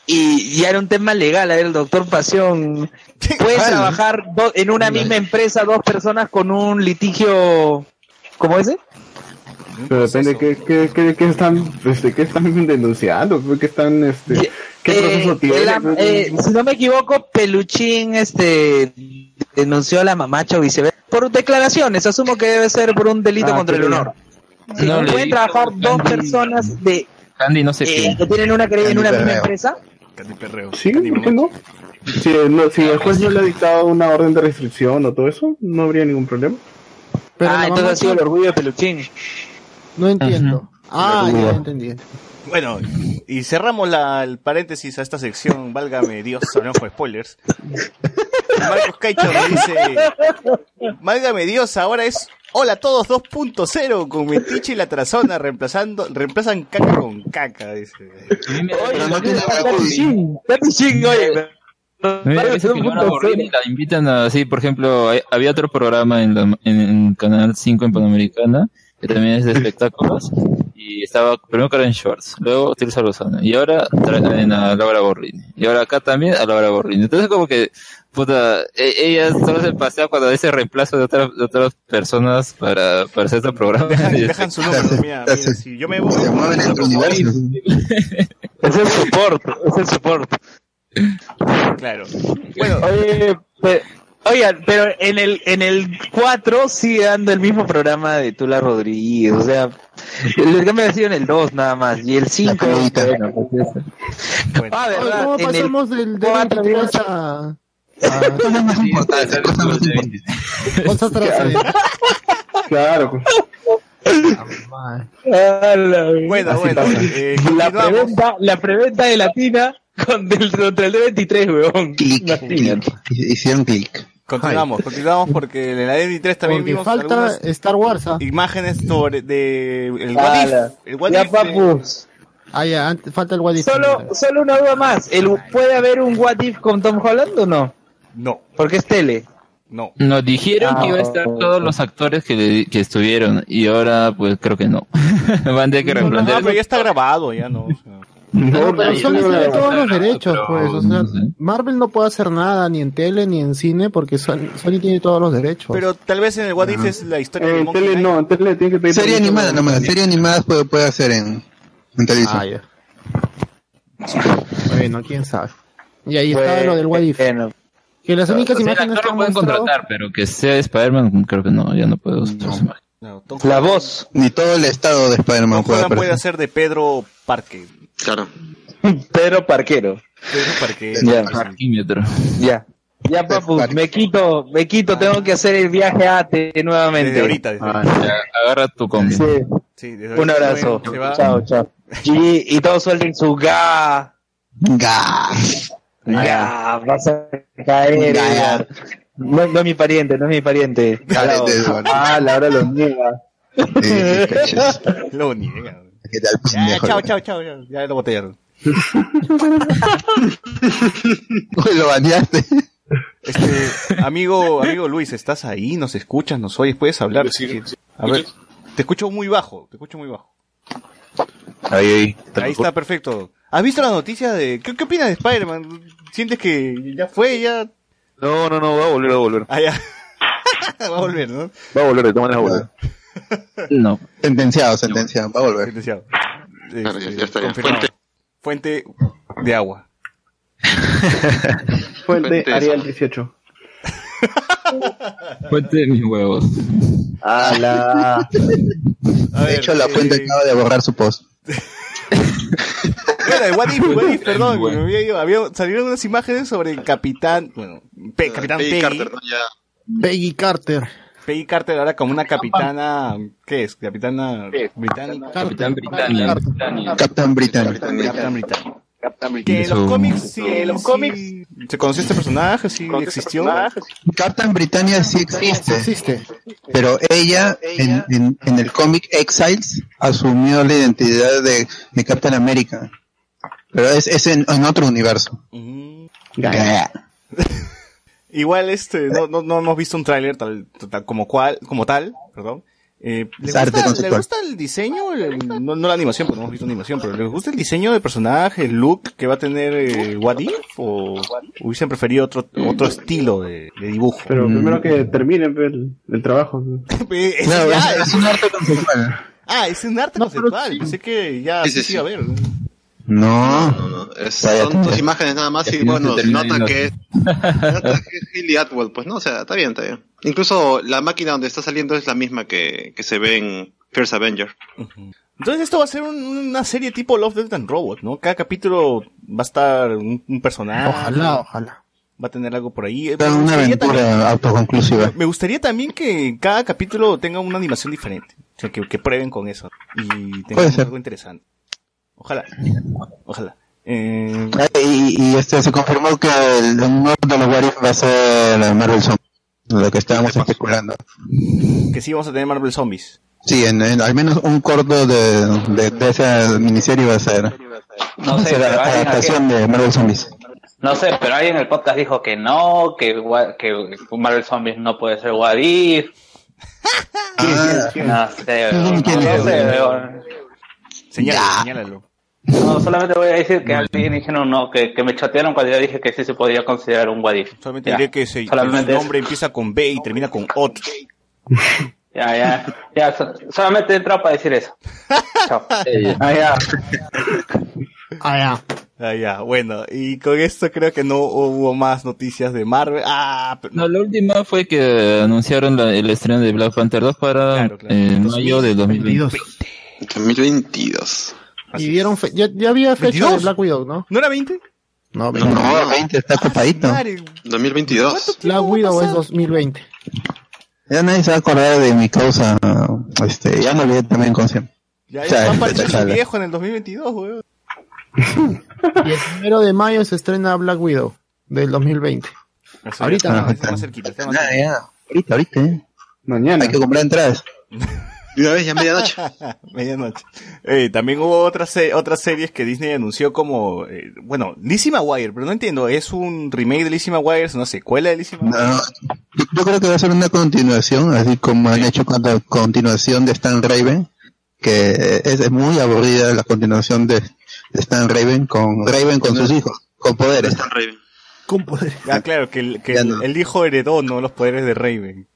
y ya era un tema legal, a ver, el doctor Pasión, puede Claro. trabajar do- en una misma empresa dos personas con un litigio, ¿cómo es? Pero depende de qué, qué, qué, qué están, este, qué están denunciando, qué están, este, qué proceso Eh, tiene. la- eh, si no me equivoco, Peluchín este denunció a la mamacha o viceversa por declaraciones, asumo que debe ser por un delito Ah, contra el pero- honor. Si No, no le pueden dijo trabajar dos Candy- personas de Candy no sé eh, qué. que tienen una querella en una Candy misma Perreo. empresa. Candy Perreo. Sí, Candy ¿por qué Mamacha. no? Si, no, si el juez no le ha dictado una orden de restricción o todo eso, no habría ningún problema. Pero ah, la entonces ha mamacha- sido el orgullo de Peluchín. No entiendo. Ah, ya entendí. Bueno, y cerramos la, el paréntesis a esta sección, válgame Dios, hablamos con spoilers. Marcos Caicho me dice, válgame Dios, ahora es Hola a todos dos punto cero con Metiche y la Trazona reemplazando, reemplazan caca con caca, dice. Pero no tiene Peluchín, Peluchín, oye. Mira, a veces que Laura Borghini la invitan a, así, por ejemplo, hay- había otro programa en, la, en, en Canal cinco en Panamericana, que también es de espectáculos, y estaba primero Karen Schwartz, luego Tirsa Lozano, y ahora traen a Laura Borghini, y ahora acá también a Laura Borghini. Entonces como que, puta, e- ella solo se pasea cuando hace reemplazo de, otra, de otras personas para, para hacer este programa. Dejan, dejan su número, mira, mira, si yo me voy, Se mueven entre universos. Es el soporte, es el soporte. claro. Bueno, Oye, pe- oigan, pero en el en el cuatro sigue dando el mismo programa de Tula Rodríguez, o sea, el cambio ha sido en el dos nada más, y el cinco, La caída. bueno, pues eso. bueno. Ah, Oye, ¿verdad? ¿Cómo En el pasamos del D cuatro, veintitrés a, a Cosas más importantes, cosas más importantes. cosas trascendentes? Claro, pues. Ah, la- Bueno, Así bueno, pasa. eh, la continuamos. preventa, la preventa de Latina con del, contra el D veintitrés, weón. Clic, Imagínate. clic. Hicieron clic. Continuamos, continuamos porque en la D veintitrés también Porque vimos falta algunas Star Wars, ¿ah? imágenes sobre de el What If, Ala. el What Ya, If de- papus. Ah, ya, antes- falta el What If. Solo, solo una duda más. ¿El, ¿Puede haber un What If con Tom Holland o no? No, Porque es tele. no. Nos dijeron Ah, que iba a estar todos los actores que, le- que estuvieron, y ahora pues creo que no. Van a tener que No, replantear. pero ya está grabado, ya no. o sea. No, pero no, Sony no, tiene no, todos no, los derechos, pero, pues. O sea, no sé. Marvel no puede hacer nada, ni en tele, ni en cine, porque Sony, Sony tiene todos los derechos. Pero tal vez en el What If es la historia de En Monkey tele Knight. no, en tele tiene que pedir Serie permiso animada de- nomás. Serie animada puede, puede hacer en, en televisión. Ah, ya. Bueno, quién sabe. Y ahí Pues, estaba lo del What If. bueno. Que las únicas O sea, el imágenes actor que lo han pueden mostrado... contratar, pero que sea Spider-Man creo que no, ya no puede usar su imagen. No, Tom La Holland- voz. Ni todo el estado de Spider-Man Tom puede Holland puede aparecer. hacer de Pedro Parque. Claro. Pedro Parquero. Pedro Parque. Ya. Parquímetro. Ya. Ya, papu, me quito, me quito, tengo que hacer el viaje a Ate nuevamente. Desde ahorita. Desde Ah, ahorita. Ya, agarra tu combi. Sí. Sí, desde Un ahorita abrazo. se va. Chao, chao. Y, y todos suelten su ga. Ga. Ya, vas a caer. Ya, ya. ya. No, no es mi pariente, no es mi pariente. Dale, de eso, ¿no? Ah, la hora lo niega. Eh, cachas. Lo niega. ¿Qué tal, Ya, pendejo? chao, chao, chao. Ya, ya lo botellaron. Uy, lo baneaste. Este, amigo, amigo Luis, ¿estás ahí? ¿Nos escuchas? ¿Nos oyes? ¿Puedes hablar? Sí, sí. A ver, te escucho muy bajo, te escucho muy bajo. Ahí, ahí. Ahí está, perfecto. ¿Has visto la noticia de... ¿Qué, qué opinas de Spider-Man? ¿Sientes que ya fue, ya...? No, no, no, va a volver, va a volver. Ah, ya. Va a volver, ¿no? Va a volver, de todas maneras va a volver. No. Sentenciado, sentenciado. Va a volver. Sentenciado. Claro, ya- Este, ya está, ya. confirmado. Fuente de agua. Fuente Fuente Arial eso. dieciocho. Fuente de mis huevos. Ala. A De ver, hecho, la fuente eh, acaba de borrar su post. Bueno, el What If, What If, perdón, me había ido. Había, salieron unas imágenes sobre el capitán, bueno, Pe- capitán Peggy Peggy, Carter, ¿no? Ya. Peggy Carter. Peggy Carter ahora como una capitana, ¿qué es? Capitana británica. Capitán Britannia. Britannia. Captain Britannia. Capitán británica. Que en Eso- los cómics sí, Que los sí- cómics- se conoció este personaje, sí existió. Captain Britannia sí existe, Existe. pero ella en, en, en el cómic Exiles asumió la identidad de, de Captain America. Pero es, es en, en otro universo. Mm. Ga. Igual este, no, no, no hemos visto un tráiler tal, tal como cual, como tal, perdón. Eh, ¿le, Es arte gusta, ¿Le conceptual. gusta el diseño? El- no, no la animación, porque no hemos visto animación, pero ¿les gusta el diseño del personaje, el look que va a tener eh, What If? ¿O hubiesen preferido otro otro estilo de, de dibujo? Pero Mm. primero que termine pues, el, el trabajo. Eh, eso Claro, ya, es, es un arte conceptual. Ah, es un arte conceptual. Pensé que ya Sí, sí, sí, sí, a sí. ver. No. No, no, es- Vaya, son tío. tus imágenes nada más Y y al final bueno, se se termina nota en que, se nota que es Hilly Atwell, pues no, o sea, está bien, está bien. Incluso la máquina donde está saliendo es la misma que, que se ve en First Avenger. Entonces esto va a ser un- una serie tipo Love, Death and Robot, ¿no? Cada capítulo va a estar un, un personaje. Ojalá, ojalá. Va a tener algo por ahí. Eh, Era me una gustaría aventura también- autoconclusiva. Me gustaría también que cada capítulo tenga una animación diferente. O sea, que, que prueben con eso. Y Puede tengan ser. algo interesante. Ojalá. Ojalá. Eh, Ah, Y, y este se confirmó que el, uno de los What If va a ser Marvel Zombies, lo que estábamos especulando. que sí vamos a tener Marvel Zombies. Sí, en, en al menos un corto de, de, de esa miniserie va a ser, No va a sé, ser pero la alguien adaptación de Marvel Zombies. No sé, pero alguien en el podcast dijo que no, que, gua- que Marvel Zombies no puede ser What If. Ah, No sé, ¿Quién- quién no es? sé, weón. Señálalo, señálalo. No, solamente voy a decir que alguien dijeron no, que, que me chatearon cuando yo dije que sí se podía considerar un What If. Solamente Ya, diré que, se, que solamente su eso. nombre empieza con B y termina con Ot. Ya, ya, ya, so- solamente he entrado para decir eso. Chao. Eh, Ah, ya. Ah, ya. Ah, ya, bueno. Y con esto creo que no hubo más noticias de Marvel. Ah, pero No, la última fue que anunciaron la- el estreno de Black Panther dos para Claro, claro. eh, mayo del dos mil veintidós. veinte. dos mil veintidós. Y dieron fe- ya, ya había fecha ¿veintidós? de Black Widow, ¿no? ¿No era veinte? No, No, veinte. No, veinte está ocupadito. Madre, dos mil veintidós. Black Widow es dos mil veinte. Ya nadie se va a acordar de mi causa. Este, ya me olvidé también con siempre. ya O sea, ya va a aparecer esta su sala. viejo en el dos mil veintidós, weón. Y el primero de mayo se estrena Black Widow del dos mil veinte. Eso Ahorita ya está, no. está más cerquita. Está más Nada, cerquita. ya. Ahorita, ahorita. eh. Mañana. Hay que comprar entradas. Y una vez ya medianoche. Medianoche. Eh, también hubo otras se- otras series que Disney anunció como, eh, bueno, Lizzie McGuire, pero no entiendo, ¿es un remake de Lizzie McGuire? ¿Es una secuela de Lizzie McGuire? No, yo, yo creo que va a ser una continuación, así como han hecho con la continuación de Stan Raven, que es, es muy aburrida la continuación de, de Stan Raven con Raven con sus hijos, con poderes. Stan Raven. Con poder. Ah, claro, que, el, que Ya el, no. el hijo heredó, ¿no? Los poderes de Raven.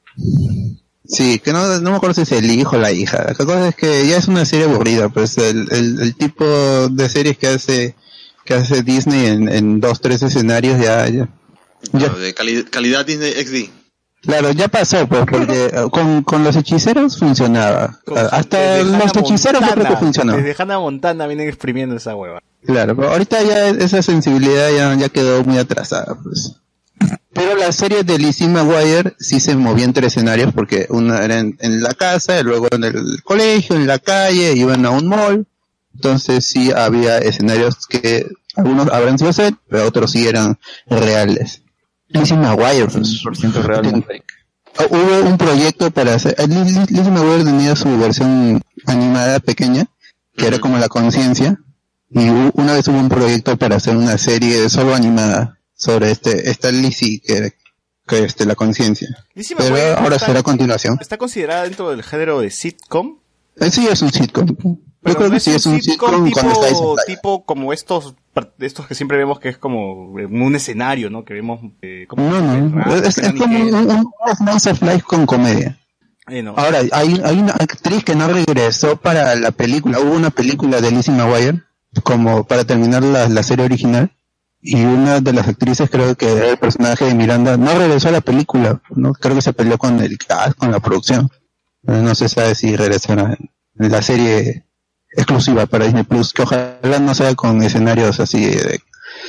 Sí, que no, no me acuerdo si es el hijo o la hija. La cosa es que ya es una serie aburrida, pues el, el, el tipo de series que hace que hace Disney en, en dos, tres escenarios ya, ya. Ya. No, de cali- calidad Disney X D. Claro, ya pasó, pues, porque eh, con, con los hechiceros funcionaba. Con- Hasta desde los Hannah hechiceros yo creo que Montana, funcionó. Desde Hannah Montana vienen exprimiendo esa hueva. Claro, pero ahorita ya esa sensibilidad ya, ya quedó muy atrasada, pues. Pero la serie de Lizzie McGuire sí se movía entre escenarios porque una era en, en la casa, luego en el colegio, en la calle, iban a un mall. Entonces sí había escenarios que algunos habrán sido set, pero otros sí eran reales. Lizzie McGuire, pues, por ciento real. ten- hubo un proyecto para hacer, eh, Liz- Liz- Lizzie McGuire tenía su versión animada pequeña, que era como la conciencia, y hu- una vez hubo un proyecto para hacer una serie solo animada sobre este esta Lizzie que, que este la conciencia. Lizzie Pero McGuire ahora está- será a continuación. ¿Está considerada dentro del género de sitcom? Eh, Sí es un sitcom. Yo Pero creo no que sí es un sitcom tipo, cuando está en tipo como estos par- estos que siempre vemos que es como un escenario, ¿no? Que vemos eh, como No, no, es, es como un, un, un slice of life con comedia. Eh, no. Ahora, hay, hay una actriz que no regresó para la película. Hubo una película de Lizzie McGuire, como para terminar la, la serie original. Y una de las actrices, creo que era el personaje de Miranda, no regresó a la película. No creo que se peleó con el cast, con la producción. Pero no se sabe si regresará en la serie exclusiva para Disney Plus, que ojalá no sea con escenarios así de,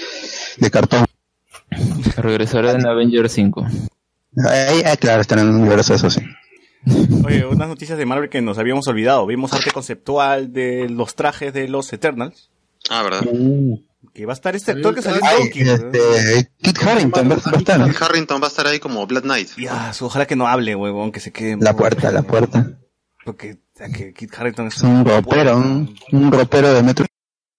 de cartón. Regresará en Avengers cinco. Ahí, ah, claro, están en un universo, eso sí. Oye, unas noticias de Marvel que nos habíamos olvidado. Vimos arte conceptual de los trajes de los Eternals. Ah, ¿verdad? Que va a estar este actor que salió en Ay, Loki. ¿no? este, Kit Harington va va a estar. Y Harrington va a estar ahí como Black Knight. Ya, su- ojalá que no hable, huevón, que se quede. La puerta, la puerta. Porque o sea, que Kit Harington es Es un ropero, un, un ropero de metro.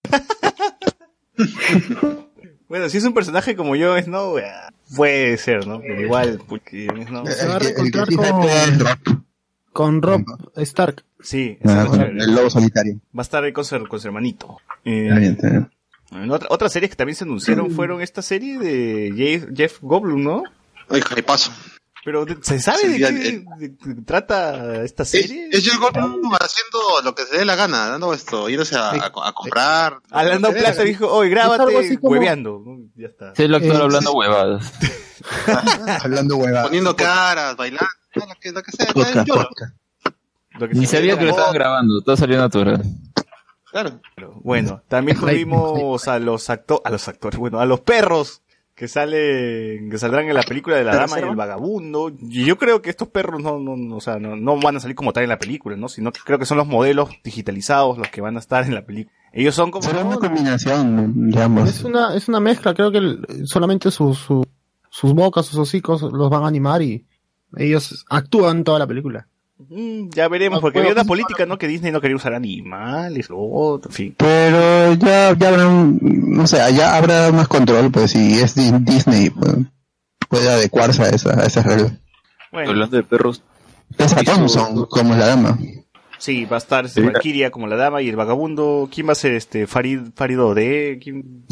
Bueno, si es un personaje como yo, es no, wea, puede ser, ¿no? Pero igual, porque es no. Se va a El que- el que reencontrar sí con, hypea es Rock. Con Rob Stark. Sí, Ah, esa con es el lobo solitario. Va a estar ahí con su, con su hermanito. Eh, Está bien, está bien. en otra, otras series que también se anunciaron fueron esta serie de Jeff, Jeff Goldblum, ¿no? Ay, paso. Pero de- ¿se sabe Sí, de ya, qué eh. de- de- trata esta Es, serie? es Jeff Goldblum haciendo lo que se dé la gana, dando esto, yéndose a, a, a comprar. Ah, le han dado Lo que se dé la plata y gana. dijo, oye, Es algo grábate así como- hueveando. ¿no? Ya está. Sí, el actor Eh, hablando huevadas. Hablando huevadas. Poniendo caras, bailando, lo que, lo que sea. Podcast, yo- podcast. Lo que Ni se sabía ve que lo como- estaban grabando, todo salió natural. Claro. Bueno, también tuvimos a los actores, a los actores, bueno, a los perros que salen, que saldrán en la película de La Dama y el Vagabundo. Y yo creo que estos perros no, no, no, o sea, no, no van a salir como tal en la película, ¿no? Sino que creo que son los modelos digitalizados los que van a estar en la película. Ellos son como... Será una combinación de ambos. Es una, es una mezcla, creo que el- solamente sus su, sus bocas, sus hocicos los van a animar y ellos actúan toda la película. Mm, ya veremos, porque había una política, ¿no? Que Disney no quería usar animales, lo otro, en fin. Pero ya, ya habrá, un- no sé, ya habrá más control, pues, si es Di- Disney, pues, puede adecuarse a, esa, a esas reglas. Bueno, Hablando de perros, Tessa Thompson, como la dama. sí, va a estar este, Valkyria como la dama y el vagabundo. ¿Quién va a ser este? Farid, Farid Ode, ¿quién?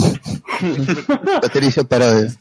Patricio Parades.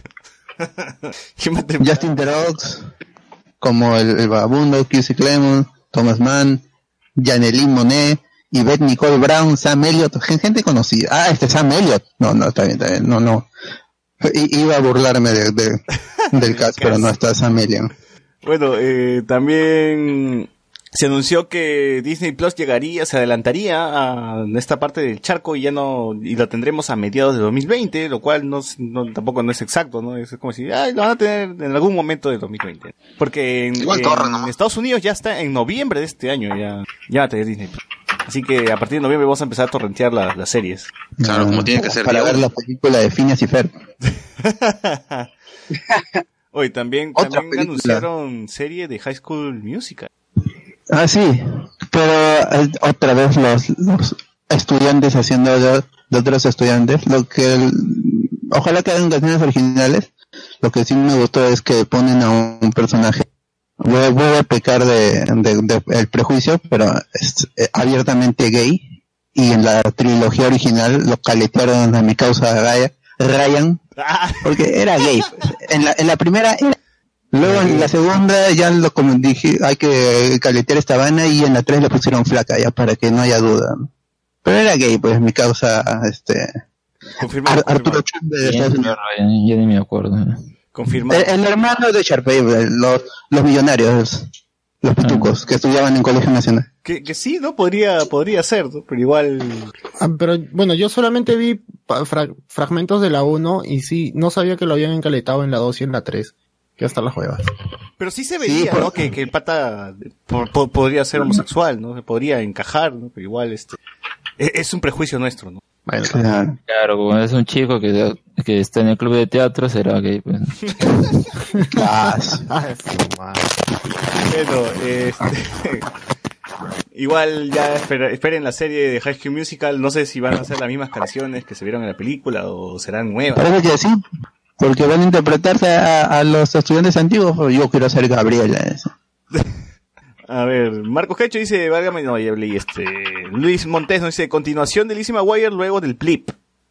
¿Quién va a terminar? Justin Theroux, como el, el vagabundo, Q C Clemons, Thomas Mann, Janeline Monet, Yvette Nicole Brown, Sam Elliott, gen- gente conocida. Ah, este Sam Elliott. No, no, está bien, está bien, no, no. I- iba a burlarme de, de- del cast, pero no está Sam Elliott. Bueno, eh, también se anunció que Disney Plus llegaría, se adelantaría a esta parte del charco y ya no, y lo tendremos a mediados de dos mil veinte, lo cual no, es- no tampoco no es exacto, ¿no? Es como si, ay, lo van a tener en algún momento de dos mil veinte. Porque en, Igual en torre nomás. Estados Unidos ya está en noviembre de este año, ya, ya va a tener Disney Plus. Así que a partir de noviembre vamos a empezar a torrentear la- las series. Claro, como tiene que ser. Para ver la película de Phineas y Ferb. Hoy también, Otra también película. anunciaron serie de High School Musical. Ah, sí, pero eh, otra vez los, los estudiantes haciendo de, de otros estudiantes, lo que el- ojalá que hagan canciones originales. Lo que sí me gustó es que ponen a un, un personaje, voy, voy a pecar de, de, de el prejuicio, pero es eh, abiertamente gay, y en la trilogía original lo caletearon a mi causa Ryan, Ryan porque era gay. En la, en la primera era. Luego en la segunda ya lo como dije, hay que caletear esta vaina, y en la tres le pusieron flaca ya para que no haya duda. Pero era gay, pues mi causa, este, Confirmado, Ar- Arturo confirmado. Chumbe de Estados Unidos. Ya, ya ni me acuerdo. Confirmado. El, el hermano de Sharpay, los, los millonarios, los pitucos, que estudiaban en Colegio Nacional. Que, que sí, ¿no? Podría, podría ser, ¿no? Pero igual... Ah, pero bueno, yo solamente vi pa- fra- fragmentos de la uno y sí, no sabía que lo habían encaletado en la dos y en la tres. Que hasta las huevas. Pero sí se veía, ¿no? Que, que el pata po- po- podría ser homosexual, ¿no? Se podría encajar, ¿no? Pero igual, este... Es, es un prejuicio nuestro, ¿no? Claro. Claro, como es un chico que, que está en el club de teatro, será gay, pues. Ah, Bueno, este... Igual ya espera- esperen la serie de High School Musical. No sé si van a ser las mismas canciones que se vieron en la película o serán nuevas. Parece que sí, porque van a interpretarse a, a los estudiantes antiguos, pero yo quiero ser Gabriela. Eso. A ver, Marcos Cacho dice, válgame, no, ya leí este, Luis Montes nos dice, continuación de Lizzie McGuire luego del Plip.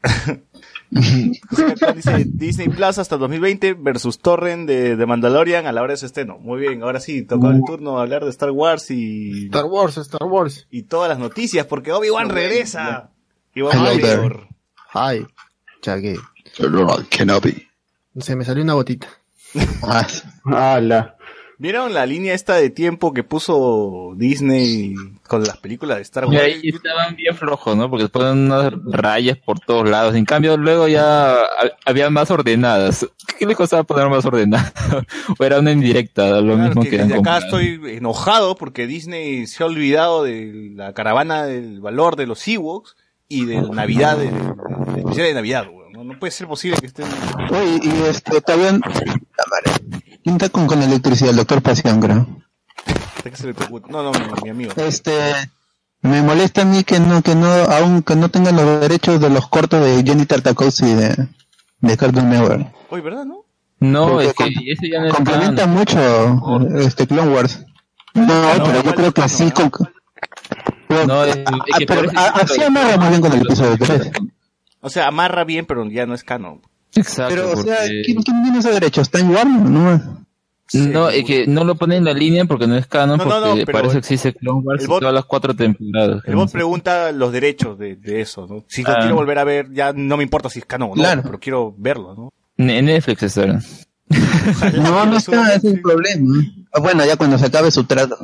José Cantón dice, Disney Plus hasta dos mil veinte versus Torrent de, de Mandalorian a la hora de su estreno. Muy bien, ahora sí, tocó el turno de hablar de Star Wars y... Star Wars, Star Wars. Y todas las noticias, porque Obi-Wan regresa. Hello Iván there. Mayor. Hi. Chagué. General Kenobi. Se me salió una gotita. Ah, ¡Hala! ¿Vieron la línea esta de tiempo que puso Disney con las películas de Star Y Wars? ahí estaban bien flojos, ¿no? Porque ponen unas rayas por todos lados. En cambio, luego ya ha- había más ordenadas. ¿Qué le costaba poner más ordenadas? O era una indirecta, lo Claro, mismo que que desde eran acá compradas. estoy enojado porque Disney se ha olvidado de la caravana del valor de los Ewoks y de Navidad, del del especial de Navidad, weón. No, no puede ser posible que estén... Oye, y este, también, ¿quién está con, con electricidad? El doctor Pasión, creo. hasta que se le preocupe. No, no, mi, mi amigo. Este, me molesta a mí que no, que no, aún que no tengan los derechos de los cortos de Jenny Tartakovsky de, de Cartoon Network. Oye, ¿verdad, no? No, Porque es que com- ese ya no está. complementa mucho este Clone Wars. No, pero yo creo que así con... Pero, No, es- ah, es que pero parece- ah, así amarra más bien con el episodio tres. O sea, amarra bien, pero ya no es canon. Exacto. Pero, o sea, porque- ¿quién, quién tiene esos derechos? ¿Time Warner? No. No, es que no lo ponen en la línea porque no es canon, No, no, porque no, pero parece que existe Clone Wars el y bot- todas las cuatro temporadas. El bot pregunta los derechos de, de eso, ¿no? Si lo Ah. quiero volver a ver, ya no me importa si es canon o no, Claro. pero quiero verlo, ¿no? En Netflix está. No, no está, ese es el problema. Ah, bueno, ya cuando se acabe su trato.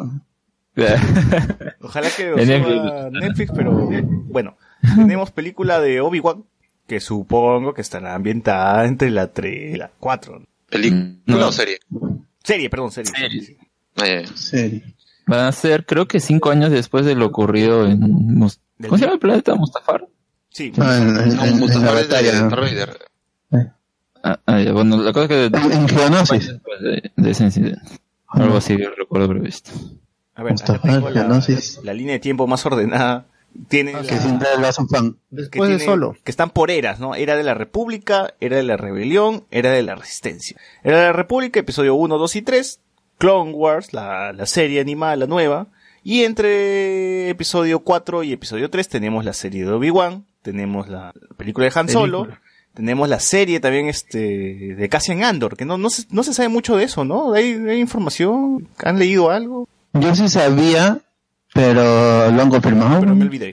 Ojalá que lo En suba Netflix. Netflix, pero bueno, tenemos película de Obi-Wan, que supongo que estará ambientada entre la tres y la cuatro. ¿Película No. o serie? Serie, perdón, serie. Serie. Ah, ya, ya. Sí. Van a ser, creo que cinco años después de lo ocurrido en... Mus- ¿Cómo se llama el planeta? ¿Mustafar? Sí. Ah, en, en, No, en- en Mustafar la es de batalla. Darth Vader. Ah, ah, ya, bueno, la cosa es que... En, en Geonosis. Después de, de ese incidente. Algo así que recuerdo haber visto. A ver, acá Mustafa, tengo la, Geonosis. la línea de tiempo más ordenada. Tiene Que la- siempre lo hace un fan. que, Después de tiene- Solo. que están por eras, ¿no? Era de la República, era de la Rebelión, era de la Resistencia. Era de la República, episodio uno, dos y tres, Clone Wars, la, la serie animada, la nueva, y entre episodio cuatro y episodio tres tenemos la serie de Obi-Wan, tenemos la película de Han Solo, Película. tenemos la serie también este de Cassian Andor, que no, no, se, no se sabe mucho de eso, ¿no? ¿Hay, hay información? ¿Han leído algo? Yo sí sabía, pero lo han confirmado. Pero me olvidé.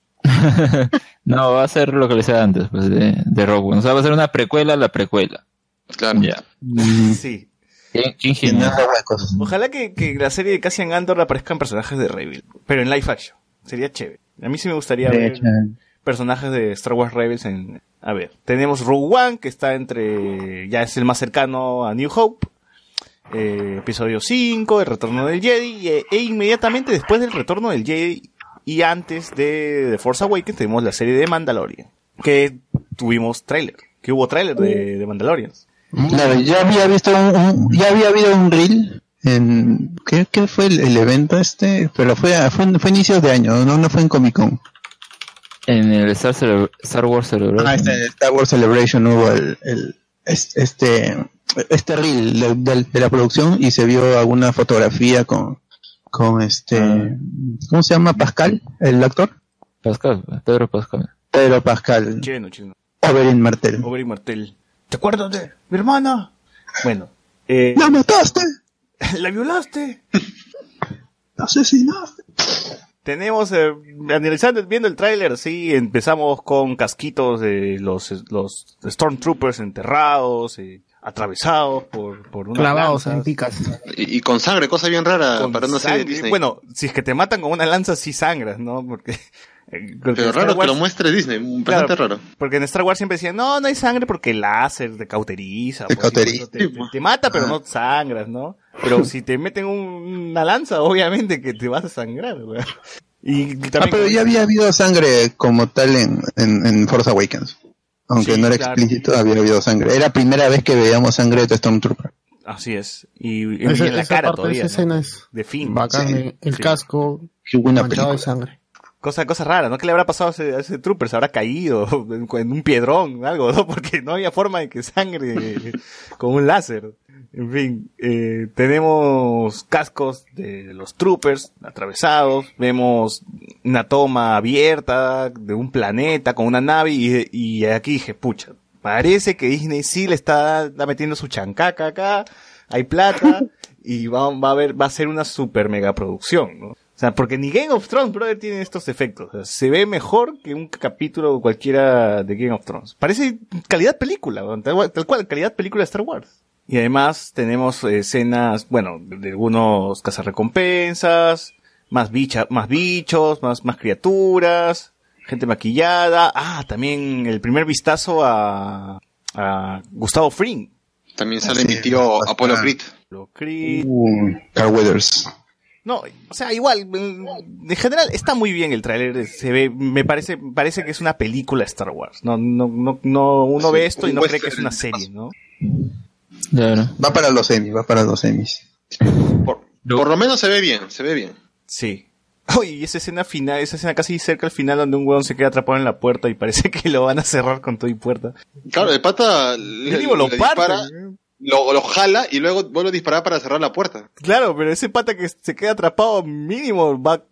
No, va a ser lo que le decía antes, pues, de, de Rogue One. O sea, va a ser una precuela a la precuela. Claro. Ya. Mm, Sí. Qué, qué que ingenioso. nada huecos. Ojalá que, que la serie de Cassian Andor aparezcan personajes de Rebel, pero en live action. Sería chévere. A mí sí me gustaría De ver hecho, personajes de Star Wars Rebels en... A ver, tenemos Rogue One, que está entre... Ya es el más cercano a New Hope. Eh, episodio cinco, El Retorno del Jedi. E, e inmediatamente después del Retorno del Jedi y antes de The Force Awakens tenemos la serie de Mandalorian. Que tuvimos tráiler. Que hubo tráiler de, de Mandalorian. Claro, ya había visto un, un- ya había habido un reel en ¿qué, qué fue el, el evento este? Pero fue a- fue, fue inicios de año, no no fue en Comic Con. En el Star, Cele- Star Wars Celebration. Ah, este Star Wars Celebration hubo el, el es- este este reel de, de- de la producción y se vio alguna fotografía con con este ¿cómo se llama? Pascal, el actor. Pascal, Pedro Pascal. Pedro Pascal, Chileno, chileno. Oberyn Martell. Oberyn Martell. ¿Te acuerdas de mi hermana? Bueno. Eh, ¡La mataste! ¡La violaste! ¡La asesinaste! Tenemos, eh, analizando, viendo el tráiler, sí, empezamos con casquitos de los, los Stormtroopers enterrados, eh, atravesados por, por unas Clavados lanzas. en picas. Y, y con sangre, cosa bien rara Con para una serie de sangre. Disney. Bueno, si es que te matan con una lanza, sí sangras, ¿no? Porque... eh, porque pero en raro Star que Wars- lo muestre Disney, bastante Claro, raro. Porque en Star Wars siempre decían, no, no hay sangre porque el láser te cauteriza. Te pues, cauteriza. Te, te- te mata, pero no sangras, ¿no? Pero si te meten un- una lanza, obviamente que te vas a sangrar, güey. Y Ah, también... pero ya había habido sangre como tal en, en, en Force Awakens. Aunque Sí, no era claro. explícito, había habido sangre. Era la primera vez que veíamos sangre de Stormtrooper. Así es. Y, y Esa, en la esa cara parte todavía, de esa ¿no? escena es De fin. bacán. Sí, el el sí. casco Qué buena manchado de película. sangre. Cosa, cosa rara, ¿no? ¿Qué le habrá pasado a ese, a ese trooper? ¿Se habrá caído en, en un piedrón, algo, no? Porque no había forma de que sangre con un láser. En fin, eh, tenemos cascos de los troopers atravesados, vemos una toma abierta de un planeta con una nave y, y aquí dije, pucha, parece que Disney sí le está, está metiendo su chancaca acá, hay plata y va, va a haber, va a ser una super mega producción, ¿no? O sea, porque ni Game of Thrones, brother, tiene estos efectos. O sea, se ve mejor que un capítulo cualquiera de Game of Thrones. Parece calidad película, ¿no? tal, tal cual, calidad película de Star Wars. Y además tenemos escenas, bueno, de algunos cazarrecompensas, más bicha, más bichos, más, más criaturas, gente maquillada. Ah, también el primer vistazo a, a Gustavo Fring. También sale Sí, mi tío bastante. Apollo Creed. Lo Creed. Uh, Carl Weathers. No, o sea, igual, mm, en general está muy bien el tráiler, se ve, me parece, parece que es una película Star Wars. No, no, no, no, uno Sí, ve esto y un no cree que es western. una serie, ¿no? Claro. Va para los semis, va para los semis. Por, por lo menos se ve bien, se ve bien. Sí. Oye, y esa escena final, esa escena casi cerca al final donde un huevón se queda atrapado en la puerta y parece que lo van a cerrar con todo y puerta. Claro, el pata Yo le, digo, lo le parte. dispara lo, lo jala y luego vuelve a disparar para cerrar la puerta. Claro, pero ese pata que se queda atrapado mínimo va,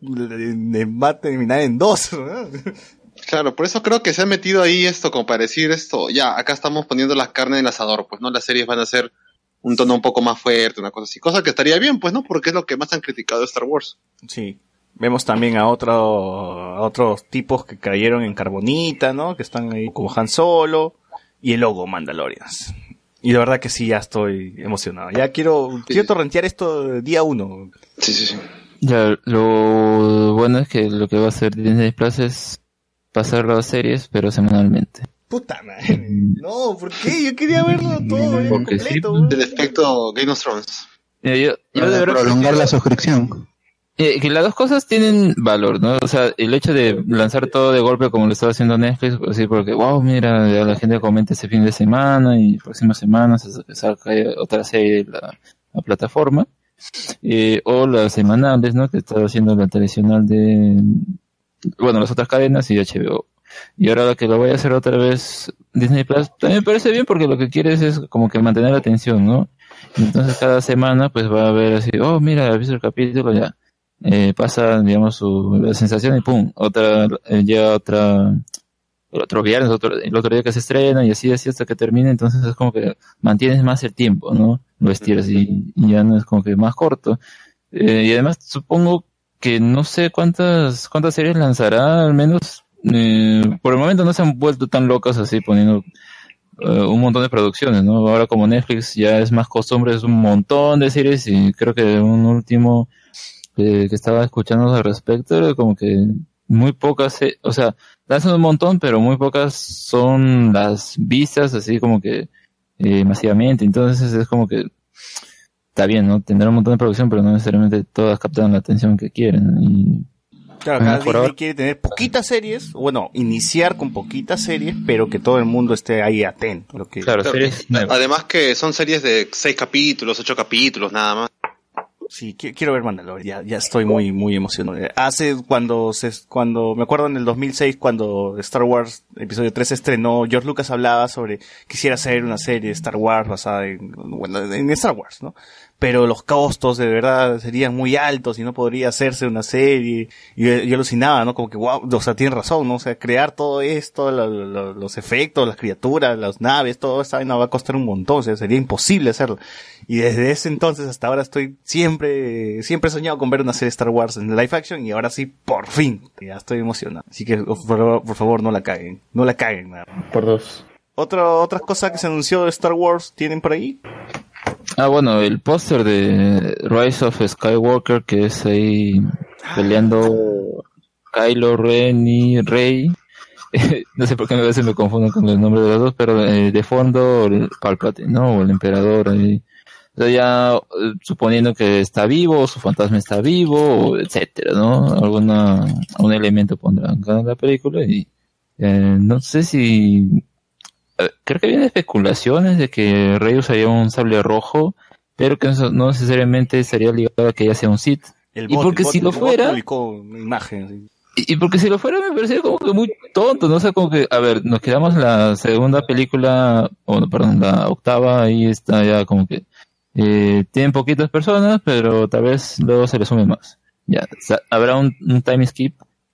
va a terminar en dos, ¿no? Claro, por eso creo que se ha metido ahí esto, como para decir esto, ya, acá estamos poniendo las carnes en el asador, pues, ¿no? Las series van a ser un tono un poco más fuerte, una cosa así. Cosa que estaría bien, pues, ¿no? Porque es lo que más han criticado de Star Wars. Sí. Vemos también a, otro, a otros tipos que cayeron en Carbonita, ¿no? Que están ahí como Han Solo y el logo Mandalorians. Y la verdad que sí, ya estoy emocionado. Ya quiero, sí, quiero torrentear esto día uno. Sí, sí, sí. Ya, lo bueno es que lo que va a hacer Disney Plus es pasar las series, pero semanalmente. Puta madre. No, ¿por qué? Yo quería verlo todo bien completo. Sí, el efecto Game of Thrones. Yo, yo, yo de verdad prolongar la suscripción. Eh, que las dos cosas tienen valor, ¿no? O sea, el hecho de lanzar todo de golpe como lo estaba haciendo Netflix, pues sí, porque, wow, mira, ya la gente comenta ese fin de semana y próximas semanas se saca otra serie de la, la plataforma. Eh, o las semanales, ¿no? Que estaba haciendo la tradicional de, bueno, las otras cadenas y H B O. Y ahora que lo voy a hacer otra vez Disney Plus, también me parece bien porque lo que quieres es como que mantener la atención, ¿no? Entonces cada semana pues va a haber así, oh, mira, he visto el capítulo, ya. Eh, pasa, digamos, su la sensación y pum, otra, eh, ya otra, otro viernes, otro, el otro día que se estrena y así, así hasta que termine, entonces es como que mantienes más el tiempo, ¿no? Lo estiras y, y ya no es como que más corto. Eh, y además supongo que no sé cuántas, cuántas series lanzará, al menos, eh, por el momento no se han vuelto tan locas así poniendo uh, un montón de producciones, ¿no? Ahora como Netflix ya es más costumbre, es un montón de series y creo que un último que, que estaba escuchando al respecto era como que muy pocas, o sea, lanzan un montón, pero muy pocas son las vistas así como que eh, masivamente, entonces es como que está bien, ¿no? Tendrá un montón de producción, pero no necesariamente todas captan la atención que quieren. Y claro, cada Disney ahora quiere tener poquitas series, bueno, iniciar con poquitas series, pero que todo el mundo esté ahí atento. Lo que... Claro, series además que son series de seis capítulos, ocho capítulos, nada más. Sí, quiero ver Mandalorian, ya, ya estoy muy, muy emocionado. Hace cuando se, cuando, me acuerdo en el dos mil seis cuando Star Wars Episodio tres se estrenó, George Lucas hablaba sobre, quisiera hacer una serie de Star Wars basada en, bueno, en Star Wars, ¿no? Pero los costos de verdad serían muy altos y no podría hacerse una serie. Y yo, yo alucinaba, ¿no? Como que, wow, o sea, tiene razón, ¿no? O sea, crear todo esto, lo, lo, los efectos, las criaturas, las naves, todo esta vaina va a costar un montón, o sea, sería imposible hacerlo. Y desde ese entonces hasta ahora estoy siempre, siempre he soñado con ver una serie de Star Wars en live action y ahora sí, por fin, ya estoy emocionado. Así que, por, por favor, no la caguen, no la caguen, nada. Por dos. Otra, otras cosas que se anunció de Star Wars, ¿tienen por ahí? Ah, bueno, el póster de Rise of Skywalker, que es ahí peleando Kylo Ren y Rey. No sé por qué a veces me confundo con el nombre de los dos, pero eh, de fondo el Palpatine, ¿no? O el emperador ahí. O sea, ya eh, suponiendo que está vivo, su fantasma está vivo, etcétera, ¿no? Alguna, algún elemento pondrán en la película y eh, no sé si... Creo que vienen especulaciones de que Rey usaría un sable rojo, pero que eso no necesariamente estaría ligado a que ella sea un Sith. El y bot, porque el bot, si lo el fuera... bot publicó una imagen. Y, y porque si lo fuera me parecía como que muy tonto, ¿no? O sea, como que, a ver, nos quedamos la segunda película, o no, perdón, la octava, ahí está ya como que... Eh, tienen poquitas personas, pero tal vez luego se le sume más. Ya, o sea, habrá un, un time skip.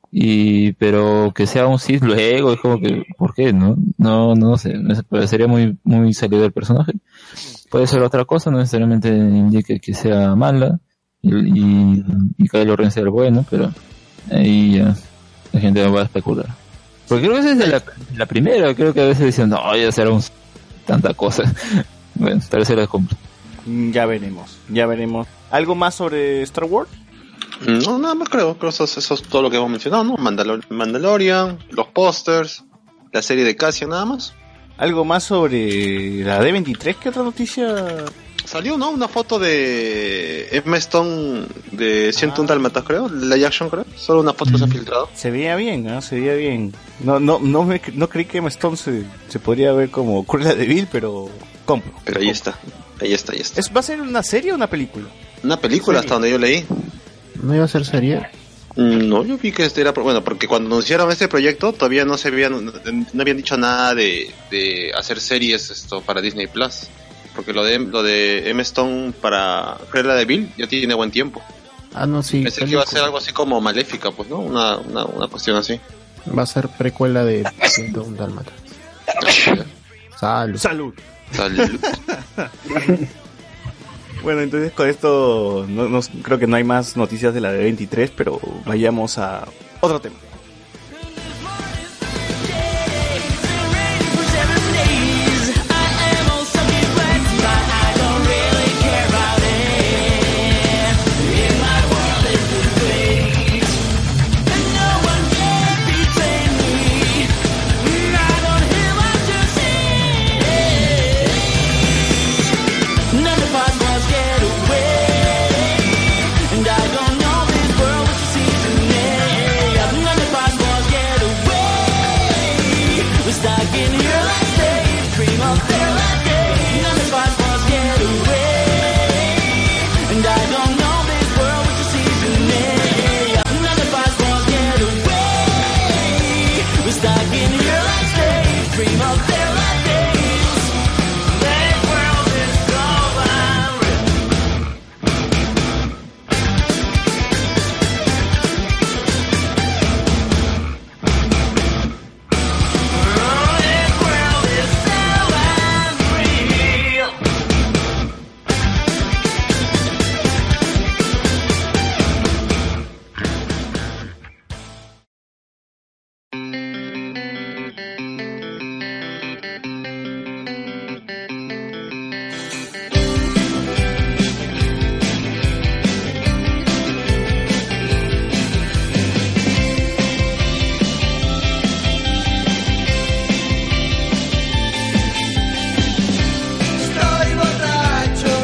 Y pero que sea un Sith luego es como que ¿por qué? no no no sé, me parecería muy muy salido del personaje. Puede ser otra cosa, no necesariamente indique que sea mala y y, y Kylo Ren sea el bueno, pero ahí ya la gente va a especular, porque creo que es de la, la primera, creo que a veces dicen no, ya será un tanta cosa. Bueno, tal vez se las compro. Ya veremos, ya veremos. ¿Algo más sobre Star Wars? No, nada más creo, creo que eso, eso es todo lo que hemos mencionado, ¿no? Mandalor- Mandalorian, los pósters, la serie de Cassian, nada más. ¿Algo más sobre la D veintitrés? ¿Qué otra noticia? Salió, ¿no? Una foto de Emma Stone de ciento uno Dálmatas, creo, la Jackson, creo. Solo una foto mm. se ha filtrado. Se veía bien, ¿no? Se veía bien. No, no, no, me, no creí que Emma Stone se, se podría ver como Cruella de Vil, pero compro. Pero ahí compro. está, ahí está, ahí está. ¿Es, ¿Va a ser una serie o una película? Una película, hasta donde yo leí. ¿No iba a ser serie? No, yo vi que este era... Bueno, porque cuando anunciaron este proyecto todavía no se habían... No habían dicho nada de, de hacer series esto para Disney Plus. porque lo de lo de M. Stone para Cruella de Vil ya tiene buen tiempo. Ah, no, sí. Pensé que iba a ser algo así como Maléfica, pues, ¿no? Una, una, una cuestión así. Va a ser precuela de ciento uno Dálmatas. Salud. Salud. Salud. Bueno, entonces con esto no, no- creo que no hay más noticias de la de veintitrés, pero vayamos a otro tema. Estoy borracho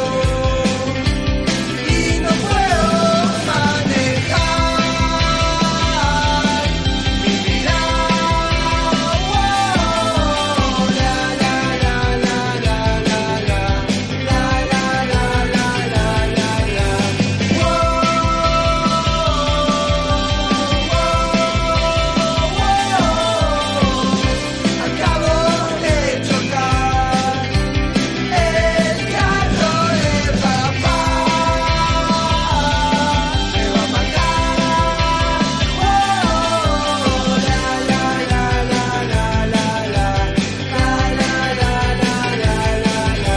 y no puedo manejar mi vida. Oh, la la la la la la la la la la la la la la. Oh, acabo de chocar el carro de papá, me va a matar. Oh, la la la la la la la la la la la la la la.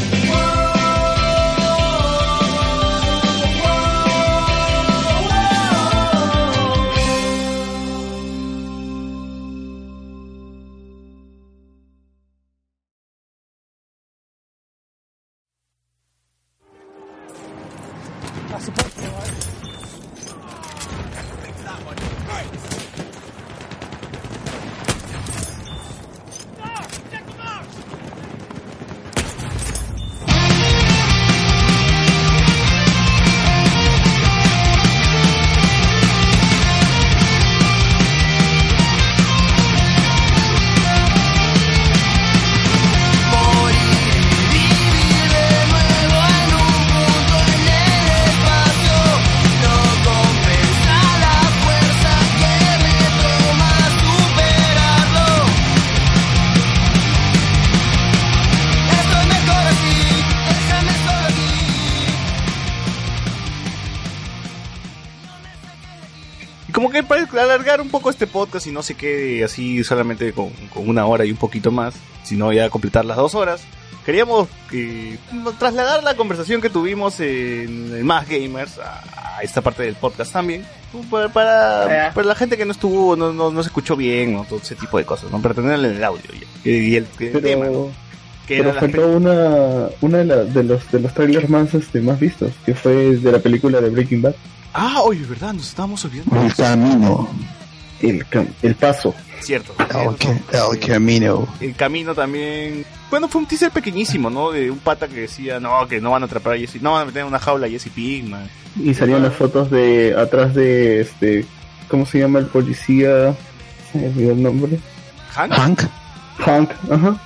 Y como que para alargar un poco este podcast y no se quede así solamente con, con una hora y un poquito más, sino ya completar las dos horas, queríamos eh, trasladar la conversación que tuvimos en el Más Gamers a, a esta parte del podcast también, para, para, para la gente que no estuvo, no, no, no se escuchó bien, o todo ese tipo de cosas, ¿no? Para tenerlo en el audio ya. Y el, el Pero- tema, ¿no? Que Pero era la faltó una, una de, la- de los de los trailers más este, más vistos, que fue de la película de Breaking Bad. Ah, oye, ¿verdad? Nos estábamos olvidando. El camino. El, cam- el paso. Cierto. El, ca- el camino. El camino también. Bueno, fue un teaser pequeñísimo, ¿no? De un pata que decía, no, que no van a atrapar a Jesse, no van a meter en una jaula a Jesse Pinkman. Y salían las fotos de atrás de este, ¿cómo se llama el policía? Se me olvidó el nombre. ¿Hank? Hank. Hank, ajá.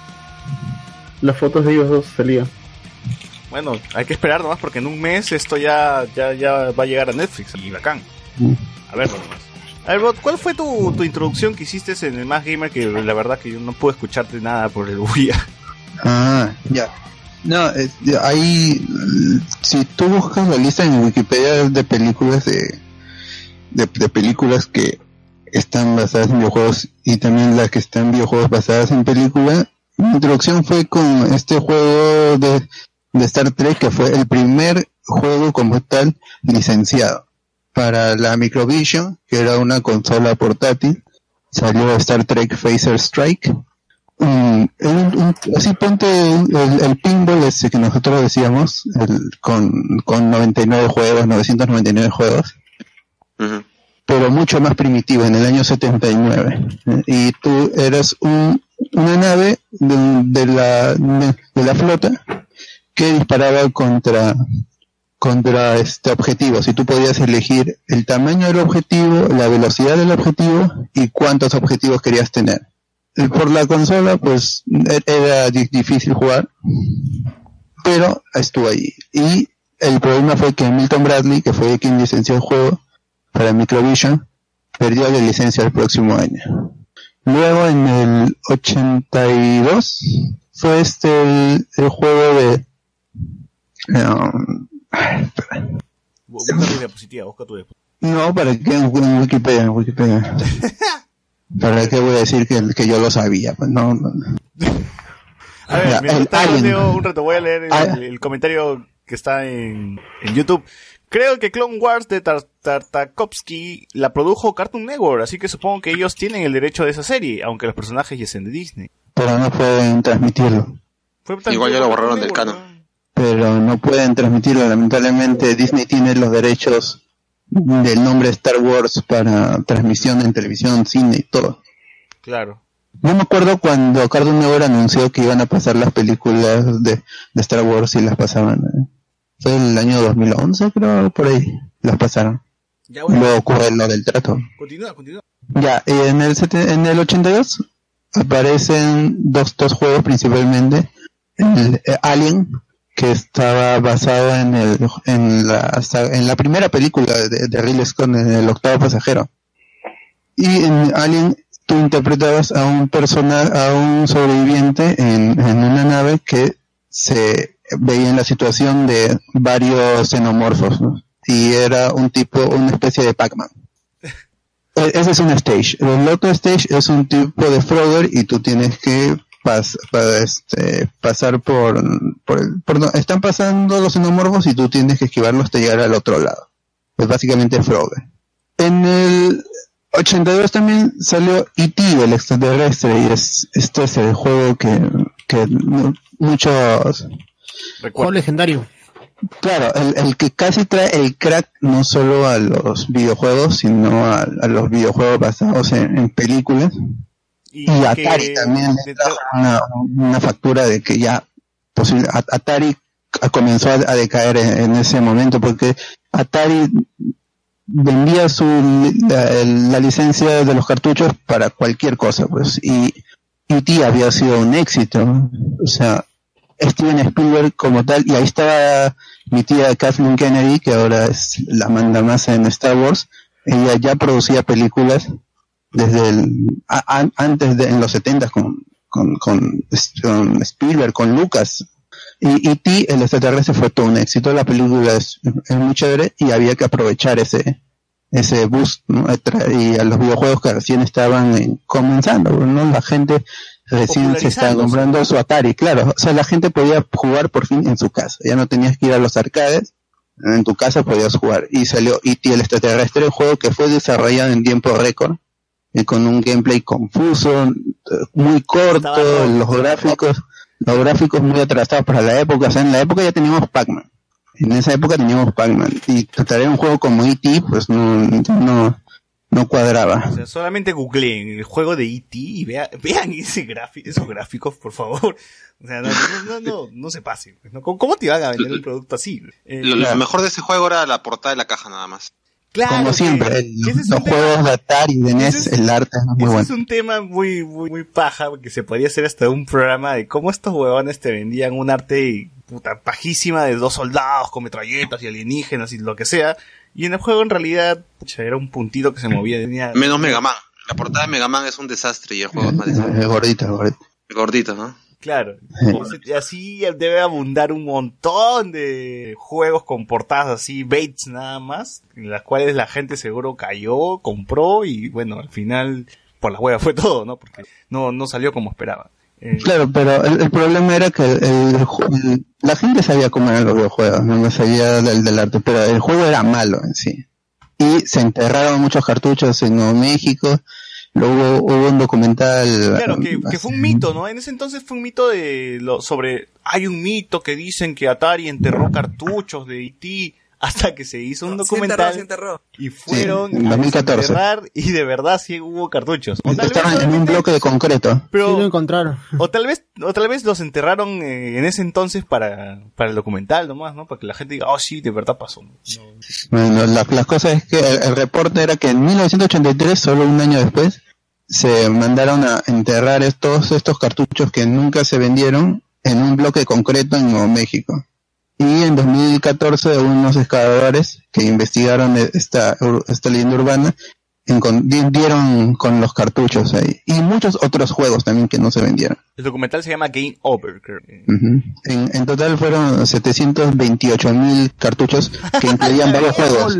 Las fotos de ellos dos salían. Bueno, hay que esperar nomás porque en un mes esto ya, ya, ya va a llegar a Netflix y bacán. A ver, nomás. A ver, Bot, ¿cuál fue tu, tu introducción que hiciste en el Más Gamer? Que la verdad que yo no pude escucharte nada por el bulla. Ah, ya. No, eh, ahí, si tú buscas la lista en Wikipedia de películas de, de, de películas que están basadas en videojuegos y también las que están en videojuegos basadas en películas, mi introducción fue con este juego de, de Star Trek, que fue el primer juego como tal licenciado para la Microvision, que era una consola portátil. Salió Star Trek Phaser Strike. Um, un, un, así ponte el, el pinball ese que nosotros decíamos, el, con, con noventa y nueve juegos, novecientos noventa y nueve juegos, Uh-huh. pero mucho más primitivo, en el año setenta y nueve. ¿eh? Y tú eras un, una nave de, de, la, de, de la flota que disparaba contra contra este objetivo. Si tú podías elegir el tamaño del objetivo, la velocidad del objetivo y cuántos objetivos querías tener. Por la consola, pues, era difícil jugar, pero estuvo ahí. Y el problema fue que Milton Bradley, que fue quien licenció el juego para Microvision, perdió la licencia el próximo año. Luego, en el ochenta y dos, fue este el, el juego de... Um, busca tu diapositiva, busca tu diapositiva. No, ¿para qué? En Wikipedia, en Wikipedia. ¿Para qué voy a decir que, que yo lo sabía? Pues no, no. A ver, Ya, mientras el tanto, Alien. Leo, un rato voy a leer el, Ah. el comentario que está en, en YouTube. Creo que Clone Wars de Tar- Tartakovsky la produjo Cartoon Network, así que supongo que ellos tienen el derecho de esa serie, aunque los personajes ya sean de Disney. Pero no pueden transmitirlo. Fue Igual ya lo borraron del Cartoon canon. Pero no pueden transmitirlo. Lamentablemente Disney tiene los derechos del nombre Star Wars para transmisión en televisión, cine y todo. Claro. No me acuerdo cuando Cartoon Network anunció que iban a pasar las películas de, de Star Wars y las pasaban. ¿eh? Fue el año dos mil once, creo, por ahí. Las pasaron. Ya, bueno. Luego ocurre lo del trato. Continúa, continúa. Ya, y en el sete- en el ochenta y dos aparecen dos, dos juegos principalmente. El eh, Alien, que estaba basado en el en la sa- en la primera película de, de Ridley Scott, en El octavo pasajero. Y en Alien tú interpretabas a un persona, a un sobreviviente en, en una nave que se veía en la situación de varios xenomorfos, ¿no? Y era un tipo, una especie de Pac-Man. E- Ese es un stage. El otro stage es un tipo de Frogger y tú tienes que pas, pa- este, pasar por, por, el, por do- están pasando los xenomorfos y tú tienes que esquivarlos hasta llegar al otro lado. Pues básicamente Frogger. En el ochenta y dos también salió E T, el extraterrestre, y es, este es el juego que, que mu- muchos... Juego legendario. Claro, el, el que casi trae el crack no solo a los videojuegos, sino a, a los videojuegos basados en, en películas. Y, Y Atari que- también le trajo una, una factura de que ya posible, A- Atari c- comenzó a, a decaer en, en ese momento, porque Atari vendía su la, la licencia de los cartuchos para cualquier cosa, pues, y E T había sido un éxito, ¿no? O sea, Steven Spielberg como tal, y ahí estaba mi tía Kathleen Kennedy, que ahora es la mandamasa en Star Wars. Ella ya producía películas desde el, a- a- antes de, en los setentas con, con, con, con Spielberg, con Lucas. Y E T, el extraterrestre, fue todo un éxito. La película es, es muy chévere y había que aprovechar ese, ese boost, ¿no? Tra- Y a los videojuegos que recién estaban eh, comenzando, ¿no? La gente recién se estaba comprando su Atari, claro. O sea, la gente podía jugar por fin en su casa. Ya no tenías que ir a los arcades. En tu casa podías jugar. Y salió E T, el extraterrestre, un juego que fue desarrollado en tiempo récord. Y con un gameplay confuso, eh, muy corto, los gráficos, los gráficos muy atrasados para la época. O sea, en la época ya teníamos Pac-Man. En esa época teníamos Pac-Man. Y tratar un juego como E T, pues no, no, no cuadraba. O sea, solamente googleen el juego de E T y vea, vean ese gráfico, esos gráficos, por favor. O sea, no, no, no, no, no se pasen. ¿No? ¿Cómo, ¿Cómo te van a vender un producto así? Eh, Lo, lo mejor de ese juego era la portada de la caja nada más. Claro, Como que- siempre, el- que ese es los un tema- juegos de Atari, de N E S, ese es- el arte es muy Ese bueno. es un tema muy, muy, muy paja, que se podría hacer hasta un programa de cómo estos huevones te vendían un arte puta pajísima de dos soldados con metralletas y alienígenas y lo que sea, y en el juego en realidad pucha, era un puntito que se movía. Tenía... Menos Mega Man. La portada de Mega Man es un desastre y el juego es más desastre. Es gordita, gordita. Gordito, ¿no? Claro. Ese- Así debe abundar un montón de juegos con portadas así, baits nada más, en las cuales la gente seguro cayó, compró y bueno, al final por la hueva fue todo, ¿no? Porque no, no salió como esperaba. Eh, Claro, pero el, el problema era que el, el ju- el- la gente sabía cómo eran los videojuegos, no no sabía del, del arte, pero el juego era malo en sí. Y se enterraron muchos cartuchos en Nuevo México, luego hubo un documental... Claro, que, que fue un mito, ¿no? En ese entonces fue un mito de lo, sobre... Hay un mito que dicen que Atari enterró cartuchos de E T hasta que se hizo un No, sí documental enterró, sí enterró. y fueron Sí, en a dos mil catorce. desenterrar y de verdad sí hubo cartuchos. O tal vez Estaban en un solamente- bloque de concreto. pero, Sí lo encontraron. o tal vez, o tal vez los enterraron eh, en ese entonces para, para el documental nomás, ¿no? Para que la gente diga, oh sí, de verdad pasó. No. Bueno, la, la cosa es que el, el reporte era que en mil novecientos ochenta y tres, solo un año después, se mandaron a enterrar estos, estos cartuchos que nunca se vendieron en un bloque concreto en Nuevo México. Y en dos mil catorce unos excavadores que investigaron esta, esta leyenda urbana encon- di- dieron con los cartuchos ahí. Y muchos otros juegos también que no se vendieron. El documental se llama Game Over, creo. Ujú. En, en total fueron setecientos veintiocho mil cartuchos que incluían varios juegos.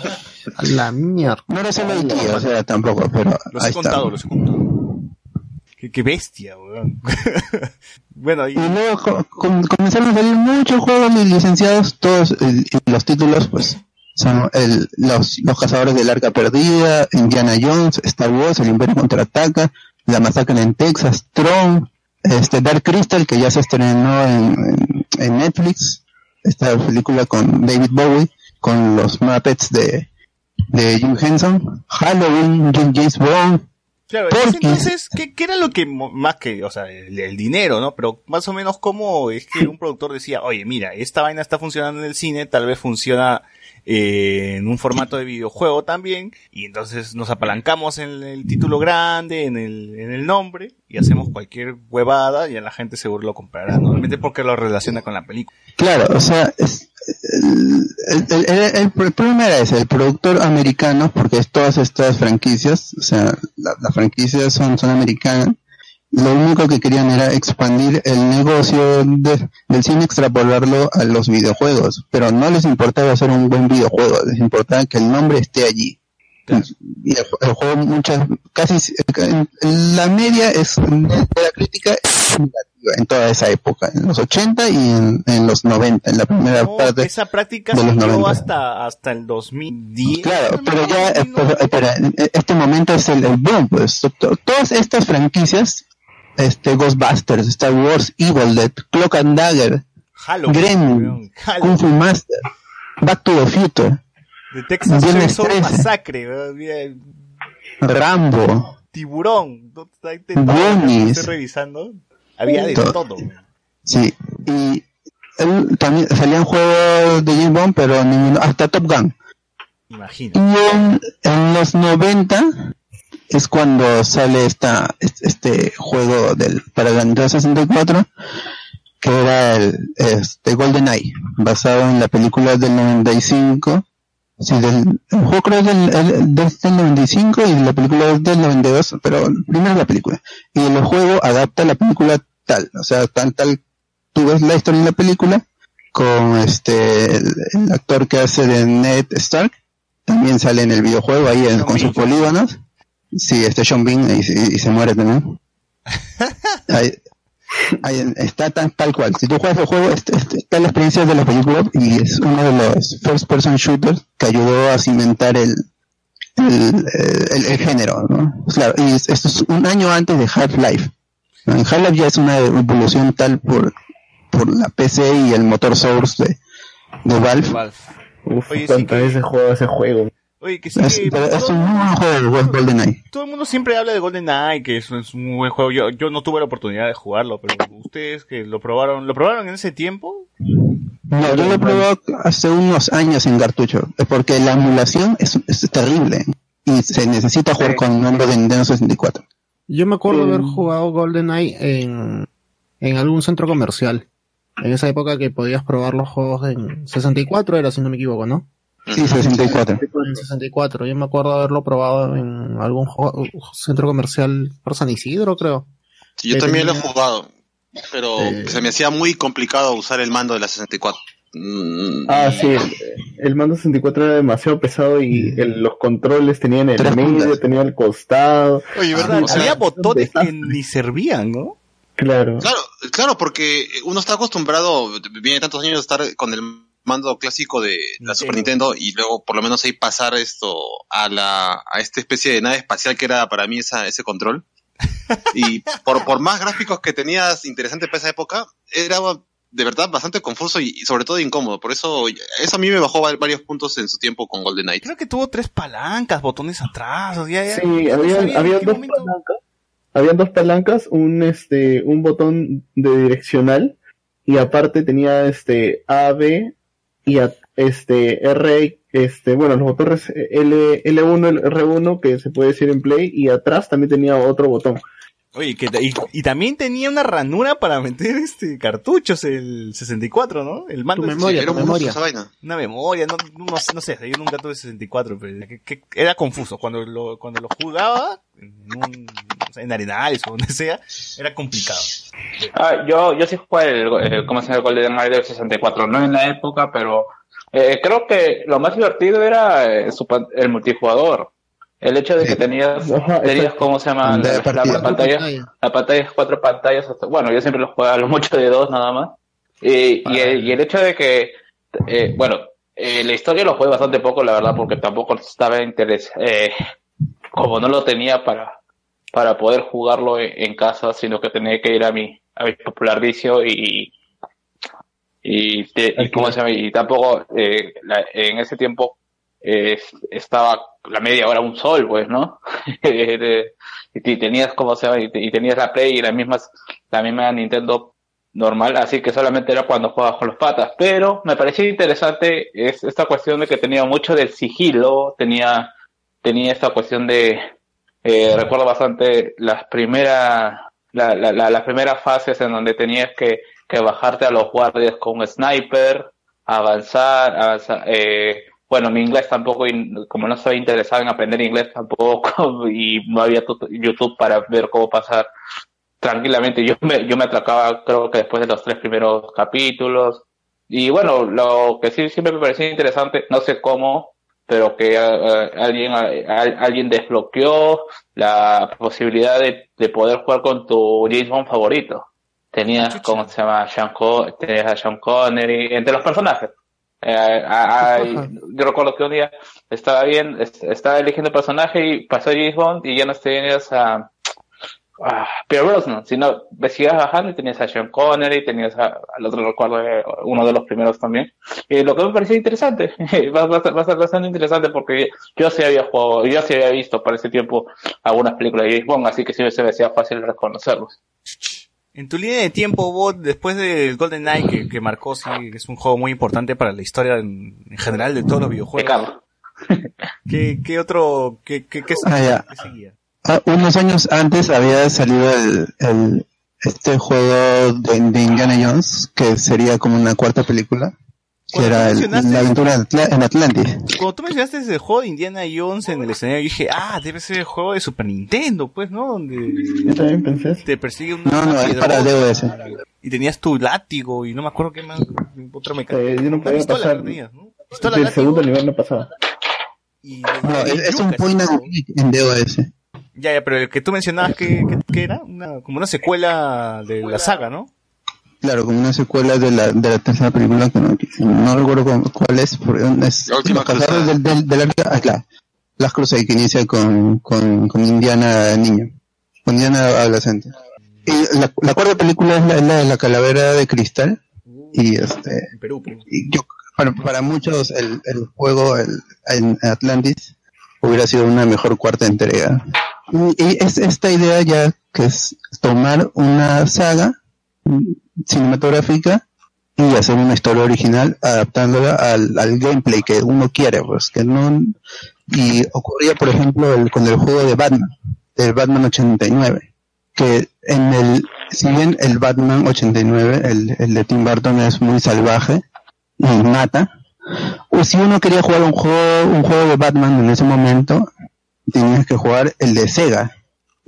A la mierda. No era solo E T, o sea, tampoco, pero Los ahí he contado, está. los he contado. Qué, qué bestia, weón. Bueno, y... Y luego co- com- comenzaron a salir muchos juegos li- licenciados, todos eh, y los títulos, pues, son el, los, los Cazadores del Arca Perdida, Indiana Jones, Star Wars, El Imperio Contraataca, La Masacre en Texas, Tron, este Dark Crystal, que ya se estrenó en, en, en Netflix, esta película con David Bowie, con los Muppets de, de Jim Henson, Halloween, James Bond. Claro, en ese entonces, ¿qué, ¿qué era lo que, mo- más que, o sea, el, el dinero, ¿no? Pero más o menos cómo es que un productor decía, oye, mira, esta vaina está funcionando en el cine, tal vez funciona eh, en un formato de videojuego también, y entonces nos apalancamos en el título grande, en el, en el nombre, y hacemos cualquier huevada, y a la gente seguro lo comprará, normalmente porque lo relaciona con la película. Claro, o sea, es, el, el, el, el- el problema era ese, el productor americano, porque es todas estas franquicias, o sea, la- las franquicias son, son americanas, lo único que querían era expandir el negocio de- del cine, extrapolarlo a los videojuegos, pero no les importaba hacer un buen videojuego, les importaba que el nombre esté allí. Y el, el juego muchas, casi, en- en la media es, de la crítica es negativa en toda esa época, en los ochenta y en, en los noventa, en la primera No, parte esa práctica de los siguió noventa. hasta, hasta el dos mil diez. Claro, pero ya, eh, pero, espera, este momento es el, el boom, pues, to- to- todas estas franquicias, este, Ghostbusters, Star Wars, Evil Dead, Cloak and Dagger, Halloween, Gremlin, weón, Halloween. Kung Fu Master, Back to the Future, De Texas Viernes Chainsaw trece. Masacre, weón, mira, Rambo, Tiburón, ¿no? Está intentando- Goonies. estoy revisando, había de Todo. todo. weón. sí, y él, también salían juegos de James Bond, pero ninguno, hasta Top Gun. Imagina. Y en, en los noventa es cuando sale esta este, este juego del para la Nintendo sesenta y cuatro, que era el este GoldenEye, basado en la película del noventa y cinco. Sí, del, el juego creo que es del, el- desde el noventa y cinco y la película es del noventa y dos, pero primero la película. Y el juego adapta la película tal, o sea, tal, tal, tú ves la historia en la película con este el, el actor que hace de Ned Stark, también sale en el videojuego ahí en- con sus polígonos. Sí, este Sean Bean y, y- y se muere también. Ahí, ahí está tan, tal cual. Si tú juegas el juego, este, este, está la experiencia de la película y es uno de los first person shooters que ayudó a cimentar el, el, el, el género, ¿no? Claro, y es- esto es un año antes de Half-Life. ¿no? En Half-Life ya es una evolución tal por, por la P C y el motor Source de, de Valve. Uf, Oye, sí cuánto que- ese juego, ese juego. Oye, que sí, Es, que pero es todo, un muy buen juego el GoldenEye. todo el mundo siempre habla de GoldenEye, que es, es un buen juego. Yo, yo no tuve la oportunidad de jugarlo, pero ustedes que lo probaron, ¿lo probaron en ese tiempo? No, yo lo he probado hace unos años en cartucho, porque la emulación es, es terrible y se necesita jugar con el mando de Nintendo sesenta y cuatro. Yo me acuerdo haber Mm. jugado GoldenEye en, en algún centro comercial. En esa época que podías probar los juegos en sesenta y cuatro, era, si no me equivoco, ¿no? Sí, sesenta y cuatro. En sesenta y cuatro. Yo me acuerdo haberlo probado en algún juego- centro comercial por San Isidro, creo. Sí, yo Que también lo he tenía- jugado. Pero Eh. se me hacía muy complicado usar el mando de la sesenta y cuatro. Mm, Ah, sí, el, el mando sesenta y cuatro era demasiado pesado y el- los controles tenían el Tres medio, puntas. tenía el costado. Oye, ¿verdad? o sea, Había botones que ni servían, ¿no? Claro. Claro, claro, porque uno está acostumbrado, viene tantos años de estar con el mando clásico de la Super Nintendo y luego por lo menos ahí pasar esto a la a esta especie de nave espacial que era para mí esa, ese control. Y por, por más gráficos que tenías interesantes para esa época, era de verdad bastante confuso y, y sobre todo incómodo. Por eso, eso a mí me bajó va- varios puntos en su tiempo con GoldenEye. Creo que tuvo tres palancas, botones atrás. O sea, ya- Sí, ya no había, sabía en había qué dos momento- palancas. Habían dos palancas, un este, un botón de direccional y aparte tenía este A, B y a- este R, este, bueno, los botones L, L1, R uno que se puede decir en play y atrás también tenía otro botón. Oye, que, y, y también tenía una ranura para meter este cartuchos, el sesenta y cuatro, ¿no? El mando. Tu de- memoria, Era tu un memoria. monstruo esa vaina. Una memoria, no, no, no sé, no sé, yo nunca tuve sesenta y cuatro, pero que, que era confuso. Cuando lo, cuando lo jugaba, en, un, o sea, en Arenales o donde sea, era complicado. Ah, yo, yo sí jugué el, el, ¿cómo se llama? El GoldenEye del sesenta y cuatro, no en la época, pero eh, creo que lo más divertido era eh, su pan- el multijugador. El hecho de que tenías, Ajá, tenías exacto. ¿cómo se llama? De La, la partida. pantalla, la pantalla es cuatro pantallas. hasta- Bueno, yo siempre lo jugaba a lo mucho de dos nada más. Y, y, el, y el hecho de que, eh, bueno, eh, la historia lo jugué bastante poco, la verdad, porque tampoco estaba interesado, eh, como no lo tenía para, para poder jugarlo en, en casa, sino que tenía que ir a mi, a mi popular vicio y, y, te- y, ¿cómo se llama? Y tampoco, eh, la- en ese tiempo, eh, estaba la media hora un sol, pues, ¿no? De- y tenías, ¿cómo se llama? Y, te- y tenías la Play y las mismas, la misma Nintendo normal, así que solamente era cuando jugabas con los patas. Pero me parecía interesante es esta cuestión de que tenía mucho del sigilo, tenía, tenía esta cuestión de, eh, recuerdo bastante las primeras, la, la, la- las primeras fases en donde tenías que, que bajarte a los guardias con un sniper, avanzar, avanzar, eh, bueno, mi inglés tampoco, y como no estaba interesado en aprender inglés tampoco, y no había tut- YouTube para ver cómo pasar tranquilamente. Yo me, yo me atracaba, creo que después de los tres primeros capítulos. Y bueno, lo que sí siempre me pareció interesante, no sé cómo, pero que eh, alguien, eh, al- alguien desbloqueó la posibilidad de, de poder jugar con tu James Bond favorito. Tenías, ¿cómo se llama? Sean Co- tenías a Sean Connery, entre los personajes. Eh, a- a- yo recuerdo que un día estaba bien, est- estaba eligiendo personaje y pasó James Bond y ya no tenías a, a Pierre Brosnan, sino seguías bajando y tenías a Sean Connery, tenías a, al otro recuerdo, eh, uno de los primeros también. Y lo que me pareció interesante, va, va a ser, va a ser bastante interesante porque yo sí había jugado, yo sí había visto para ese tiempo algunas películas de James Bond, así que sí se me hacía fácil reconocerlos. En tu línea de tiempo, Bot, después del GoldenEye, que, que marcó, sí, que es un juego muy importante para la historia en, en general de todos los videojuegos. ¿Qué, qué otro, qué, qué, qué, Ah, ya. qué seguía? Ah, unos años antes había salido el, el este juego de, de Indiana Jones, que sería como una cuarta película, que Cuando era tú el- mencionaste- la aventura en Atla- en Atlantis. Cuando tú mencionaste ese juego de Indiana Jones en el escenario, yo dije, ah, debe ser el juego de Super Nintendo, pues, ¿no? Donde Yo también pensé. te persigue una No, no, una es para piedrota, D O S. y tenías tu látigo y no me acuerdo qué más, otra mecánica. Eh, yo no Una podía pistola pasar que tenías, ¿no? Pistola, del látigo, segundo nivel, no pasaba. y, No, y es, es un yucas, point ¿no? and click en D O S. Ya, ya, pero el que tú mencionabas que, que, que era una, como una secuela de la saga, ¿no? Claro, como una secuela de la, de la tercera película, que no, no recuerdo cu- cuál es, porque es La última los cazadores cruzada. del, del, de la, ah, claro, las cruzadas que inicia con, con, con Indiana niño, con Indiana adolescente. Y la, la cuarta película es la, es la de la calavera de cristal, y este, En Perú, Perú. y yo, para, para muchos el, el juego el, en Atlantis hubiera sido una mejor cuarta entrega. Y, y es esta idea ya que es tomar una saga mm, cinematográfica y hacer una historia original adaptándola al, al gameplay que uno quiere, pues que no. Y ocurría, por ejemplo, el, con el juego de Batman, del Batman ochenta y nueve, que en el, si bien el Batman ochenta y nueve, el, el de Tim Burton es muy salvaje y mata, o si uno quería jugar un juego, un juego de Batman en ese momento, tenías que jugar el de Sega.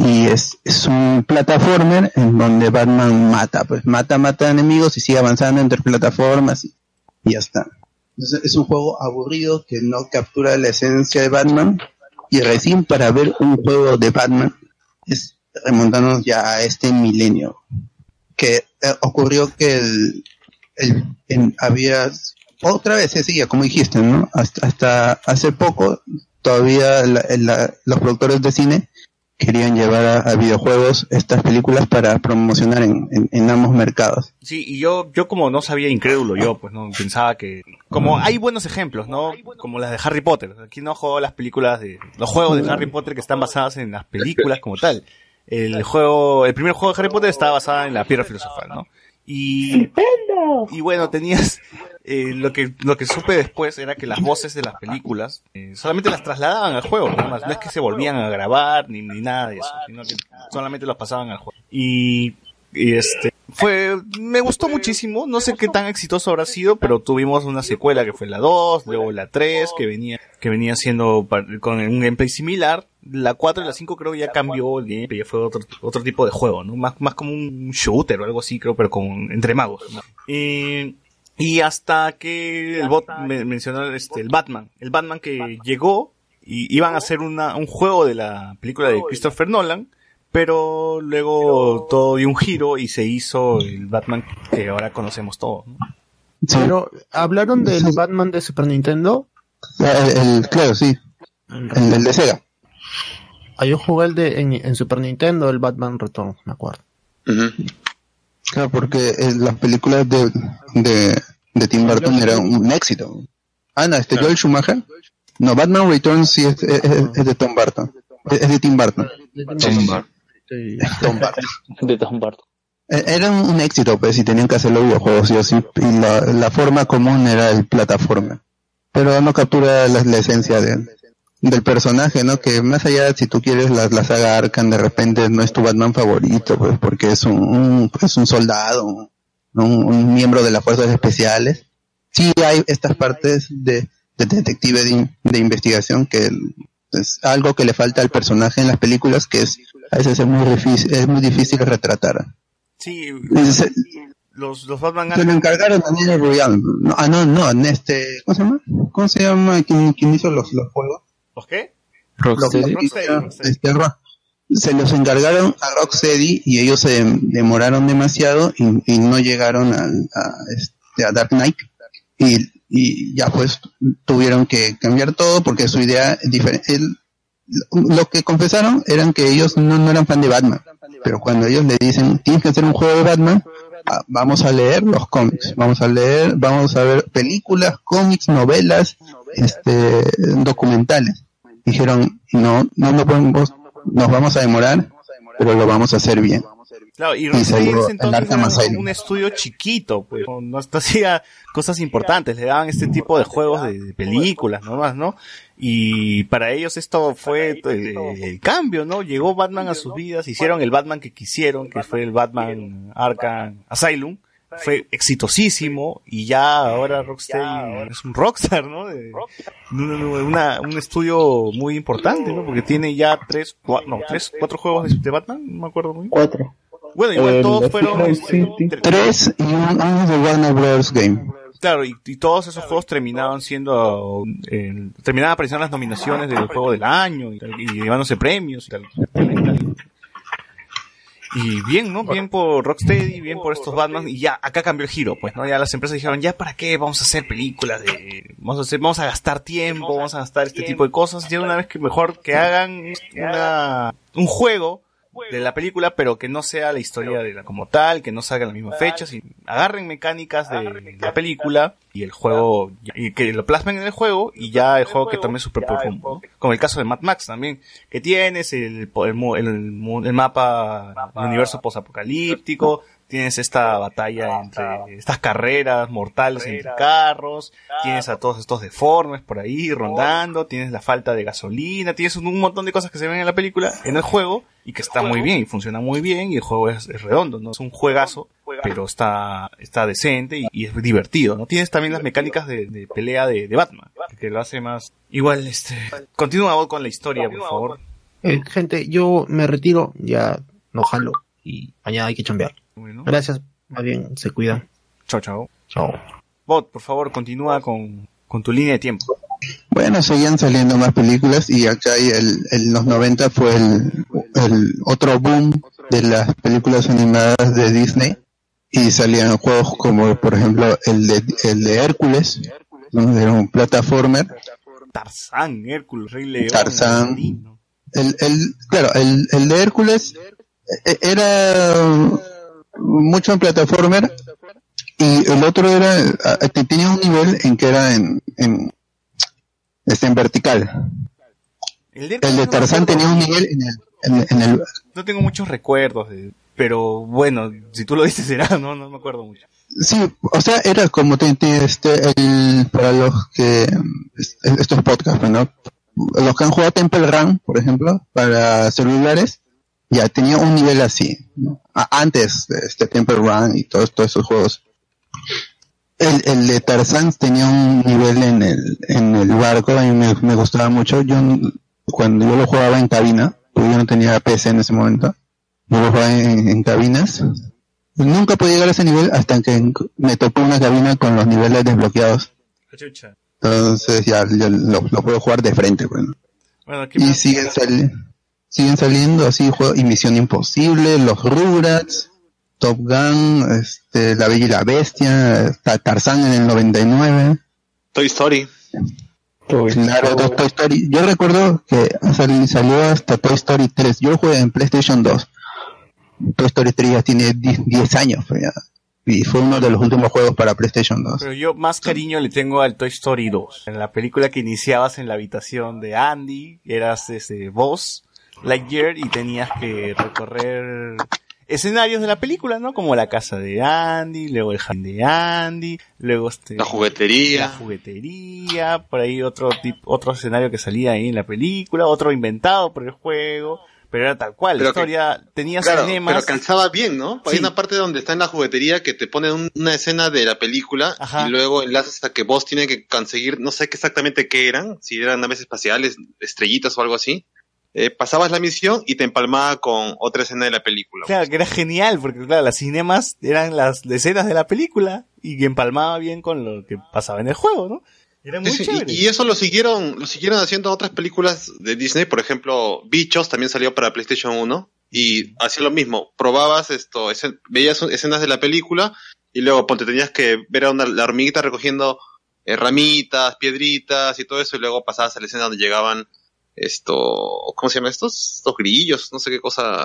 y es, es un plataformer en donde Batman mata, pues mata, mata enemigos y sigue avanzando entre plataformas y, y ya está. Entonces es un juego aburrido que no captura la esencia de Batman, y recién para ver un juego de Batman es remontándonos ya a este milenio, que eh, ocurrió que el, el, en, había otra vez se seguía, como dijiste, ¿no? Hasta, hasta hace poco todavía la, la, los productores de cine querían llevar a, a videojuegos estas películas para promocionar en, en, en ambos mercados. Sí, y yo, yo como no sabía, incrédulo yo, pues no pensaba que, como hay buenos ejemplos, ¿no? Como las de Harry Potter. Aquí no juego las películas de, los juegos de Harry Potter que están basados en las películas como tal. El juego, el primer juego de Harry Potter estaba basado en la piedra filosofal, ¿no? Y, y bueno, tenías, eh, lo que, lo que supe después era que las voces de las películas, eh, solamente las trasladaban al juego, nada más. No es que se volvían a grabar, ni, ni nada de eso, sino que solamente los pasaban al juego. Y, y este, fue, me gustó muchísimo, no sé qué tan exitoso habrá sido, pero tuvimos una secuela que fue la dos, luego la tres, que venía, que venía siendo con un gameplay similar. La cuatro y la cinco creo ya cambió el gameplay, ya fue otro, otro tipo de juego, ¿no? Más, más como un shooter o algo así, creo, pero con, entre magos, ¿no? Y, y hasta que el bot me, mencionó este, el Batman, el Batman que llegó, y iban a hacer una, un juego de la película de Christopher Nolan, pero luego todo dio un giro y se hizo el Batman que ahora conocemos todos, ¿no? Pero, ¿hablaron del Batman de Super Nintendo? El, el, claro, sí. El, el de Sega. Ah, yo jugué el de, en, en Super Nintendo, el Batman Returns, me acuerdo. Uh-huh. Claro, porque eh, las películas de, de, de Tim Burton eran un éxito. Ah, no, este, Joel Schumacher. No, Batman Returns sí es, es, es de Tom Burton. Es, es de Tim Burton. Tim Burton. Tom Burton. De Tom Burton. Era un, un éxito, pues, y tenían que hacer los videojuegos, sí o sí, y la, la forma común era el plataforma. Pero no captura la, la esencia de, del personaje, ¿no? Que más allá, si tú quieres, la, la saga Arkham de repente no es tu Batman favorito, pues, porque es un, un, es un soldado, un, un miembro de las fuerzas especiales. Sí hay estas partes de, de detective de, de investigación que es algo que le falta al personaje en las películas, que es, a veces es muy difícil, es muy difícil retratar. Sí, se, los, los Batman se lo encargaron a Neil Royal. No, ah, no, no, en este, ¿cómo se llama? ¿Cómo se llama quien, quien hizo los, los juegos? ¿Los qué? Rocksteady. Este, se los encargaron a Rocksteady y ellos se demoraron demasiado y, y no llegaron a, a, este, a Dark Knight y, y ya pues tuvieron que cambiar todo porque su idea es diferente. El, lo que confesaron eran que ellos no, no eran fan de Batman, pero cuando ellos le dicen tienes que hacer un juego de Batman, ah, vamos a leer los cómics, vamos a leer, vamos a ver películas, cómics, novelas, este, documentales. Dijeron no, no nos podemos, nos vamos a demorar, pero lo vamos a hacer bien. Claro, y Rocksteady en ese entonces era un, un estudio chiquito, pues, no, no hacía cosas importantes, le daban este tipo de juegos de, de películas nomás, ¿no? Y para ellos esto fue el, el cambio, ¿no? Llegó Batman a sus vidas, hicieron el Batman que quisieron, que fue el Batman Arkham Asylum, fue exitosísimo, y ya ahora Rocksteady es un rockstar, ¿no? De, una, un estudio muy importante, ¿no? Porque tiene ya tres, cuatro, no, tres, cuatro juegos de, de Batman, no me acuerdo muy bien. Cuatro. Bueno, igual el todos fueron este, tres y uno de Warner Bros. Game. Claro, y, y todos esos juegos terminaban siendo, eh, terminaban apareciendo en las nominaciones del juego del año y, y llevándose premios y tal. Y bien, ¿no? Bien por Rocksteady, bien por estos Batman, y ya, acá cambió el giro, pues, ¿no? Ya las empresas dijeron, ya, ¿para qué vamos a hacer películas de, vamos a hacer, vamos a gastar tiempo, vamos a gastar este tipo de cosas, ya una vez que mejor que hagan una, un juego de la película, pero que no sea la historia de la como tal, que no salga en las mismas fechas, y agarren mecánicas de la película y el juego, y que lo plasmen en el juego, y ya el juego que tome su propio rumbo, ¿no? Como el caso de Mad Max también, que tienes el, el, el, el mapa, el universo posapocalíptico, tienes esta batalla entre, estas carreras mortales entre carros, tienes a todos estos deformes por ahí rondando, tienes la falta de gasolina, tienes un, un montón de cosas que se ven en la película, en el juego, y que está muy bien, y funciona muy bien, y el juego es, es redondo, ¿no? Es un juegazo, pero está, está decente y, y es divertido, ¿no? Tienes también las mecánicas de, de pelea de, de Batman, que lo hace más... Igual, este... Continúa vos con la historia, por favor. Eh, gente, yo me retiro, ya no jalo y mañana hay que chambear. Bueno. Gracias, más bien, se cuidan. Chao, chao. Chao. Bot, por favor, continúa con, con tu línea de tiempo. Bueno, seguían saliendo más películas y acá hay el, en los noventa fue el, el otro boom de las películas animadas de Disney y salían juegos como por ejemplo el de el de Hércules, ¿no? Era un plataformer. Tarzán, Hércules, Rey León. Tarzán. Aladino. El, el, claro, el, el de Hércules eh, era mucho en plataformer y el otro era eh, tenía un nivel en que era en, en Está en vertical. El de, el de Tarzán tenía un nivel en el, en, en el... No tengo muchos recuerdos, de, pero bueno, si tú lo dices será, no, no me acuerdo mucho. Sí, o sea, era como te, te, este, el, para los que estos podcasts, ¿no? Los que han jugado Temple Run, por ejemplo, para celulares, ya tenía un nivel así, ¿no? Antes de este Temple Run y todos, todos esos juegos. El, el de Tarzán tenía un nivel en el en el barco, a mí me, me gustaba mucho. Yo cuando yo lo jugaba en cabina, porque yo no tenía P C en ese momento, yo lo jugaba en, en cabinas. Nunca podía llegar a ese nivel hasta que me tocó una cabina con los niveles desbloqueados. Entonces ya, ya lo, lo puedo jugar de frente, bueno. Bueno, y siguen, sali siguen saliendo así juegos, y Misión Imposible, los Rugrats, Top Gun, este, La Bella y la Bestia, Tarzán en el noventa y nueve. Toy Story. Claro, Toy, Toy Story. Yo recuerdo que sal, salió hasta Toy Story tres. Yo lo jugué en PlayStation dos. Toy Story tres ya tiene diez años. Pues ya. Y fue uno de los últimos juegos para PlayStation dos. Pero yo más cariño le tengo al Toy Story dos. En la película que iniciabas en la habitación de Andy, eras ese Buzz Lightyear y tenías que recorrer escenarios de la película, ¿no? Como la casa de Andy, luego el jardín de Andy, luego este la juguetería, la juguetería, por ahí otro tipo, otro escenario que salía ahí en la película, otro inventado por el juego, pero era tal cual, pero la historia que, tenía claro, cinemas. Pero calzaba bien, ¿no? Hay Sí. una parte donde está en la juguetería que te pone un, una escena de la película. Ajá. Y luego enlaces a que vos tienes que conseguir, no sé qué exactamente qué eran, si eran naves espaciales, estrellitas o algo así. Eh, pasabas la misión y te empalmaba con otra escena de la película. Claro, que era genial, porque claro, las cinemas eran las escenas de la película y que empalmaba bien con lo que pasaba en el juego, ¿no? Era muy sí, sí, chévere. Y, y eso lo siguieron, lo siguieron haciendo otras películas de Disney, por ejemplo, Bichos también salió para PlayStation uno y hacía lo mismo, probabas esto, ese, veías escenas de la película y luego ponte tenías que ver a una, la hormiguita recogiendo eh, ramitas, piedritas y todo eso y luego pasabas a la escena donde llegaban esto, ¿cómo se llama estos? Estos grillos, no sé qué cosa,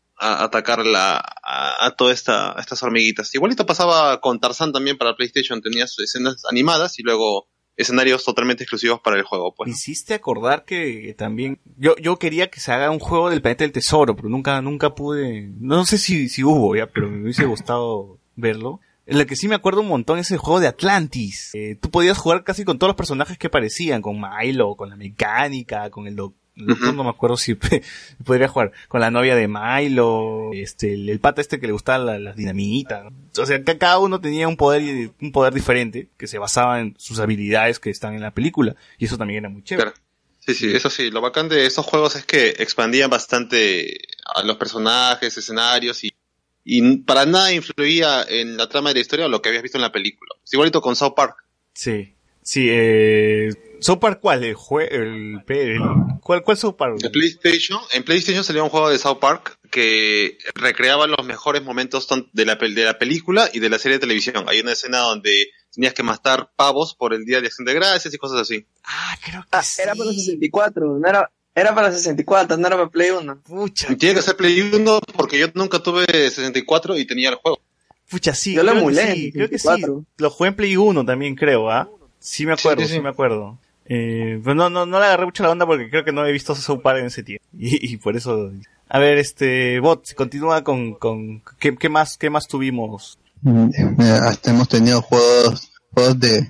a atacar la, a, a todas esta, estas hormiguitas. Igualito pasaba con Tarzán también para PlayStation, tenías escenas animadas y luego escenarios totalmente exclusivos para el juego, pues. Me hiciste acordar que también, yo, yo quería que se haga un juego del planeta del tesoro, pero nunca, nunca pude, no sé si, si hubo ya, pero me hubiese gustado verlo. En la que sí me acuerdo un montón es el juego de Atlantis. Eh, tú podías jugar casi con todos los personajes que aparecían, con Milo, con la mecánica, con el doctor, uh-huh. No me acuerdo si podría jugar, con la novia de Milo, este, el, el pata este que le gustaba la, las dinamitas, ¿no? O sea, que cada uno tenía un poder, un poder diferente, que se basaba en sus habilidades que están en la película, y eso también era muy chévere. Claro. Sí, sí, eso sí, lo bacán de estos juegos es que expandían bastante a los personajes, escenarios y Y para nada influía en la trama de la historia o lo que habías visto en la película. Es igualito con South Park. Sí, sí, eh... ¿South Park cuál? El, jue el, el ¿cuál, ¿Cuál South Park? De PlayStation. En PlayStation salió un juego de South Park que recreaba los mejores momentos de la, de la película y de la serie de televisión. Hay una escena donde tenías que matar pavos por el Día de Acción de Gracias y cosas así. Ah, creo que ah, sí. Era para sesenta y cuatro, no era... Era para sesenta y cuatro, no era para Play uno. Pucha. Tiene que ser Play uno porque yo nunca tuve sesenta y cuatro y tenía el juego. Pucha, sí. Yo lo creo emulé. Que sí, creo que sí. Lo jugué en Play uno también, creo, ¿ah? ¿eh? Sí me acuerdo, sí, sí, sí. sí me acuerdo. Eh, pero no, no, no le agarré mucho la onda porque creo que no he visto South Park en ese tiempo. Y, y por eso... A ver, este, Bot, continúa con, con, ¿qué, qué más, qué más tuvimos? Hasta hemos tenido juegos, juegos de,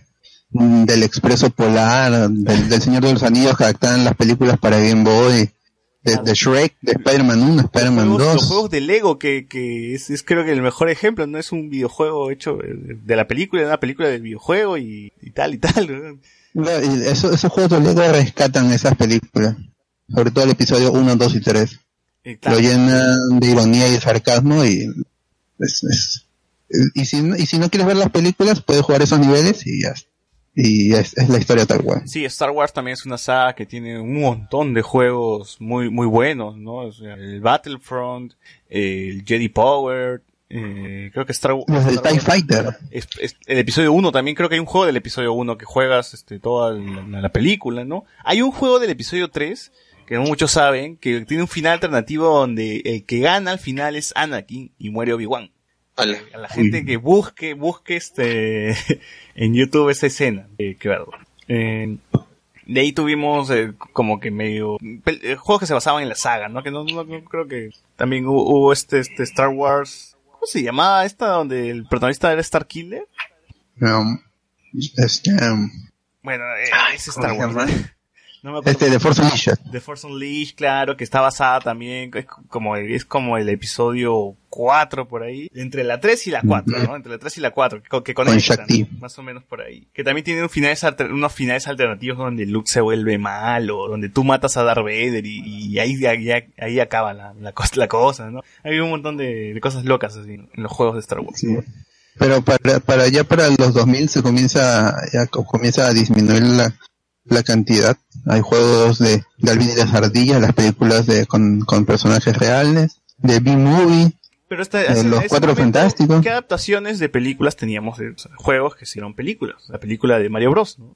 del Expreso Polar, del, del Señor de los Anillos que adaptaban las películas para Game Boy, de, de Shrek, de Spider-Man uno, Spider-Man dos. Los juegos de Lego, que, que es, es creo que el mejor ejemplo, no es un videojuego hecho de la película, es una película del videojuego y, y tal y tal. No, y eso, esos juegos de Lego rescatan esas películas. sobre todo el episodio uno, dos y tres. Lo llenan de ironía y de sarcasmo y es, es, y si no, y si no quieres ver las películas puedes jugar esos niveles y ya y es, es la historia tal cual. Sí, Star Wars también es una saga que tiene un montón de juegos muy muy buenos, ¿no? O sea, el Battlefront, el Jedi Power, eh, creo que Star Wars... Los del TIE Fighter. Es, es, el episodio uno también, creo que hay un juego del episodio uno que juegas este toda la, la película, ¿no? Hay un juego del episodio tres que no muchos saben, que tiene un final alternativo donde el que gana al final es Anakin y muere Obi-Wan. Vale. A la gente que busque, busque este en YouTube esa escena, eh, que verlo. Eh, de ahí tuvimos eh, como que medio eh, juegos que se basaban en la saga, ¿no? Que no, no, no creo que también hubo, hubo este este Star Wars, ¿cómo se llamaba esta donde el protagonista era Starkiller? Um, este, um, bueno, eh, ese Star Wars. No me acuerdo. Este, The Force Unleashed. The Force Unleashed, claro, que está basada también, es como, es como el episodio cuatro por ahí, entre la tres y la cuatro, ¿no? Entre la tres y la cuatro, que, que conectan, más o menos por ahí. Que también tiene un finales alter, unos finales alternativos donde Luke se vuelve malo, donde tú matas a Darth Vader y, y ahí, ahí, ahí acaba la, la, cosa, la cosa, ¿no? Hay un montón de, de cosas locas así en los juegos de Star Wars. Sí. Pero para, para ya para los dos mil se comienza, ya comienza a disminuir la la cantidad. Hay juegos de, de Alvin y las ardillas, las películas de con, con personajes reales, de B-Movie, pero esta, de los Cuatro momento, Fantásticos. ¿Qué adaptaciones de películas teníamos de o sea, juegos que hicieron películas? La película de Mario Bros, ¿no?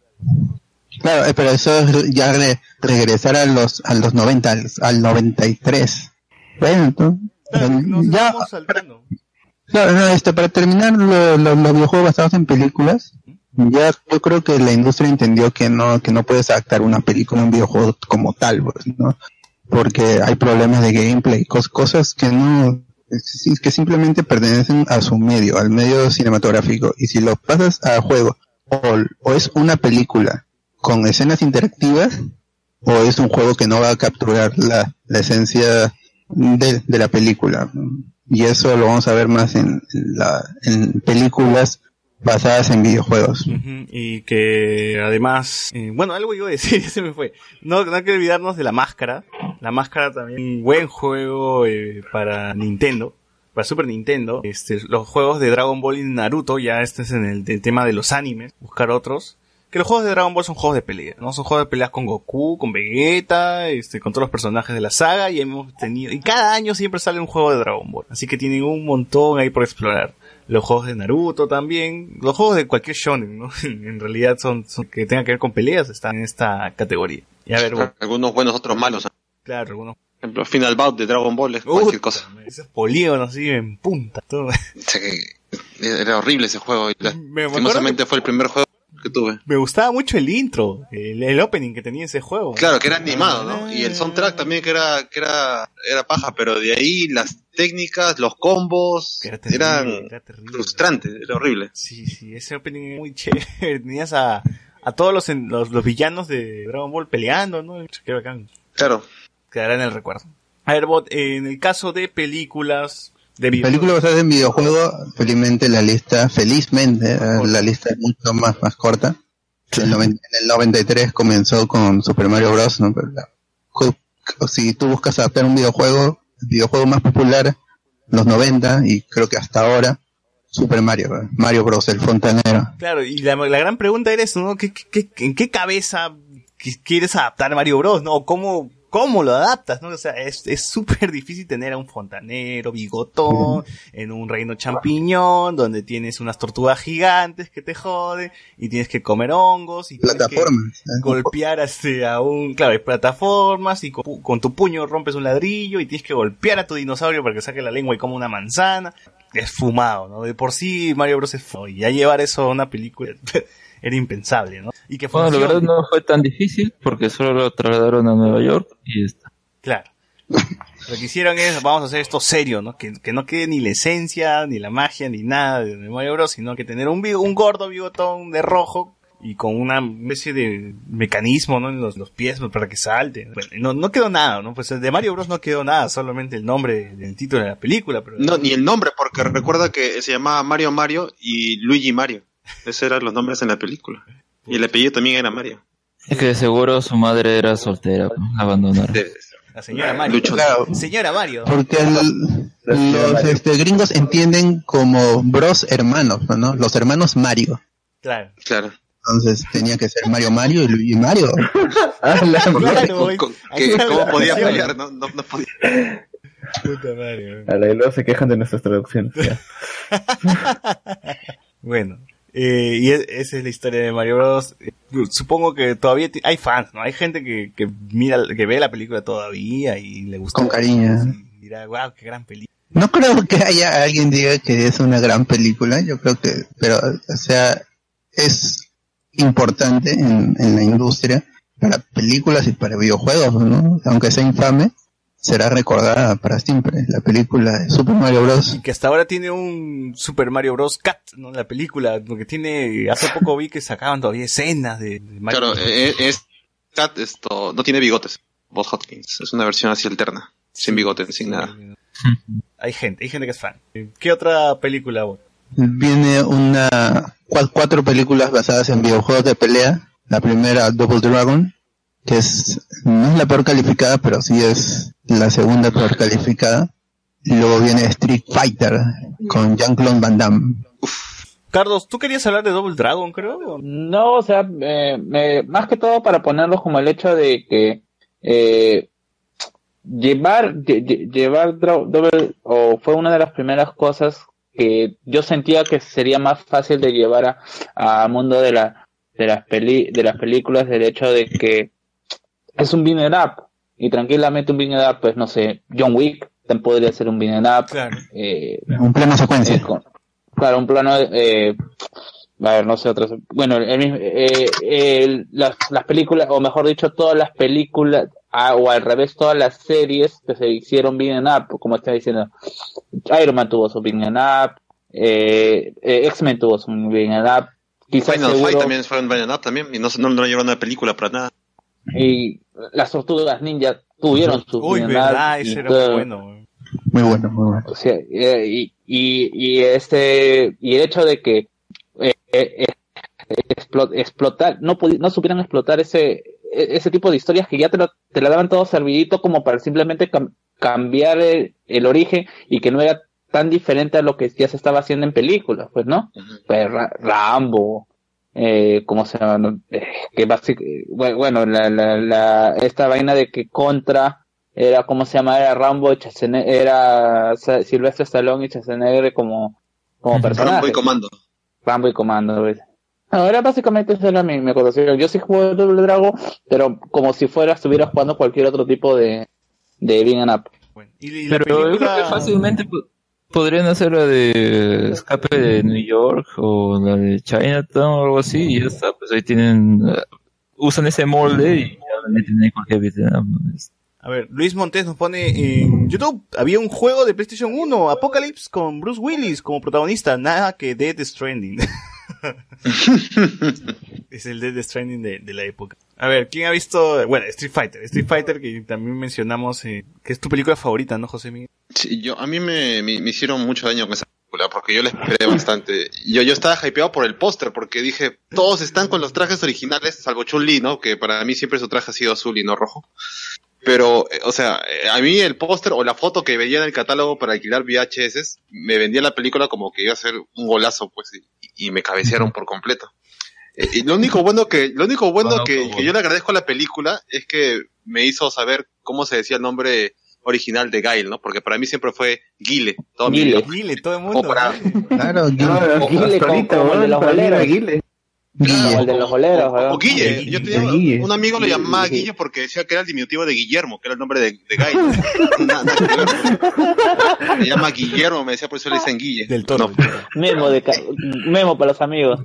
Claro, pero eso es ya re, regresar a los a los noventa, al, al noventa y tres. Bueno, entonces, claro, nos ya, estamos saltando. Claro, no, este, para terminar lo, lo, los videojuegos basados en películas, ya yo creo que la industria entendió que no que no puedes adaptar una película a un videojuego como tal, pues, ¿no? Porque hay problemas de gameplay, cos, cosas que no que simplemente pertenecen a su medio, al medio cinematográfico, y si lo pasas a juego o, o es una película con escenas interactivas o es un juego que no va a capturar la, la esencia de, de la película, y eso lo vamos a ver más en, en, la, en películas basadas en videojuegos. Uh-huh. Y que además, eh, bueno, algo iba a decir, se me fue. No, no hay que olvidarnos de la máscara. La máscara también, un buen juego eh, para Nintendo, para Super Nintendo. Este, los juegos de Dragon Ball y Naruto, ya este es en el, el tema de los animes, buscar otros. Que los juegos de Dragon Ball son juegos de pelea, ¿no? Son juegos de peleas con Goku, con Vegeta, este, con todos los personajes de la saga, y hemos tenido, y cada año siempre sale un juego de Dragon Ball. Así que tienen un montón ahí por explorar. Los juegos de Naruto también, los juegos de cualquier shonen, ¿no? En realidad son, son que tengan que ver con peleas, están en esta categoría. Y a ver, bueno, algunos buenos, otros malos. claro, algunos. Por ejemplo, Final Bout de Dragon Ball es cualquier cosa. Esos polígonos así en punta, todo. O sea que era horrible ese juego. Y la, me lastimosamente que... fue el primer juego que tuve. Me gustaba mucho el intro, el, el opening que tenía ese juego. Claro, que era animado, ¿no? Y el soundtrack también que era que era era paja, pero de ahí las técnicas, los combos era terrible, eran era terrible, frustrantes, era horrible. Sí, sí, ese opening era muy chévere. Tenías a a todos los, los los villanos de Dragon Ball peleando, ¿no? Qué bacán. Claro. Quedará en el recuerdo. A ver, Bot, en el caso de películas de películas basadas en videojuegos, felizmente la lista, felizmente la lista es mucho más más corta. En el noventa y tres comenzó con Super Mario Bros, ¿no? Pero la, si tú buscas adaptar un videojuego, el videojuego más popular, los noventa, y creo que hasta ahora, Super Mario, Mario Bros, el fontanero. Claro, y la, la gran pregunta era eso, ¿no? ¿Qué, qué, qué, ¿En qué cabeza quieres adaptar Mario Bros, no? ¿Cómo, cómo lo adaptas, no? O sea, es es súper difícil tener a un fontanero, bigotón, en un reino champiñón, donde tienes unas tortugas gigantes que te joden, y tienes que comer hongos, y plataformas, que golpear este, a un, claro, hay plataformas, y con, con tu puño rompes un ladrillo, y tienes que golpear a tu dinosaurio para que saque la lengua y coma una manzana. Es fumado, ¿no? De por sí Mario Bros es fumado, y ya llevar eso a una película era impensable, ¿no? Y que bueno, la verdad no fue tan difícil porque solo lo trasladaron a Nueva York y ya está. Claro. Lo que hicieron es, vamos a hacer esto serio, ¿no? Que, que no quede ni la esencia, ni la magia, ni nada de Mario Bros, sino que tener un, un gordo bigotón de rojo y con una especie de mecanismo, ¿no? En los, los pies para que salte. Bueno, no, no quedó nada, ¿no? Pues de Mario Bros no quedó nada, solamente el nombre del título de la película. Pero... No, ni el nombre, porque recuerda que se llamaba Mario Mario y Luigi Mario. Esos eran los nombres en la película. Y el apellido también era Mario. Es que de seguro su madre era soltera, pues, la abandonaron. La señora Mario. Claro. Señora Mario. Porque el- los este, gringos entienden como bros hermanos, ¿no? Los hermanos Mario. Claro. Claro. Entonces tenía que ser Mario Mario y Luigi Mario. Claro, ¿Cómo, que, ¿Cómo podía pelear? No, no, no podía. Puta madre. A la y luego se quejan de nuestras traducciones. ya. Bueno, eh, y es- esa es la historia de Mario Bros. Eh, Supongo que todavía ti- hay fans, ¿no? Hay gente que, que mira, que ve la película todavía y le gusta. Con cariño. Y dirá, wow, qué gran película. No creo que haya alguien diga que es una gran película, yo creo que, pero, o sea, es importante en, en la industria para películas y para videojuegos, ¿no? Aunque sea infame, será recordada para siempre. La película de Super Mario Bros. Y que hasta ahora tiene un Super Mario Bros. Cat, ¿no? La película, porque tiene, hace poco vi que sacaban todavía escenas de, de Mario Claro, Bros. eh, es, Cat esto, no tiene bigotes. Bob Hoskins. Es una versión así alterna. Sin bigotes, sin nada. Hay gente, hay gente que es fan. ¿Qué otra película vos? Viene una, cua- cuatro películas basadas en videojuegos de pelea. La primera, Double Dragon, que es, no es la peor calificada, pero sí es la segunda peor calificada. Y luego viene Street Fighter, con Jean-Claude Van Damme. Carlos, ¿tú querías hablar de Double Dragon, creo? No, o sea, eh, me- más que todo para ponerlo como el hecho de que eh, llevar lle- lle- llevar Dra- Double o fue una de las primeras cosas que yo sentía que sería más fácil de llevar a, a mundo de la de las peli de las películas, del hecho de que es un beat'em up y tranquilamente un beat'em up, pues no sé, John Wick también podría ser un beat'em up. Claro. Eh, Un plano secuencia. eh, con- claro, un plano, eh, a ver, no sé, otras, bueno, el mismo, eh, el- las, las películas, o mejor dicho, todas las películas, ah, o al revés, todas las series que se hicieron beat'em up, como está diciendo, Iron Man tuvo su beat'em up, eh, eh, X-Men tuvo su beat'em up, quizás Final seguro, Fight también fue un Final Up también. Y no, no, no llevaron una película para nada. y las Tortugas Ninja tuvieron su Uy, beat'em verdad, up, y ese era todo. muy bueno. Muy bueno, muy bueno. O sea, eh, y, y, y este, y el hecho de que eh, eh, explo- explotar, no pudi- no supieran explotar ese, e- ese tipo de historias que ya te lo, te la daban todo servidito como para simplemente cam- cambiar el, el origen y que no era tan diferente a lo que ya se estaba haciendo en películas, pues, ¿no? Pues Ra- Rambo, eh, ¿cómo se llama? No, eh, que básicamente, bueno, la, la, la, esta vaina de que Contra era, ¿cómo se llama? Era Rambo, y Schwarzenegger- era Sa- Sylvester Stallone y Schwarzenegger como, como personaje. Rambo y Comando. Rambo y Comando, ¿ves? No, era básicamente esa era mi, mi acusación. Yo sí juego Double Dragon, pero como si fuera, estuviera jugando cualquier otro tipo de, de beat'em up. Y, y la Pero yo creo película... que fácilmente po- podrían hacer la de Escape de New York o la de Chinatown o algo así y ya está. Pues ahí tienen, eh, usan ese molde y ya le meten ahí cualquier beat'em up, ¿no? Es- A ver, Luis Montes nos pone en YouTube, había un juego de PlayStation uno, Apocalypse, con Bruce Willis como protagonista, nada que Death Stranding. Es el Death Stranding de, de la época. A ver, ¿quién ha visto? Bueno, Street Fighter. Street Fighter, que también mencionamos, eh, que es tu película favorita, ¿no, José Miguel? Sí, yo, a mí me, me, me hicieron mucho daño con esa película, porque yo la esperé bastante. Yo, yo estaba hypeado por el póster, porque dije, todos están con los trajes originales, salvo Chun-Li, ¿no? Que para mí siempre su traje ha sido azul y no rojo. Pero, eh, o sea, eh, a mí el póster o la foto que veía en el catálogo para alquilar V H S me vendía la película como que iba a ser un golazo, pues, y, y me cabecearon por completo. Eh, y lo único bueno que, lo único bueno Bueno, que, como- que yo le agradezco a la película es que me hizo saber cómo se decía el nombre original de Guile, ¿no? Porque para mí siempre fue Guile. Toda mi Guile. vida. Guile, todo el mundo. O para, Claro, No, Guile, como- Solito, como el de los para mí era boleros. Guile. Como el de los boleros, o, ¿verdad? o Guille. Yo tenía Guille. un amigo lo llamaba Guille. Guille porque decía que era el diminutivo de Guillermo, que era el nombre de, de Guile. Nada, nada que ver. Me llama Guillermo, me decía, por eso le dicen Guille. Del Toro. No. Memo, de ca- memo para los amigos.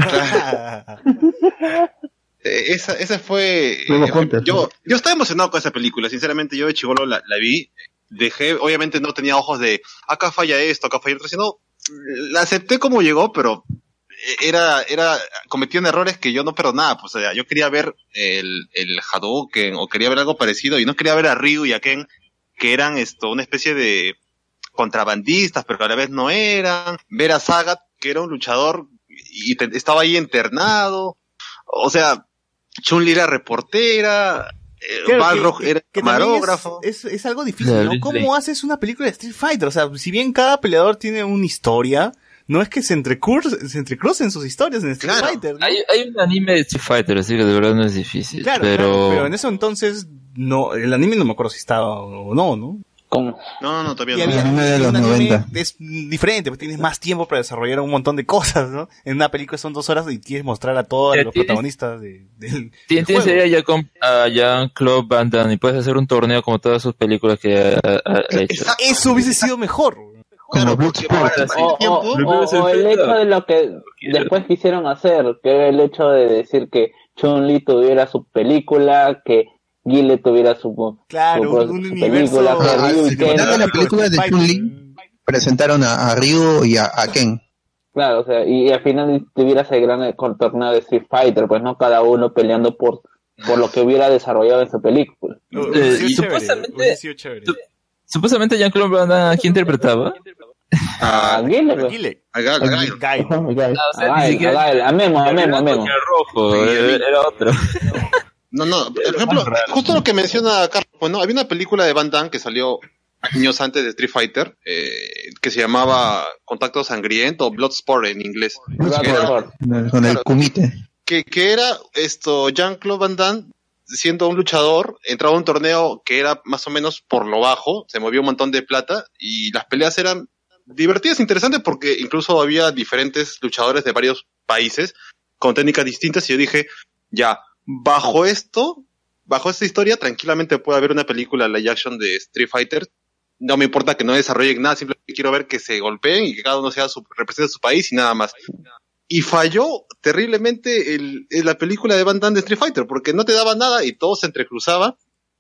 Eh, esa, esa fue... Luego eh, cuentas, yo, yo estaba emocionado con esa película, sinceramente yo de chibolo la, la vi, dejé, obviamente no tenía ojos de, acá falla esto, acá falla otro, sino la acepté como llegó, pero era, era, cometían errores que yo no perdonaba, pues, o sea, yo quería ver el, el Hadouken, o quería ver algo parecido, y no quería ver a Ryu y a Ken, que eran esto, una especie de contrabandistas, pero que a la vez no eran, ver a Sagat, que era un luchador, y te- estaba ahí internado, o sea, Chun-Li era reportera, eh, Claro, Balrog que- era que también camarógrafo. Es, es, es algo difícil, Claro, ¿no? Liz ¿Cómo Lane. haces una película de Street Fighter? O sea, si bien cada peleador tiene una historia, no es que se, entrecur- se entrecrucen sus historias en Street Claro. Fighter, ¿no? Hay, hay un anime de Street Fighter, así que de verdad no es difícil. Claro, pero... claro, pero en ese entonces, no, el anime no me acuerdo si estaba o no, ¿no? ¿Cómo? No, no, todavía Y no. había- El anime de y los un anime noventa. es diferente, porque tienes más tiempo para desarrollar un montón de cosas, ¿no? En una película son dos horas y quieres mostrar a todos Ya los tienes- protagonistas de, del, Tienes del juego. sería ya con a Jean-Claude Van Damme y puedes hacer un torneo como todas sus películas que ha, ha- ha hecho. Eso hubiese sido mejor. Como Bloodsport. O, o- o- Lo puedes o el hacer, hecho de lo que después quisieron hacer, que era el hecho de decir que Chun-Li tuviera su película, que Guile tuviera su, Claro, su, un, su un universo... película, que Ah, Ryu y sí, Ken- en la película de Chun-Li presentaron a, a Ryu y a, a Ken. claro, o sea, y, al final tuvieras el gran eh, con- torneo de Street Fighter, pues no cada uno peleando por por lo que hubiera desarrollado en su película. Hubiese sido Eh, chévere, supuestamente- hubiese sido chévere. Sup- Supuestamente Jean-Claude Van Damme, ¿a quién interpretaba? A Guile, pues. Tranquile. A Gal- a Gal. Gail. Ah, o sea, A ni Gael, siquiera- a Gael, a Memo, a Memo, a Memo. Era rojo, Sí, era, era otro. No, no, por ejemplo, justo lo que menciona Carlos, bueno, había una película de Van Damme que salió años antes de Street Fighter, eh, que se llamaba Contacto Sangriento o Bloodsport en inglés. Que era- Con el kumite. que, que era esto, Jean-Claude Van Damme, siendo un luchador, entraba a un torneo que era más o menos por lo bajo, se movió un montón de plata y las peleas eran divertidas, interesantes porque incluso había diferentes luchadores de varios países con técnicas distintas y yo dije, ya, bajo esto, bajo esta historia, tranquilamente puede haber una película live action de Street Fighter. No me importa que no desarrollen nada, simplemente quiero ver que se golpeen y que cada uno sea su, represente a su país y nada más. Y falló terriblemente el, el- la película de Van Damme de Street Fighter, porque no te daba nada y todo se entrecruzaba.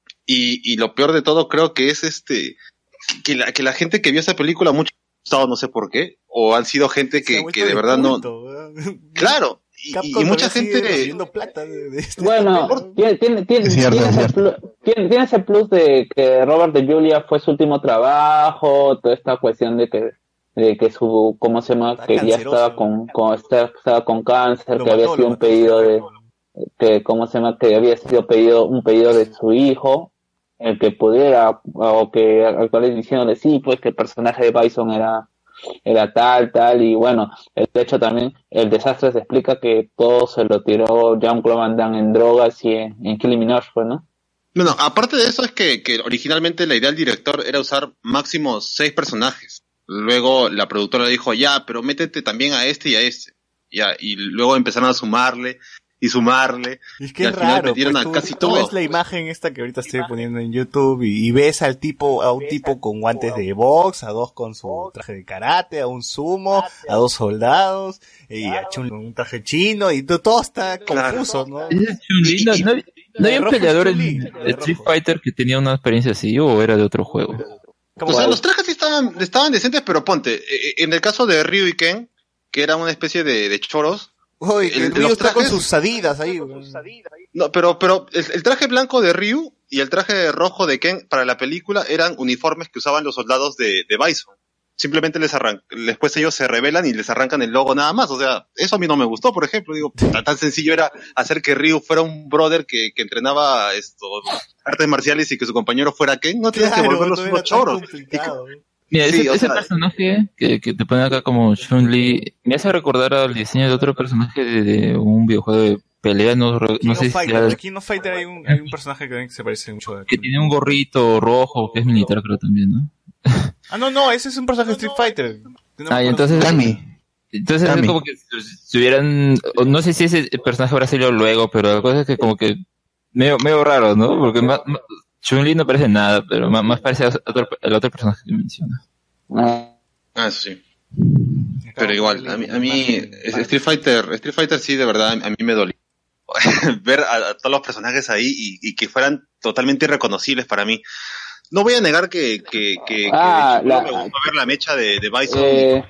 Y, y lo peor de todo creo que es este que la, que la gente que vio esa película mucho le ha gustado, no sé por qué, o han sido gente Se ha que, vuelto que de de verdad no... culto, weón. Claro, y, Capcom y mucha todavía sigue gente... recibiendo plata de, de este Bueno, papel, tiene, tiene, tiene, Es cierto, tiene es ese cierto. plus, tiene, tiene ese plus de que Robert de Julia fue su último trabajo, toda esta cuestión de que de que su, ¿cómo se llama? Está Que ya canceroso. estaba con, con estaba, estaba con cáncer, Lo que había mató, sido lo un mató. pedido de, que, ¿cómo se llama? Que había sido pedido, un pedido de su hijo, el que pudiera, o que al cual diciéndole sí, pues que el personaje de Bison era, era tal, tal, y bueno, el hecho también, el desastre se explica que todo se lo tiró Jean-Claude Van Damme en drogas y en, en Killing Minaj, pues, ¿no? No, no, aparte de eso es que, que originalmente la idea del director era usar máximo seis personajes. Luego la productora dijo, ya, pero métete también a este y a este. Ya, y luego empezaron a sumarle y sumarle. Y es que y es al final raro, metieron pues, a tú, casi tú todo. ves la imagen esta que ahorita estoy poniendo en YouTube y, y ves al tipo, a un tipo con guantes de box, a dos con su traje de karate, a un sumo, a dos soldados, y a Chun con un traje chino, y to- todo está confuso, ¿no? Ese Chun-Li, ¿no, no, no había un rojo es peleador en Chun-Li, de Street rojo. Fighter que tenía una experiencia así o era de otro juego? O sea, los trajes sí estaban, estaban decentes, pero ponte, eh, en el caso de Ryu y Ken, que era una especie de, de choros, Uy, que el- el Ryu los está con trajes- sus adidas ahí. no, pero, pero el, el traje blanco de Ryu y el traje rojo de Ken para la película eran uniformes que usaban los soldados de, de Bison. Simplemente les arran después ellos se rebelan y les arrancan el logo nada más. O sea, eso a mí no me gustó, por ejemplo. Digo, tan, tan sencillo era hacer que Ryu fuera un brother que, que entrenaba esto, artes marciales y que su compañero fuera Ken. No tienes que Claro, volverlos no unos era tan choros. complicado. Mira, Sí, ese, o ese sea- personaje que, que te ponen acá como Chun-Li me hace recordar al diseño de otro personaje de, de un videojuego de pelea, no, re- King no of sé si Fighter, sea- en King of Fighter hay un, hay un personaje que se parece mucho a que tiene un gorrito rojo, que es militar creo también, ¿no? Ah, no, no, ese es un personaje de Street Fighter. No me Ah, y acuerdo. entonces... Cami. Entonces es Cami. como que si si hubieran, o no sé si ese personaje habrá salido luego, pero la cosa es que como que medio, medio raro, ¿no? Porque más, más- Chun-Li no parece nada, pero más, más parece a otro, el otro personaje que menciona. Ah, Ah, eso sí. Pero igual, a mí, a mí Street Fighter, Street Fighter sí, de verdad, a mí me dolió ver a, a todos los personajes ahí y, y que fueran totalmente irreconocibles para mí. No voy a negar que, que, que, que Ah, de chico la- me gustó ver la mecha de, de Bison. eh,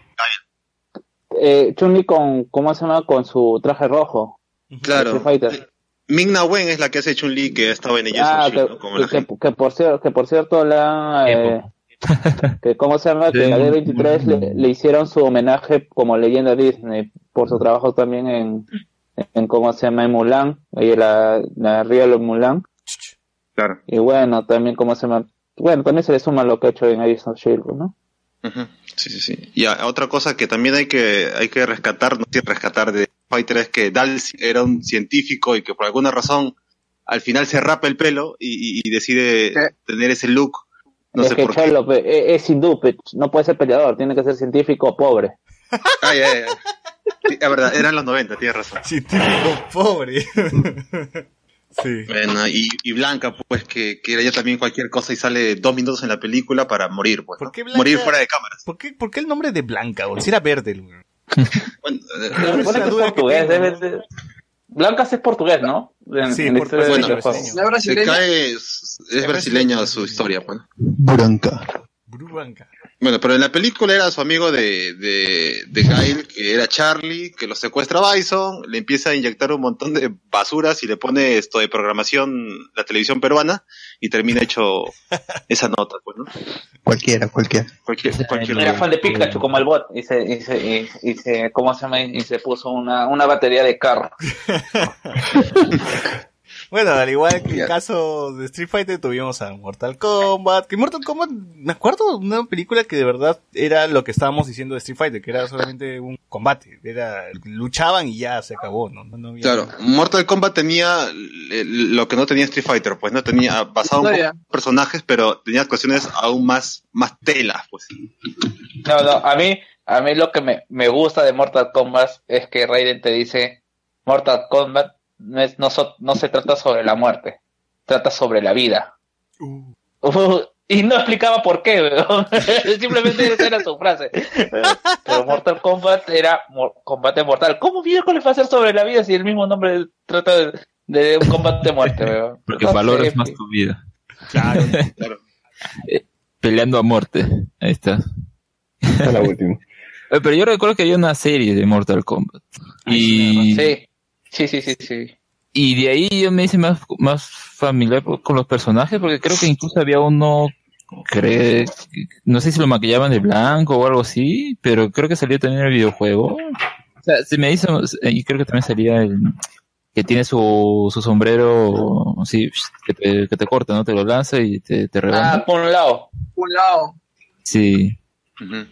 eh, Chun-Li con, ¿cómo se llama? Con su traje rojo. Claro. Street Fighter. Ming-Na Wen es la que hace Chun-Li, que estaba en ella. Ah, que, que, que, que por cierto, que por cierto la eh, que cómo se llama, que la D veintitrés le, le hicieron su homenaje como leyenda Disney por su trabajo también en, en cómo se llama en Mulan, ahí la, la Real of Mulan. Claro. Y bueno, también cómo se llama, bueno, también se le suma lo que ha hecho en Agents of Shield, ¿no? Ujú. Sí, sí, sí. Y a, otra cosa que también hay que hay que rescatar, no sé, rescatar de Fighter es que Dalsy era un científico y que por alguna razón al final se rapa el pelo y, y- y decide ¿Qué? tener ese look. No es sé que por qué. Cholo pe, es, es hindú, pe, no puede ser peleador, tiene que ser científico pobre. Ay, ay, ay. Sí, es verdad, eran los noventa, tienes razón. Científico pobre. Sí. Bueno, y, y Blanca, pues, que, que era ya también cualquier cosa y sale dos minutos en la película para morir, pues, ¿no? ¿Por qué Blanca- Morir fuera de cámaras. ¿Por qué, por qué el nombre de Blanca, güey? Si era verde, güey. Bueno, Se supone que es portugués, debe ser. Blancas es portugués, ¿no? En- Sí, en la por- historia bueno, del juego. se cae, es, es brasileño su historia, pues. Bronca. Blanca. Bueno, pero en la película era su amigo de, de, de Kyle, que era Charlie, que lo secuestra a Bison, le empieza a inyectar un montón de basuras y le pone esto de programación, la televisión peruana, y termina hecho esa nota, pues, ¿no? Cualquiera, cualquiera. Cualquier, cualquier Era fan de Pikachu como el bot y se, y se, y, y se ¿cómo se llama? Y se puso una, una batería de carro. Bueno, al igual que en el caso de Street Fighter tuvimos a Mortal Kombat, que Mortal Kombat, me acuerdo de una película que de verdad era lo que estábamos diciendo de Street Fighter, que era solamente un combate, era luchaban y ya se acabó, ¿no? No, no había- Claro, Mortal Kombat tenía eh, lo que no tenía Street Fighter, pues no tenía basado un poco Historia. en personajes, pero tenía cuestiones aún más más telas, pues. No, no, a mí, a mí lo que me, me gusta de Mortal Kombat es que Raiden te dice, Mortal Kombat no, es, no, so- no se trata sobre la muerte, trata sobre la vida. Uh. Uh, y no explicaba por qué, weón. Simplemente esa era su frase. Pero Mortal Kombat era mo- combate mortal. ¿Cómo miércoles va a ser sobre la vida si el mismo nombre trata de, de un combate de muerte, weón? Porque No sé, valoras más tu vida. Claro, claro. Eh, Peleando a muerte. Ahí está. Esta es la última. Eh, Pero yo recuerdo que había una serie de Mortal Kombat. Y, Sí, sí, sí, sí, sí. y de ahí yo me hice más, más familiar po- con los personajes, porque creo que incluso había uno, cre- no sé si lo maquillaban de blanco o algo así, pero creo que salió también en el videojuego. O sea, se me hizo, y creo que también salía el que tiene su, su sombrero, así, que te, que te corta, ¿no? Te lo lanza y te, te rebana. Ah, por un lado. Un lado. Sí. Ujú.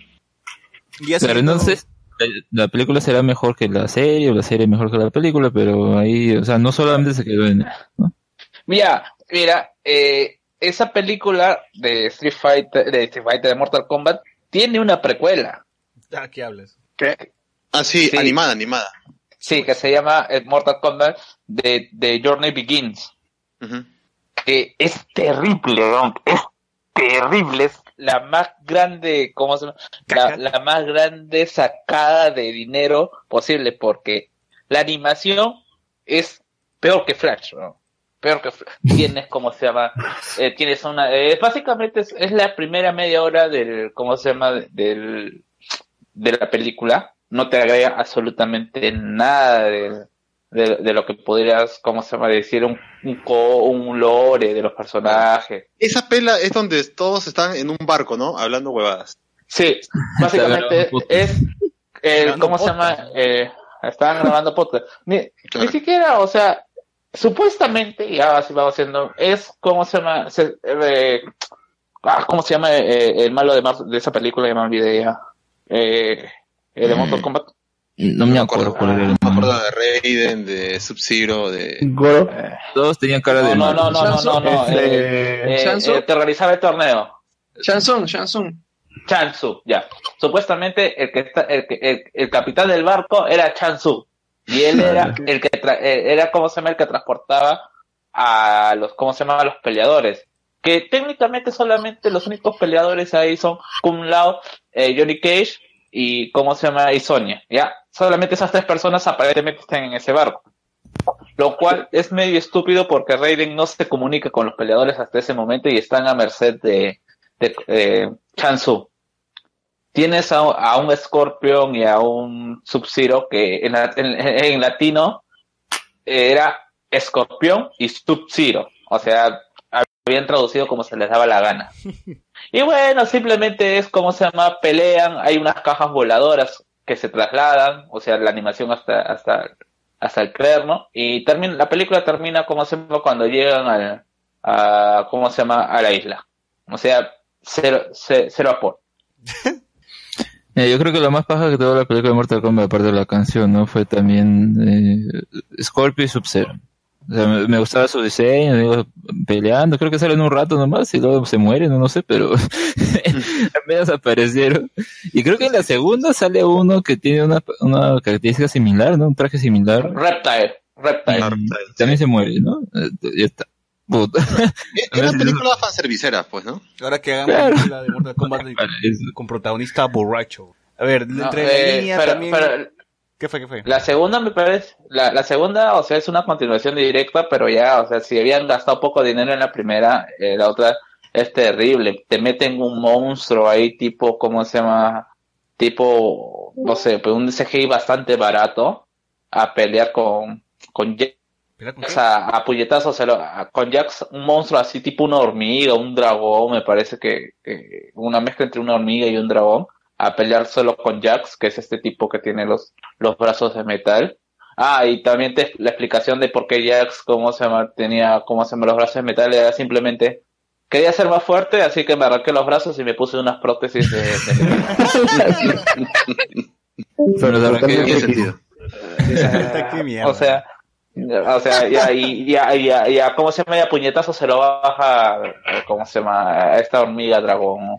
Y así Claro, no- no sé, la, la película será mejor que la serie o la serie mejor que la película, pero ahí, o sea, no solamente se quedó en, ¿no? Mira, mira, eh, esa película de Street Fighter, de Street Fighter de Mortal Kombat, tiene una precuela. Ah, ¿qué hablas? ¿Qué? Ah, sí, Sí. animada, animada. Sí, que se llama eh, Mortal Kombat de, de Journey Begins. Ujú. Que es terrible, weón, es terrible, es la más grande, ¿cómo se llama? La, la más grande sacada de dinero posible, porque la animación es peor que Flash, ¿no? Peor que Flash. Tienes, ¿cómo se llama? Eh, tienes una, eh, básicamente es, es la primera media hora del, ¿cómo se llama? Del, de la película, no te agrega absolutamente nada de, de, de lo que podrías, ¿cómo se llama? Decir un, un, co- un lore de los personajes. Esa pela es donde todos están en un barco, ¿no? Hablando huevadas. Sí, básicamente es, el, Grabando ¿cómo se llama? podcast. Eh, estaban grabando podcast. Ni, ni siquiera, o sea, supuestamente, y ahora sí vamos haciendo, es, ¿cómo se llama? Se- eh, ah, ¿Cómo se llama eh, el malo de, Mar- de esa película? Ya me olvidé ya. Eh, el de Mortal Kombat. No me acuerdo cuál era el Me nombre. acuerdo de Raiden, de Sub-Zero, de... Goro. Todos tenían cara de No, no, malo. no, no, no, no. Este, eh, eh, Shansu. eh, que organizaba el torneo. Shansung, Shansung. Chansu, ya. Supuestamente el que está, el, que- el, el capitán del barco era Chansu. Y él era el que tra- eh, era como se llama el que transportaba a los, ¿cómo se llama? A los peleadores. Que técnicamente solamente los únicos peleadores ahí son Kung Lao, eh, Johnny Cage y ¿cómo se llama? Y Sonya. Ya. Solamente esas tres personas aparentemente están en ese barco. Lo cual es medio estúpido porque Raiden no se comunica con los peleadores hasta ese momento y están a merced de, de eh, Chansu. Tienes a, a un Scorpion y a un Sub-Zero que en, la- en, en latino era Escorpión y Sub-Zero. O sea, habían traducido como se les daba la gana. Y bueno, simplemente es como se llama, pelean, hay unas cajas voladoras que se trasladan, o sea, la animación hasta, hasta hasta el creerlo, y termina, la película termina como se llama cuando llegan al, a, ¿cómo se llama? A la isla. O sea, cero, cero, cero aporte. Eh, yo creo que lo más paja que tuvo la película de Mortal Kombat, aparte de la canción, ¿no? Fue también eh, Scorpio y Sub-Zero. O sea, me, me gustaba su diseño, digo, peleando, creo que salen un rato nomás y luego se mueren, no, no sé, pero apenas aparecieron. Y creo que en la segunda sale uno que tiene una, una característica similar, ¿no? Un traje similar. Reptile, Reptile. Y también se muere, ¿no? Eh, Ya está. Puta. Era película fanservicera, pues, ¿no? Ahora que hagamos Claro. la de Mortal Kombat con protagonista borracho. A ver, No, entre eh, la línea pero- también... pero- ¿Qué fue, qué fue? La segunda me parece, la, la segunda, o sea, es una continuación directa, pero ya, o sea, si habían gastado poco dinero en la primera, eh, la otra es terrible. Te meten un monstruo ahí tipo, ¿cómo se llama? Tipo, no sé, pues un C G I bastante barato a pelear con, con Jax a, a puñetazos, se lo- a- con Jax, un monstruo así tipo una hormiga, un dragón, me parece que, que una mezcla entre una hormiga y un dragón, a pelear solo con Jax, que es este tipo que tiene los, los brazos de metal. Ah, y también te, la explicación de por qué Jax, cómo se llama, tenía, cómo se llama, los brazos de metal, era simplemente, quería ser más fuerte, así que me arranqué los brazos y me puse unas prótesis de, de metal. Pero de verdad que- Tiene sentido. Qué mierda. O sea, o sea, ya, y ya, ya, ya, ¿cómo se llama? Ya puñetazo se lo baja, eh, ¿cómo se llama? A esta hormiga dragón.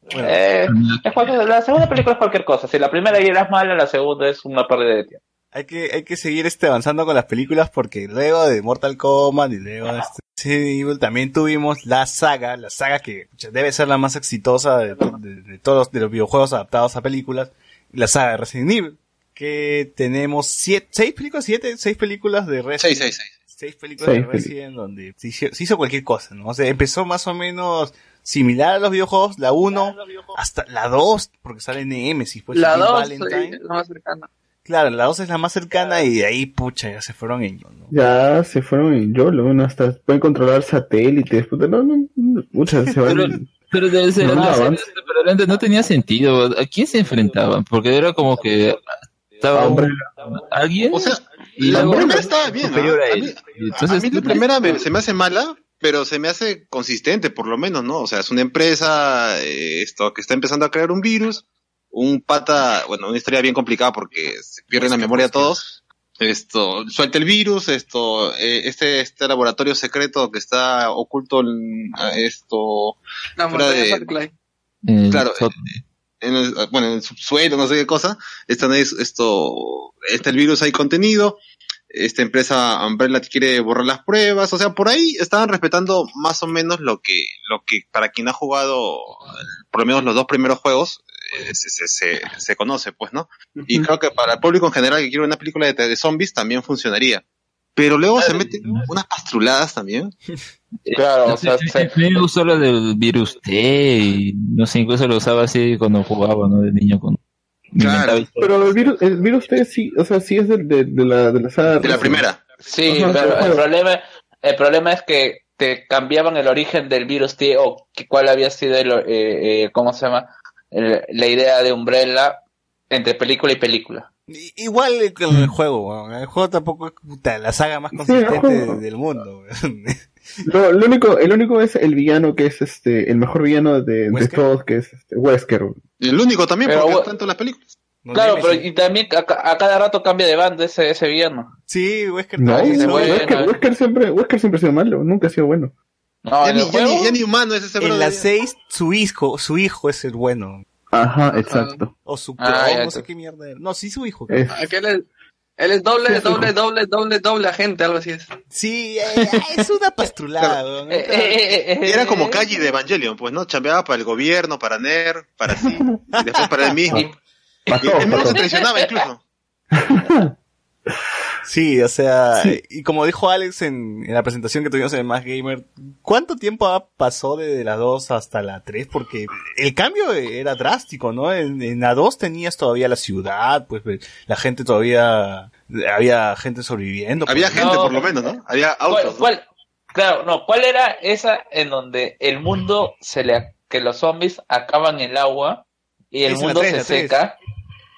Eh, es cualquier- la segunda película es cualquier cosa. Si la primera ya era mala, la segunda es una pérdida de tiempo. Hay que, hay que seguir este avanzando con las películas porque luego de Mortal Kombat y luego de este Resident Evil también tuvimos la saga, la saga que pucha, debe ser la más exitosa de, de- de todos los, de los videojuegos adaptados a películas, la saga de Resident Evil, que tenemos siete, seis películas, siete, seis películas de Resident Seis, seis, seis. seis películas Seis de Resident donde se hizo, se hizo cualquier cosa, ¿no? O sea, empezó más o menos similar a los videojuegos, la uno hasta la dos, porque sale Nemesis, pues La Jill dos Valentine. es la más cercana. Claro, la dos es la más cercana y de ahí, pucha, ya se fueron en... ¿no? Ya se fueron en YOLO, bueno, hasta pueden controlar satélites, puta, no, no, no, muchas se van. Pero, pero de ser, No, la serie avance. de- pero antes no tenía sentido. ¿A quién se enfrentaban? Porque era como que estaba un- alguien. O sea, y la luego primera estaba bien, ¿no? superior a A él. mí- Entonces, a mí la primera me- se me hace mala, pero se me hace consistente, por lo menos, ¿no? O sea, es una empresa eh, esto que está empezando a crear un virus, un pata, bueno, una historia bien complicada porque se pierden la memoria todos. Esto, suelta el virus, esto, eh, este, este laboratorio secreto que está oculto en ah, esto, La fuera montaña de- Sarclay. Eh, claro, en el, bueno, en el subsuelo, no sé qué cosa, están ahí, esto, está el virus ahí contenido, esta empresa Umbrella quiere borrar las pruebas, o sea, por ahí estaban respetando más o menos lo que, lo que para quien ha jugado, por lo menos los dos primeros juegos, eh, se, se, se, se conoce, pues, ¿no? Y creo que para el público en general que quiere una película de, de zombies también funcionaría. Pero luego se meten unas pastruladas también. Claro, no o sea, sé, se- me usó la del virus T y no sé, incluso lo usaba así cuando jugaba, ¿no? De niño con. me inventaba historias. Pero el virus, el virus T sí, o sea, sí es del- de, de la, de la saga. De la primera. Sí, Ajá, pero pero- el problema, el problema es que te cambiaban el origen del virus T o que- cuál había sido el, eh, eh, ¿cómo se llama? El- la idea de Umbrella entre película y película. I- Igual con el juego, weón. El juego tampoco es puta, la saga más el consistente juego. de- del mundo, weón. Lo, lo único, el único es el villano que es este, el mejor villano de, de ¿Wesker? todos, que es este, Wesker. Y el único también, Pero, porque we- está en todas las películas. No, Claro, Nemesis. pero y también a, ca- a cada rato cambia de bando ese, ese villano. Sí, Wesker No, también se no, vuelve- Wesker, Wesker siempre, Wesker siempre ha sido malo, nunca ha sido bueno. No, Ya en ni, el ya, ni, juego, ya ni humano es ese En brother. la seis, su hijo, su hijo es el bueno. Ajá, exacto. O su Ah, clon, ya, no sé tú. qué mierda era. No, sí, su hijo. Es- Aquel es, él es doble, Sí, sí, doble, sí. doble, doble, doble, doble agente, algo así es. Sí, eh, es una pastrulada, weón. eh, eh, eh, eh, Era como eh, Kaji de Evangelion, pues, ¿no? Chambeaba para el gobierno, para NER, para sí, y después para él mismo. Y- Y Para todos, él mismo para se todos. traicionaba incluso. Sí, o sea, Sí. y como dijo Alex en, en la presentación que tuvimos en Más Gamer, ¿cuánto tiempo ha- pasó desde la dos hasta la tres? Porque el cambio era drástico, ¿no? En, en la dos tenías todavía la ciudad, pues la gente todavía, había gente sobreviviendo. Había pues, gente, No. por lo menos, ¿no? Había ¿Cuál, autos. ¿no? cuál- claro, no, ¿cuál era esa en donde el mundo se le, que los zombies acaban el agua y el Es la mundo tres, se la tres. seca?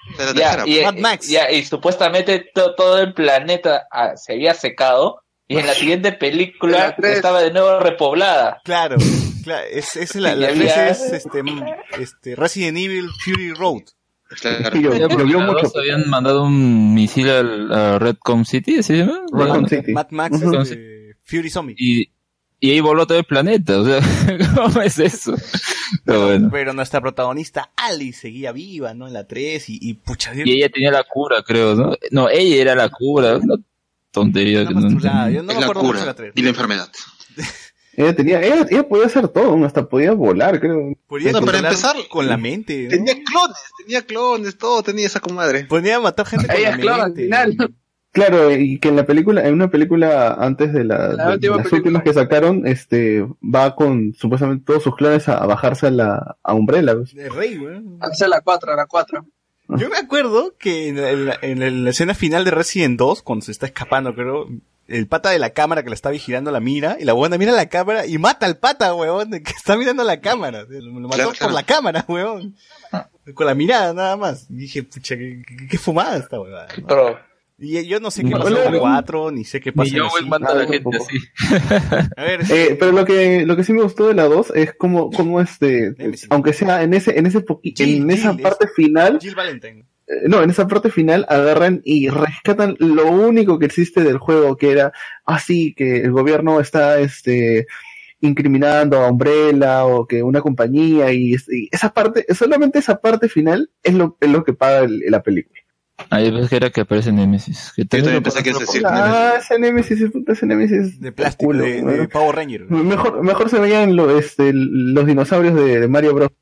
De la Ya, tercera, y, Mad Max. ya, y supuestamente to- todo el planeta ah, se había secado y en la siguiente película estaba de nuevo repoblada. Claro, claro, es, es la, Y la había- tres es este, mm, este Resident Evil Fury Road. Claro. Yo- Ya, porque llovió los mucho. dos habían mandado un misil al, a Redcom City, ¿sí se llama? Raccoon City. Mad Max Ujú. este, Fury Zombie. Y, y ahí voló todo el planeta, o sea, ¿cómo es eso? Pero bueno. Pero nuestra protagonista Alice seguía viva, ¿no? En la tres y, y pucha, Y ella tenía la cura, creo, ¿no? No, ella era la cura, una tontería una que no masturada. entiendo. Yo no Es me la acuerdo mucho de cura la tres. y la enfermedad. Ella tenía, ella, ella podía hacer todo, hasta podía volar, creo. Podía No, para controlar empezar, con la mente, ¿no? Tenía clones, tenía clones, todo tenía esa comadre. Podía matar gente con Ella la es clara al mente. final. Claro, y que en la película, en una película antes de, la, La de última las película. últimas que sacaron, este, va con supuestamente todos sus clones a, a bajarse a la, a Umbrella. pues. De rey, güey. Hace la cuatro, la cuatro. Yo me acuerdo que en, el- en la escena final de Resident dos, cuando se está escapando, creo, el pata de la cámara que la está vigilando la mira, y la buena mira la cámara y mata al pata, weón, que está mirando la cámara. Lo lo mató Claro, por claro. la cámara, weón. Con la mirada nada más. Y dije, pucha, qué, qué- qué fumada esta weón. Pero, Y yo no sé qué No, pasó no, con no. cuatro, ni sé qué Ni pasa en yo la voy cinco. a matar a la Ah, gente tampoco. así. A ver, Eh, pero lo que, lo que sí me gustó de la dos es como, como este, Nemesis. aunque sea en ese, en ese poquito, Jill, en esa Jill, parte final, Jill Valentine. eh, no, en esa parte final agarran y rescatan lo único que existe del juego, que era así, que el gobierno está, este, incriminando a Umbrella o que una compañía y, y esa parte, solamente esa parte final es lo, es lo que paga el- la película. Ahí ves que era que aparece Nemesis. Que Yo también pensé que eso ese sí. Ah, ese Nemesis, ese Nemesis De plástico, culo, de, ¿no? de Power Ranger. Mejor, mejor se veían lo, este, los dinosaurios de, de Mario Bros.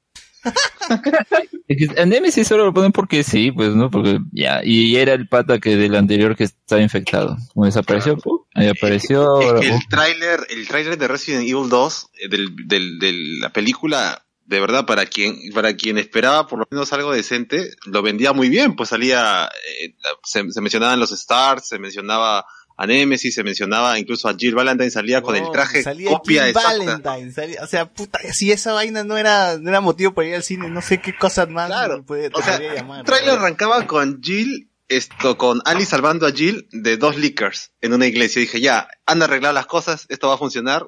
Es que a Nemesis solo lo ponen porque sí, pues, ¿no? Porque ya, y era el pata que del anterior que estaba infectado. Como desapareció, ¡pum! Ahí apareció. Es ahora, que ¡pum! el tráiler, el tráiler de Resident Evil dos, eh, del, del, de la película, de verdad, para quien, para quien esperaba por lo menos algo decente, lo vendía muy bien, pues salía, eh, se, se mencionaban los Stars, se mencionaba a Nemesis, se mencionaba incluso a Jill Valentine, salía con el No, traje salía copia Jill exacta. Valentine, salía- o sea, puta, si esa vaina no era, no era motivo para ir al cine, no sé qué cosas más Claro, puede, te o sea, podría llamar. El tráiler arrancaba con Jill, esto, con Ali salvando a Jill de dos lickers en una iglesia. Dije, ya, han arreglado las cosas, esto va a funcionar.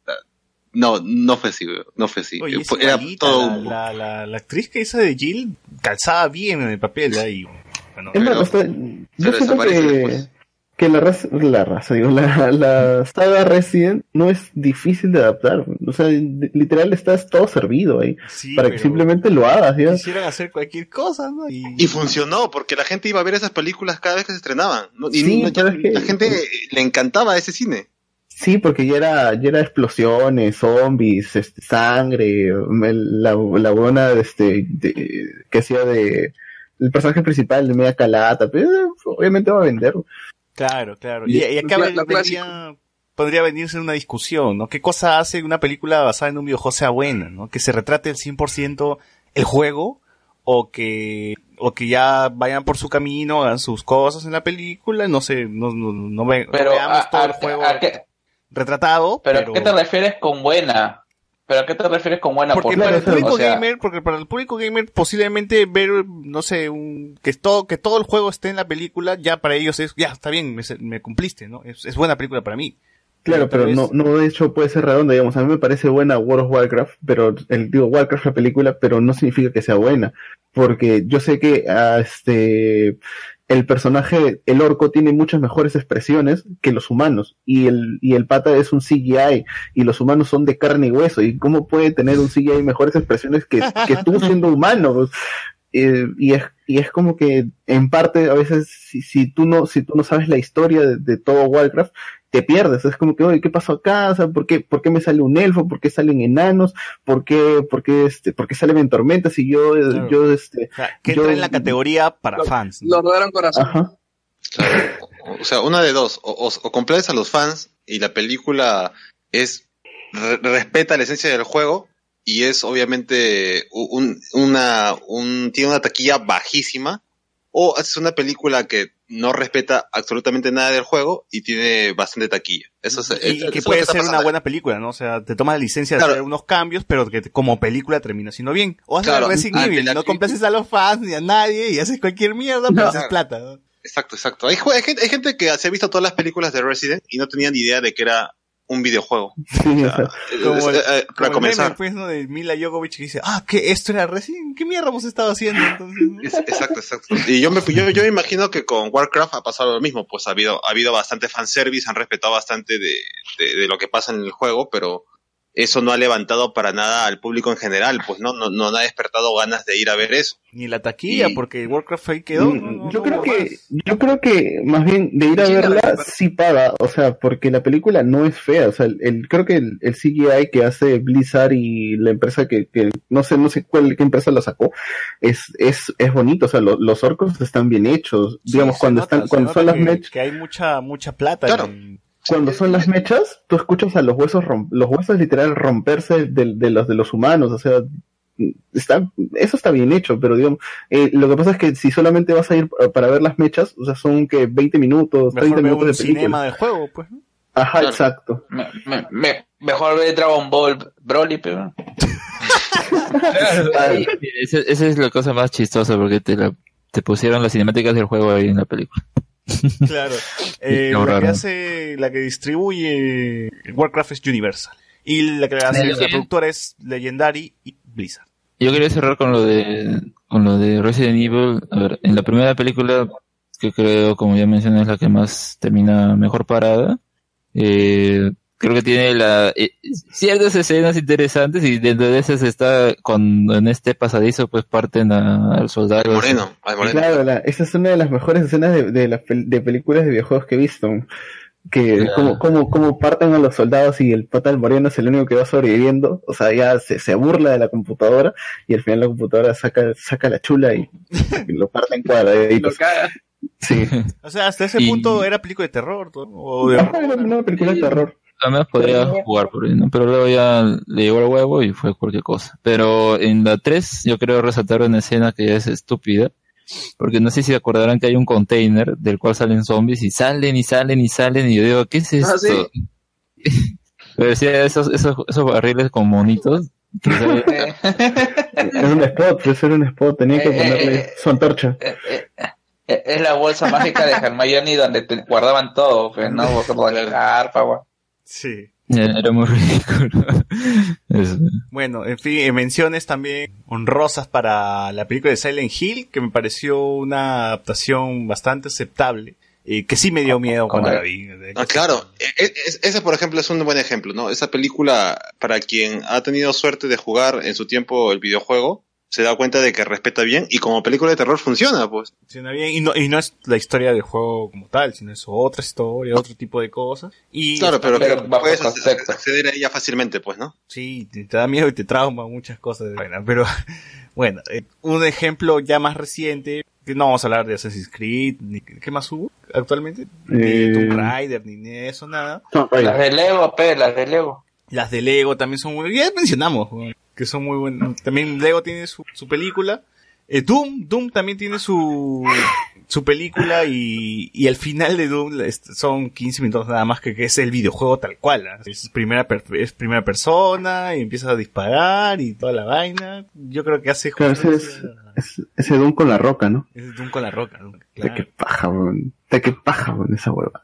No, no fue así, weón, no fue así. Oye, es Fue- era igualita, todo la, humo. la, la, la actriz que hizo de Jill calzaba bien en el papel ahí. Bueno, Es más, pero- hasta- yo pero siento desaparece que, después. que la raza, la raza, digo, la, la saga Resident no es difícil de adaptar. O sea, de- literal estás todo servido ahí. sí, para que pero simplemente lo hagas, ¿ya? quisieran hacer cualquier cosa, ¿no? Y, Y funcionó, porque la gente iba a ver esas películas cada vez que se estrenaban. ¿no? Y Sí, no- pero es que- la gente le encantaba ese cine. Sí, porque ya era, ya era explosiones, zombies, este, sangre, el- la, la buena, este, de- que hacía de, el personaje principal de media calata, pero eh, obviamente va a vender. Claro, claro. Y, y acá Lo- ven- lo vendría- podría venirse una discusión, ¿no? ¿Qué cosa hace que una película basada en un videojuego sea buena, ¿no? Que se retrate al cien por ciento el juego o que o que ya vayan por su camino, hagan sus cosas en la película, no sé, no, no, no, ve- no pero veamos a, todo a- el juego a qué, retratado, pero, pero... ¿a qué te refieres con buena? ¿Pero a qué te refieres con buena? Porque Por- para el claro, público o sea, gamer, porque para el público gamer posiblemente ver, no sé, un, que todo, que todo el juego esté en la película, ya para ellos es, ya, está bien, me, me cumpliste, ¿no? Es, es buena película para mí. Claro, pero tal no, vez- no de hecho puede ser redonda, digamos, a mí me parece buena World of Warcraft, pero, el, digo, Warcraft la película, pero no significa que sea buena, porque yo sé que, ah, este, el personaje, el orco tiene muchas mejores expresiones que los humanos, y el, y el pata es un C G I, y los humanos son de carne y hueso, y cómo puede tener un C G I mejores expresiones que, que tú siendo humano. Pues, eh, y es y es como que en parte a veces si, si tú no si tú no sabes la historia de, de todo Warcraft te pierdes, es como que oye, ¿qué pasó acá? O sea, ¿por qué por qué me sale un elfo? ¿Por qué salen enanos? ¿Por qué por qué este por qué salen tormentas y yo Claro. yo este O sea, que yo- entra en la categoría para Lo- fans, ¿no? Lo rodaron corazón. ajá. Claro. O sea, una de dos. O, o, o complaces a los fans y la película es re- respeta la esencia del juego y es obviamente un, una un tiene una taquilla bajísima, o haces una película que no respeta absolutamente nada del juego y tiene bastante taquilla. Eso es, Y, y que puede ser una buena película, ¿no? O sea, te tomas la licencia de Claro. hacer unos cambios, pero que te- como película termina siendo bien. O haces Claro, Resident ante Evil, la no crítica- complaces a los fans ni a nadie y haces cualquier mierda, pero No. haces plata, ¿no? Exacto, exacto. Hay, jue- hay gente, hay gente que se ha visto todas las películas de Resident y no tenía ni idea de que era un videojuego. Sí, o sea, Como el, Eh, eh, como para el comenzar. meme, pues, ¿no? De Mila Jovovich que dice, ah, ¿qué? ¿Esto era Resident? ¿Qué mierda hemos estado haciendo entonces? ¿no? Es- Exacto, exacto. Y yo me, yo, yo me imagino que con Warcraft ha pasado lo mismo, pues ha habido, ha habido bastante fanservice, han respetado bastante de, de, de lo que pasa en el juego, pero eso no ha levantado para nada al público en general, pues no, no, no ha despertado ganas de ir a ver eso. Ni la taquilla, Y- porque Warcraft ahí quedó. Mm, ¿no? No- yo no creo hubo que más. yo creo que más bien de ir a Sí, la verla verdad. sí paga, o sea, porque la película no es fea, o sea, el, el- creo que el, el C G I que hace Blizzard y la empresa que, que no sé no sé cuál qué empresa lo sacó es es es bonito, o sea, lo- los orcos están bien hechos, Sí, digamos se cuando nota, están se cuando nota son las que, mechas, que hay mucha mucha plata. Claro. en- cuando son las mechas, tú escuchas a los huesos rom- los huesos literal romperse de, de los de los humanos, o sea, está eso está bien hecho, pero digamos, eh, lo que pasa es que si solamente vas a ir eh, para ver las mechas, o sea, son que veinte minutos, Mejor treinta ver minutos un de película. cinema del juego, pues, ¿no? Ajá, Claro. exacto. Me, me, me- mejor ver Dragon Ball Broly, pero... Ay, esa, esa es la cosa más chistosa porque te, la, te pusieron las cinemáticas del juego ahí en la película. Claro. Eh, Qué la que raro. hace, la que distribuye Warcraft es Universal. Y la que hace Sí, la sí. productora es Legendary y Blizzard. Yo quería cerrar con lo de con lo de Resident Evil. A ver, en la primera película, que creo, como ya mencioné, es la que más termina mejor parada, eh, creo que tiene la eh, ciertas escenas interesantes y dentro de esas está cuando en este pasadizo pues parten a- al soldado. Al moreno, al moreno. Claro, la- esa es una de las mejores escenas de, de, las pel- de películas de videojuegos que he visto. Que Claro. como, como, como parten a los soldados y el pata del moreno es el único que va sobreviviendo. O sea, ya se, se burla de la computadora y al final la computadora saca, saca la chula y, y lo parte en cuadraditos. Sí. O sea, hasta ese Y- punto era película de terror, ¿no? O de Ajá, era una película de terror. Al menos podría jugar por ahí, ¿no? Pero luego ya le llegó el huevo y fue cualquier cosa. Pero en la tres yo creo resaltar una escena que ya es estúpida. Porque no sé si se acordarán que hay un container del cual salen zombies y salen y salen y salen y yo digo, ¿qué es esto? Ah, sí. Pero decía esos, esos, esos barriles con monitos. que salen- Era un spot, eso era un spot, tenía que Eh, ponerle eh, su antorcha. Eh, eh, eh, es la bolsa mágica de Hermione donde te guardaban todo, pues, ¿no? Como la garpa, güey. Sí. Era muy ridículo. Eso. Bueno, en fin, eh, menciones también honrosas para la película de Silent Hill, que me pareció una adaptación bastante aceptable, eh, que sí me dio miedo cuando la vi. Ah, claro, E- e- es- ese por ejemplo es un buen ejemplo, ¿no? Esa película, para quien ha tenido suerte de jugar en su tiempo el videojuego, se da cuenta de que respeta bien y como película de terror funciona, pues. Funciona bien, y no, y no es la historia del juego como tal, sino es otra historia, otro tipo de cosas. Y Claro, pero, pero que bajo puedes concepto. acceder a ella fácilmente, pues, ¿no? sí, te, te da miedo y te trauma muchas cosas. Bueno, pero bueno, eh, un ejemplo ya más reciente, que no vamos a hablar de Assassin's Creed, ni ¿qué más hubo actualmente? Ni Eh, Tomb Raider, ni de eso, nada. No, Las de Lego, pe, las de Lego. Las de Lego también son muy, ya mencionamos, ¿no? Que son muy buenas. También Lego tiene su, su película. Eh, Doom, Doom también tiene su, su película y, y al final de Doom es- son quince minutos nada más que, que es el videojuego tal cual. ¿ah? Es primera, per- es primera persona y empiezas a disparar y toda la vaina. Yo creo que hace Claro, ese es, justicia- es- ese Doom con la roca, ¿no? es Doom con la roca, ¿no? De Claro. qué paja, weón. De qué paja, weón, esa hueva.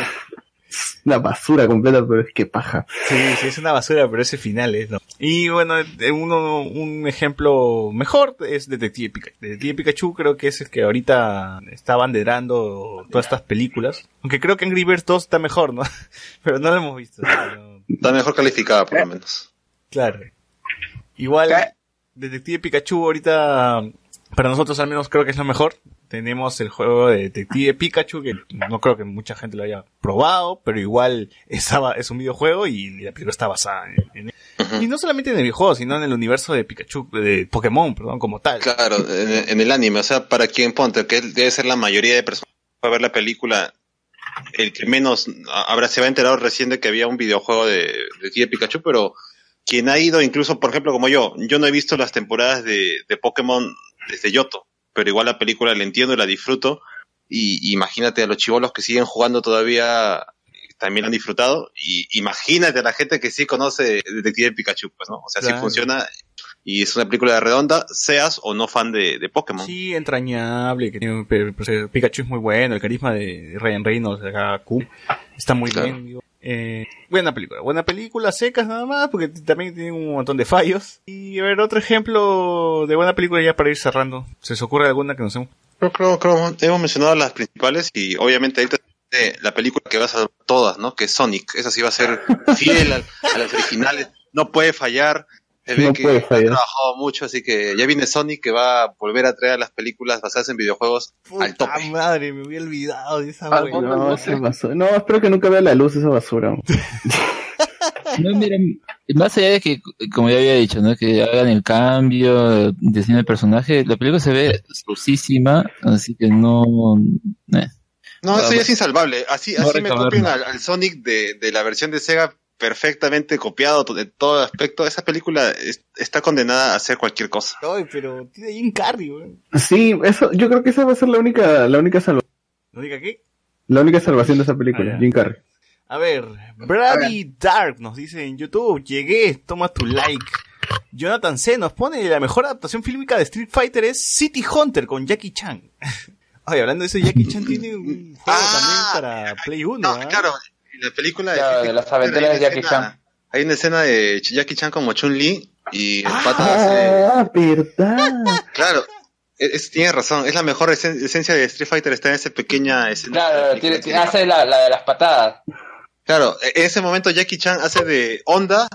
Una basura completa, pero es que paja. Sí, sí, es una basura, pero ese final es, ¿no? Y bueno, eh, uno, un ejemplo mejor es Detective Pikachu. Detective Pikachu creo que es el que ahorita está banderando todas estas películas. Aunque creo que Angry Birds dos está mejor, ¿no? Pero no lo hemos visto. Pero, Está mejor calificada, por lo menos. claro. Igual, Detective Pikachu ahorita, para nosotros al menos creo que es lo mejor. Tenemos el juego de Detective Pikachu, que no creo que mucha gente lo haya probado, pero igual es, es un videojuego y la película está basada en, en y no solamente en el videojuego, sino en el universo de Pikachu, de Pokémon, perdón, como tal. Claro, en, en el anime, o sea, para quien ponte, que debe ser la mayoría de personas que va a ver la película, el que menos habrá se va a enterar recién de que había un videojuego de, de Tío Pikachu, pero quien ha ido, incluso por ejemplo como yo, yo no he visto las temporadas de, de Pokémon desde Yoto, pero igual la película la entiendo y la disfruto, y imagínate a los chibolos que siguen jugando todavía, también han disfrutado, y imagínate a la gente que sí conoce Detective Pikachu, pues, ¿no? O sea, Claro. sí funciona, y es una película redonda, seas o no fan de, de Pokémon. Sí, entrañable, que tiene, pero, pero, Pikachu es muy bueno, el carisma de Ryan Reynolds, acá, Q, está muy Claro. bien, digo. Eh, buena película, buena película, secas nada más, porque t- también tiene un montón de fallos. Y a ver, otro ejemplo de buena película ya para ir cerrando. ¿Se os ocurre alguna que nos hemos... Creo, creo, creo, hemos mencionado las principales, y obviamente ahorita eh, la película que va a ser todas, ¿no? Que es Sonic, esa sí va a ser fiel a, a las originales, no puede fallar. Se ve No que puede ha fallar. trabajado mucho, así que ya viene Sonic, que va a volver a traer las películas basadas en videojuegos al tope. ¡Ah, madre! Me había olvidado de esa Al wea. fondo. No, esa basura. No, espero que nunca vea la luz esa basura. No, miren, más allá de que, como ya había dicho, ¿no? Que hagan el cambio, diseño del personaje, la película se ve susísima, así que no... eh. No, eso ya es insalvable. Así, No así me recabar copian nada. al, al Sonic de, de la versión de Sega, perfectamente copiado to- de todo aspecto. Esa película es- está condenada a hacer cualquier cosa. Ay, pero tiene Jim Carrey, weón. Sí, eso, yo creo que esa va a ser la única, la única salvación, ¿No diga qué? la única salvación de esa película, Ah, ya. Jim Carrey. A ver, Brady Dark nos dice en YouTube, llegué, toma tu like. Jonathan C nos pone, la mejor adaptación fílmica de Street Fighter es City Hunter con Jackie Chan. Oye, hablando de eso, Jackie Chan tiene un juego también para Play uno, No, ¿ah? claro, en la película de, Claro, City de las Hunter aventuras hay de una Jackie escena- Chan. Hay una escena de Ch- Jackie Chan como Chun-Li y el pata hace... Ah, verdad. Claro, es, es- tiene razón, es la mejor esen- esencia de Street Fighter, está en esa pequeña escena. Claro, tiene- tiene- hace la, la de las patadas. Claro, en ese momento Jackie Chan hace de Honda,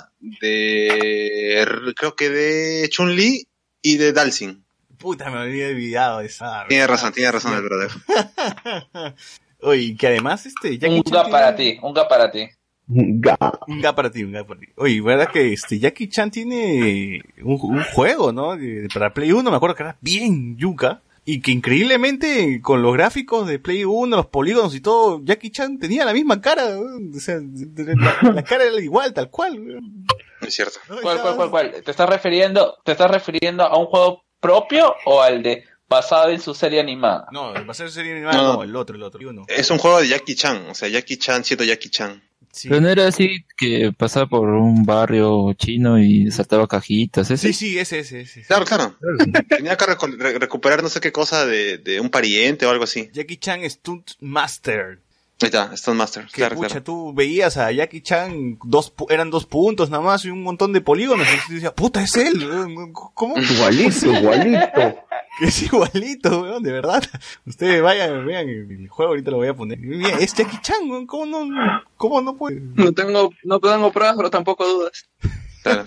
de creo que de Chun-Li y de Dalsin. Puta, me había olvidado de esa. Tiene razón, tiene razón el brother. Oye, que además este Jackie Un Chan ga tiene- para ti, un ga para ti. Ga. Un ga para ti, un ga para ti. Oye, ¿verdad que este Jackie Chan tiene un, un juego, ¿no? De- para Play uno, me acuerdo que era bien yuca. Y que increíblemente, con los gráficos de Play uno, los polígonos y todo, Jackie Chan tenía la misma cara. weón. O sea, la, la cara era igual, tal cual. weón. Es cierto. ¿Cuál, cuál, cuál, cuál? ¿Te estás refiriendo, te estás refiriendo a un juego propio o al de basado en su serie animada? No, va a ser serie animada, No. no, el otro, el otro. Uno. Es un juego de Jackie Chan, o sea, Jackie Chan siendo Jackie Chan. Sí. Pero no era así que pasaba por un barrio chino y saltaba cajitas, ¿ese? Sí, sí, ese, ese, ese. Claro, claro. Tenía que reco- re- recuperar no sé qué cosa de, de un pariente o algo así. Jackie Chan Stunt Master. Ahí está, Stone Master. Que Claro, pucha, claro. tú veías a Jackie Chan, dos, pu- eran dos puntos nada más y un montón de polígonos. Y tú decías, puta, es él. weón. ¿Cómo? Igualito, igualito. Que es igualito, weón, de verdad. Ustedes vayan, vean el juego, ahorita lo voy a poner. Mira, es Jackie Chan, weón. ¿Cómo no, cómo no puede? No tengo, no tengo pruebas, pero tampoco dudas. Claro.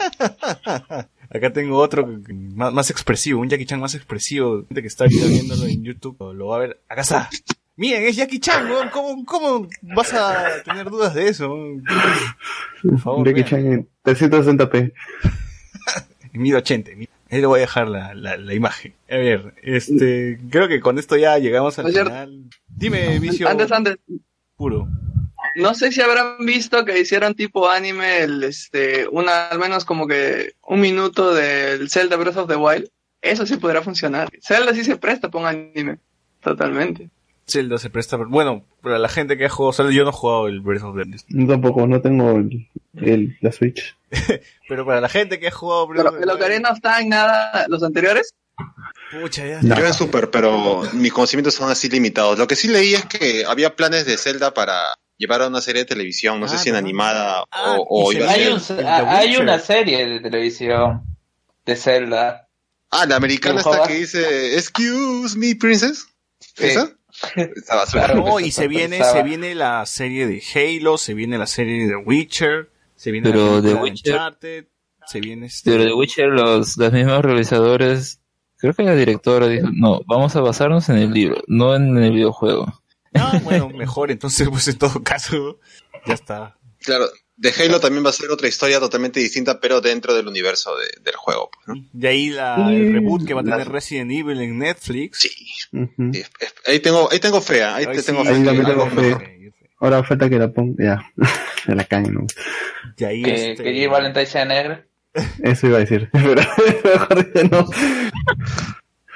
Acá tengo otro que- que más, más expresivo, un Jackie Chan más expresivo. Gente que está ahorita viéndolo en YouTube, lo, lo va a ver. Acá está. Miren, es Jackie Chan, weón. ¿Cómo, cómo vas a tener dudas de eso? weón? Por favor, Jackie vean. Chan en trescientos sesenta p. En mil ochenta. Ahí le voy a dejar la, la, la imagen. A ver, este, creo que con esto ya llegamos al Es cierto. final. Dime, Vicio. Antes, antes, Puro. no sé si habrán visto que hicieron tipo anime, el, este, una, al menos como que un minuto del Zelda Breath of the Wild. Eso sí podrá funcionar. Zelda sí se presta para un anime. Totalmente. Zelda se presta. Bueno, para la gente que ha jugado Zelda, yo no he jugado el Breath of the Wild. No, tampoco, no tengo el, el- la Switch. Pero para la gente que ha jugado Breath Pero of the el Wild, Ocarina of Time, nada, los anteriores. pucha, ya. No. Yo en Super, pero mis conocimientos son así limitados. Lo que sí leí es que había planes de Zelda para llevar a una serie de televisión, no sé Ah, si en ¿verdad? animada Ah, o, o y se iba a Hay, ser... un, The hay Witcher. una serie de televisión de Zelda. Ah, la americana ¿Un esta juego? que dice, excuse me, princess. Sí. ¿Esa? Esa basura. Claro. No, y se viene, Estaba- se viene la serie de Halo, se viene la serie de Witcher, se viene Pero la película The de Witcher- Uncharted, se viene este... Pero de Witcher, los, los mismos realizadores, creo que la directora dijo, no, vamos a basarnos en el libro, no en el videojuego. Ah, bueno, mejor, entonces, pues en todo caso, ya está. Claro, de Halo también va a ser otra historia totalmente distinta, pero dentro del universo de- del juego. pues, ¿no? De ahí la, el reboot que va a La- tener Resident Evil en Netflix. Sí, Ujú. sí, es- ahí tengo, ahí tengo fe, ¿ah? ahí Ay, te tengo sí, fe. ahí que también algo tengo fe. mejor. Ahora falta que la ponga, ya. Se la caen, ¿no? De ahí Que, este... que J Valentine sea negro. Eso iba a decir. Pero mejor que no.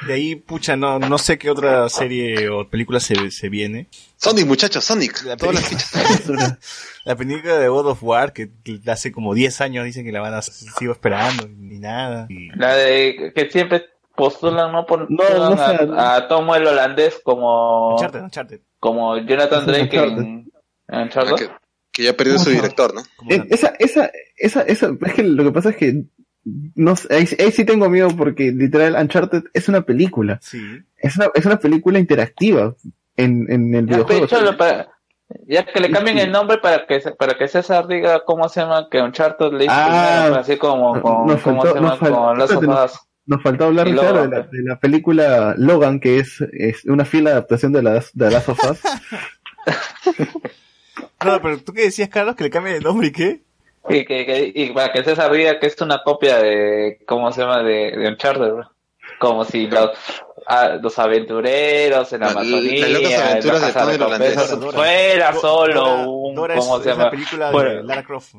De ahí, pucha, no, no sé qué otra serie o película se, se viene. Sonic, muchachos, Sonic. La Todas las película- fichas. La película de God of War, que que hace como diez años dicen que la van a sigo esperando, ni nada. Y- La de que siempre postulan, ¿no? Por, No, postulan no sé. a, a Tom el holandés como, Uncharted, Uncharted. como Jonathan Sí, Drake Uncharted. en, en Uncharted. Ah, que, que ya perdió su director, ¿no? Como Eh, la- esa, esa, esa, esa, es que lo que pasa es que no sé, ahí, ahí sí tengo miedo porque literal Uncharted es una película. Sí. Es una, es una película interactiva en, en el Ya, videojuego. pe- cholo, para- ya que le cambien el nombre para que para que César diga cómo se llama que Uncharted le hizo Ah, primero, así como con nos cómo faltó- se llama nos faltó- con las espérate, hojas. Nos faltó hablar Y claro, Logan, de, la, de la película Logan, que es, es una fiel adaptación de las de Last of Us. No, pero tú qué decías, Carlos, que le cambien el nombre y qué? Y, que, que- y para que César diga que es una copia de, ¿cómo se llama? De, de Uncharted, bro. Como si los, ah, los aventureros en la La- Amazonía, las locas en aventuras la de casa Tony el recompensas, holandés. fuera Do- solo Dora- un, Dora es, ¿cómo se es llama? la película Fuera- de Lara Croft.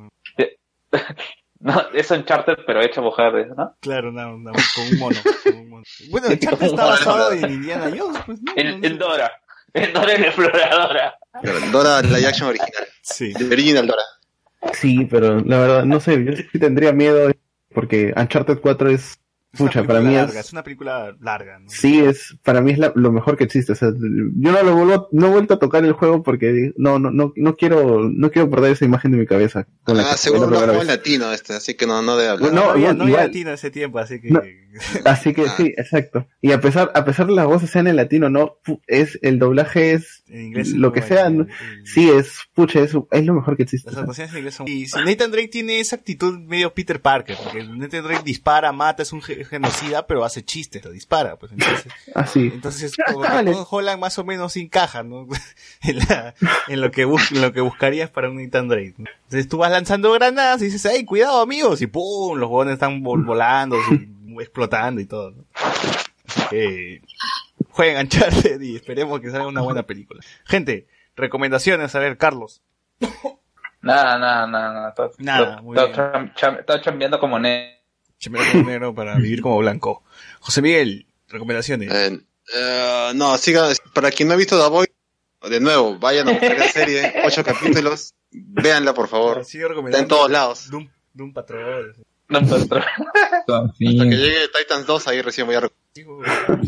no, es Uncharted, pero hecha mujer, ¿no? Claro, una, una- con un mono. con un mono. Bueno, Uncharted está basado en Indiana Jones, pues, ¿no? En, en Dora. En Dora en la exploradora. Claro, Dora, la action original. Sí. The Original Dora. Sí, pero la verdad, no sé, yo sí tendría miedo porque Uncharted cuatro es, Es una pucha, para película mí larga, es, es una película larga, ¿no? sí, es, para mí es la- lo mejor que existe. O sea, yo no lo vuelvo, no he vuelto a tocar el juego porque no, no, no, no quiero, no quiero perder esa imagen de mi cabeza. Con la Ah, que seguro jugué lo la jugó primera en latino este, así que no, no debe hablar. No, no había, igual- no había igual. latino ese tiempo, así que... No. Así que sí, exacto. Y a pesar, a pesar de las voces sean en latino, no, pu- es, el doblaje es, En inglés es lo muy que sea, bueno, ¿no? y- y- sí es, pucha, es, es lo mejor que existe. Las actuaciones en inglés son... Y si Nathan Drake tiene esa actitud medio Peter Parker, porque Nathan Drake dispara, mata, es un ge- genocida, pero hace chistes, lo dispara, pues entonces... Así. Entonces, Ya, como que vale. Tom Holland más o menos encaja, ¿no? en, la- en lo que bus- en lo que buscarías para un Nathan Drake, ¿no? Entonces tú vas lanzando granadas y dices, ¡ay, cuidado, amigos! Y ¡pum! Los huevones están vol- volando, y explotando y todo, ¿no? Así que jueguen Uncharted y esperemos que salga una buena película. Gente, recomendaciones, a ver, Carlos. Nada, nada, nada, nada. Todo, Nada, todo- muy todo bien. cham- cham- todo chambeando como ne. Chimero como negro para vivir como blanco. José Miguel, recomendaciones. Eh, eh, no, siga, para quien no ha visto The Boy, de nuevo, vayan a buscar la serie, ocho capítulos, véanla por favor. Sigo Está recomendando en todos lados. Doom, Doom Patrol. No, no, no. Hasta que llegue Titans dos, ahí recién voy a recomendar.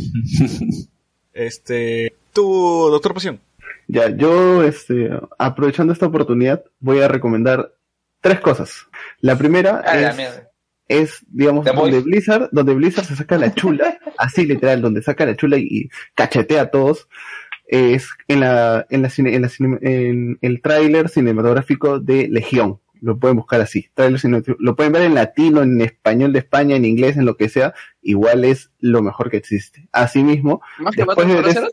Este, tú, doctor Pasión. Ya, yo, este, aprovechando esta oportunidad, voy a recomendar tres cosas. La primera Ah, la es, mierda. es, digamos, The donde Boys. Blizzard, donde Blizzard se saca la chula, así literal, donde saca la chula y, y cachetea a todos, es en la, en la, cine- en la cine- en el tráiler cinematográfico de Legión. Lo pueden buscar así. Tráiler cinematográfico. Lo pueden ver en latino, en español de España, en inglés, en lo que sea. Igual es lo mejor que existe. Asimismo, ¿Más que después Battle de for eso-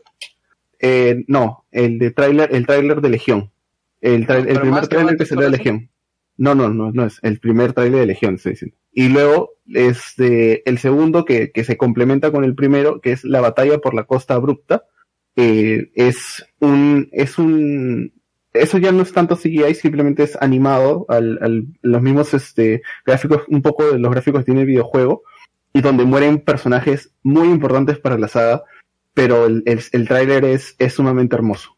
eh, no, el de tráiler, el tráiler de Legión. El, tra- el Pero primer más que tráiler que Battle salió de for Legión. No, no, no, no es. El primer tráiler de Legión, estoy diciendo. Y luego, este, el segundo que, que se complementa con el primero, que es la batalla por la costa abrupta. Eh, es un, es un, eso ya no es tanto C G I, simplemente es animado al, al, los mismos, este, gráficos, un poco de los gráficos que tiene el videojuego, y donde mueren personajes muy importantes para la saga, pero el, el, el tráiler es, es sumamente hermoso.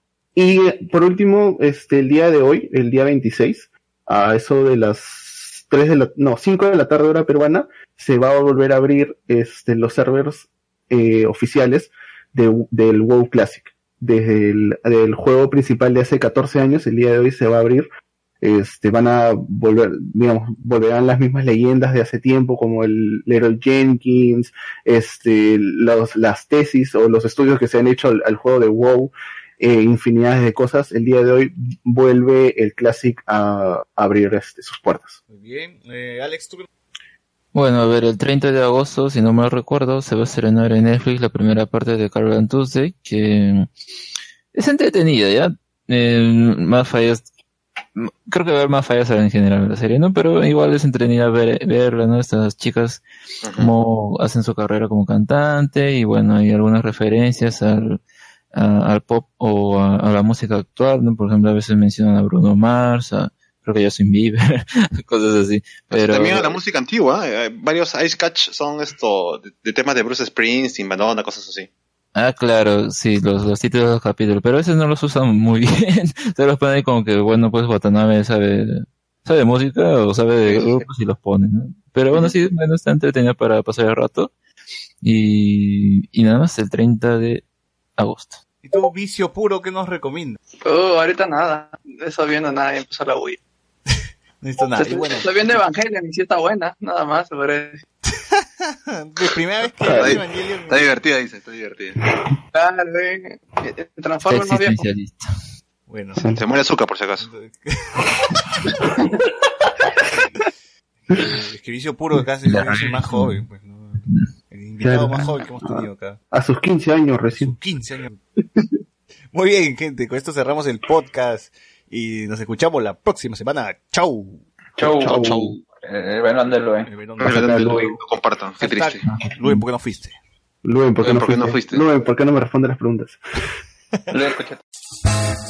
Y por último, este, el día de hoy, el día veintiséis, a eso de las tres de la, no, cinco de la tarde hora peruana, se va a volver a abrir, este, los servers, eh, oficiales de, del WoW Classic. Desde el del juego principal de hace catorce años, el día de hoy se va a abrir. Este, van a volver, digamos, volverán las mismas leyendas de hace tiempo, como el Leroy Jenkins, este, los, las tesis o los estudios que se han hecho al, al juego de WoW, eh, infinidades de cosas. El día de hoy vuelve el Classic a, a abrir este, sus puertas. Muy bien. Eh, Alex, tú. Bueno, a ver, el treinta de agosto, si no me recuerdo, se va a estrenar en Netflix la primera parte de Carol and Tuesday, que es entretenida, ¿ya? Eh, más fallas, creo que va a haber más fallas en general en la serie, ¿no? Pero igual es entretenida ver, verla, ¿no? Estas chicas como hacen su carrera como cantante y bueno, hay algunas referencias al, a- al pop o a, a la música actual, ¿no? Por ejemplo, a veces mencionan a Bruno Mars, a creo que Justin Bieber, cosas así. Pero También a la música antigua, ¿eh? Varios Ice Catch son esto, de, de temas de Bruce Springsteen, Madonna, cosas así. Ah, claro, sí, los, los títulos de los capítulos, pero a veces no los usan muy bien. Se los ponen ahí como que, bueno, pues Watanabe sabe, sabe de música o sabe de grupos y los ponen, ¿no? Pero bueno, sí, bueno, está entretenido para pasar el rato. Y, y nada más el treinta de agosto. ¿Y tú, vicio puro, qué nos recomiendas? Uh, ahorita nada. Eso viendo nada y empezó la Wii. No necesito nada. Y Estoy, bueno, estoy viendo Evangelion y sí está buena, nada más, sobre de primera vez que Está, veo di- Evangelion. está divertida, dice, está divertida. Claro, eh, eh, Transformers no viejo. Existencialista. Bueno, Se muere Azúcar por si acaso. es que vicio puro acá es es el más joven, pues, ¿no? El invitado Claro. más joven que hemos tenido acá. A sus quince años recién. quince años. Muy bien, gente, con esto cerramos el podcast y nos escuchamos la próxima semana. Chau. Chau, Chau, chau. chau. Eh, ven, ándelo, eh. El verón No, de- no, no, no, compartan, qué triste. Luen, ¿por qué no fuiste? Luen, ¿por qué Luen, no ¿por qué fuiste? no fuiste? Luen, ¿por qué no me responde las preguntas? Lo escuché.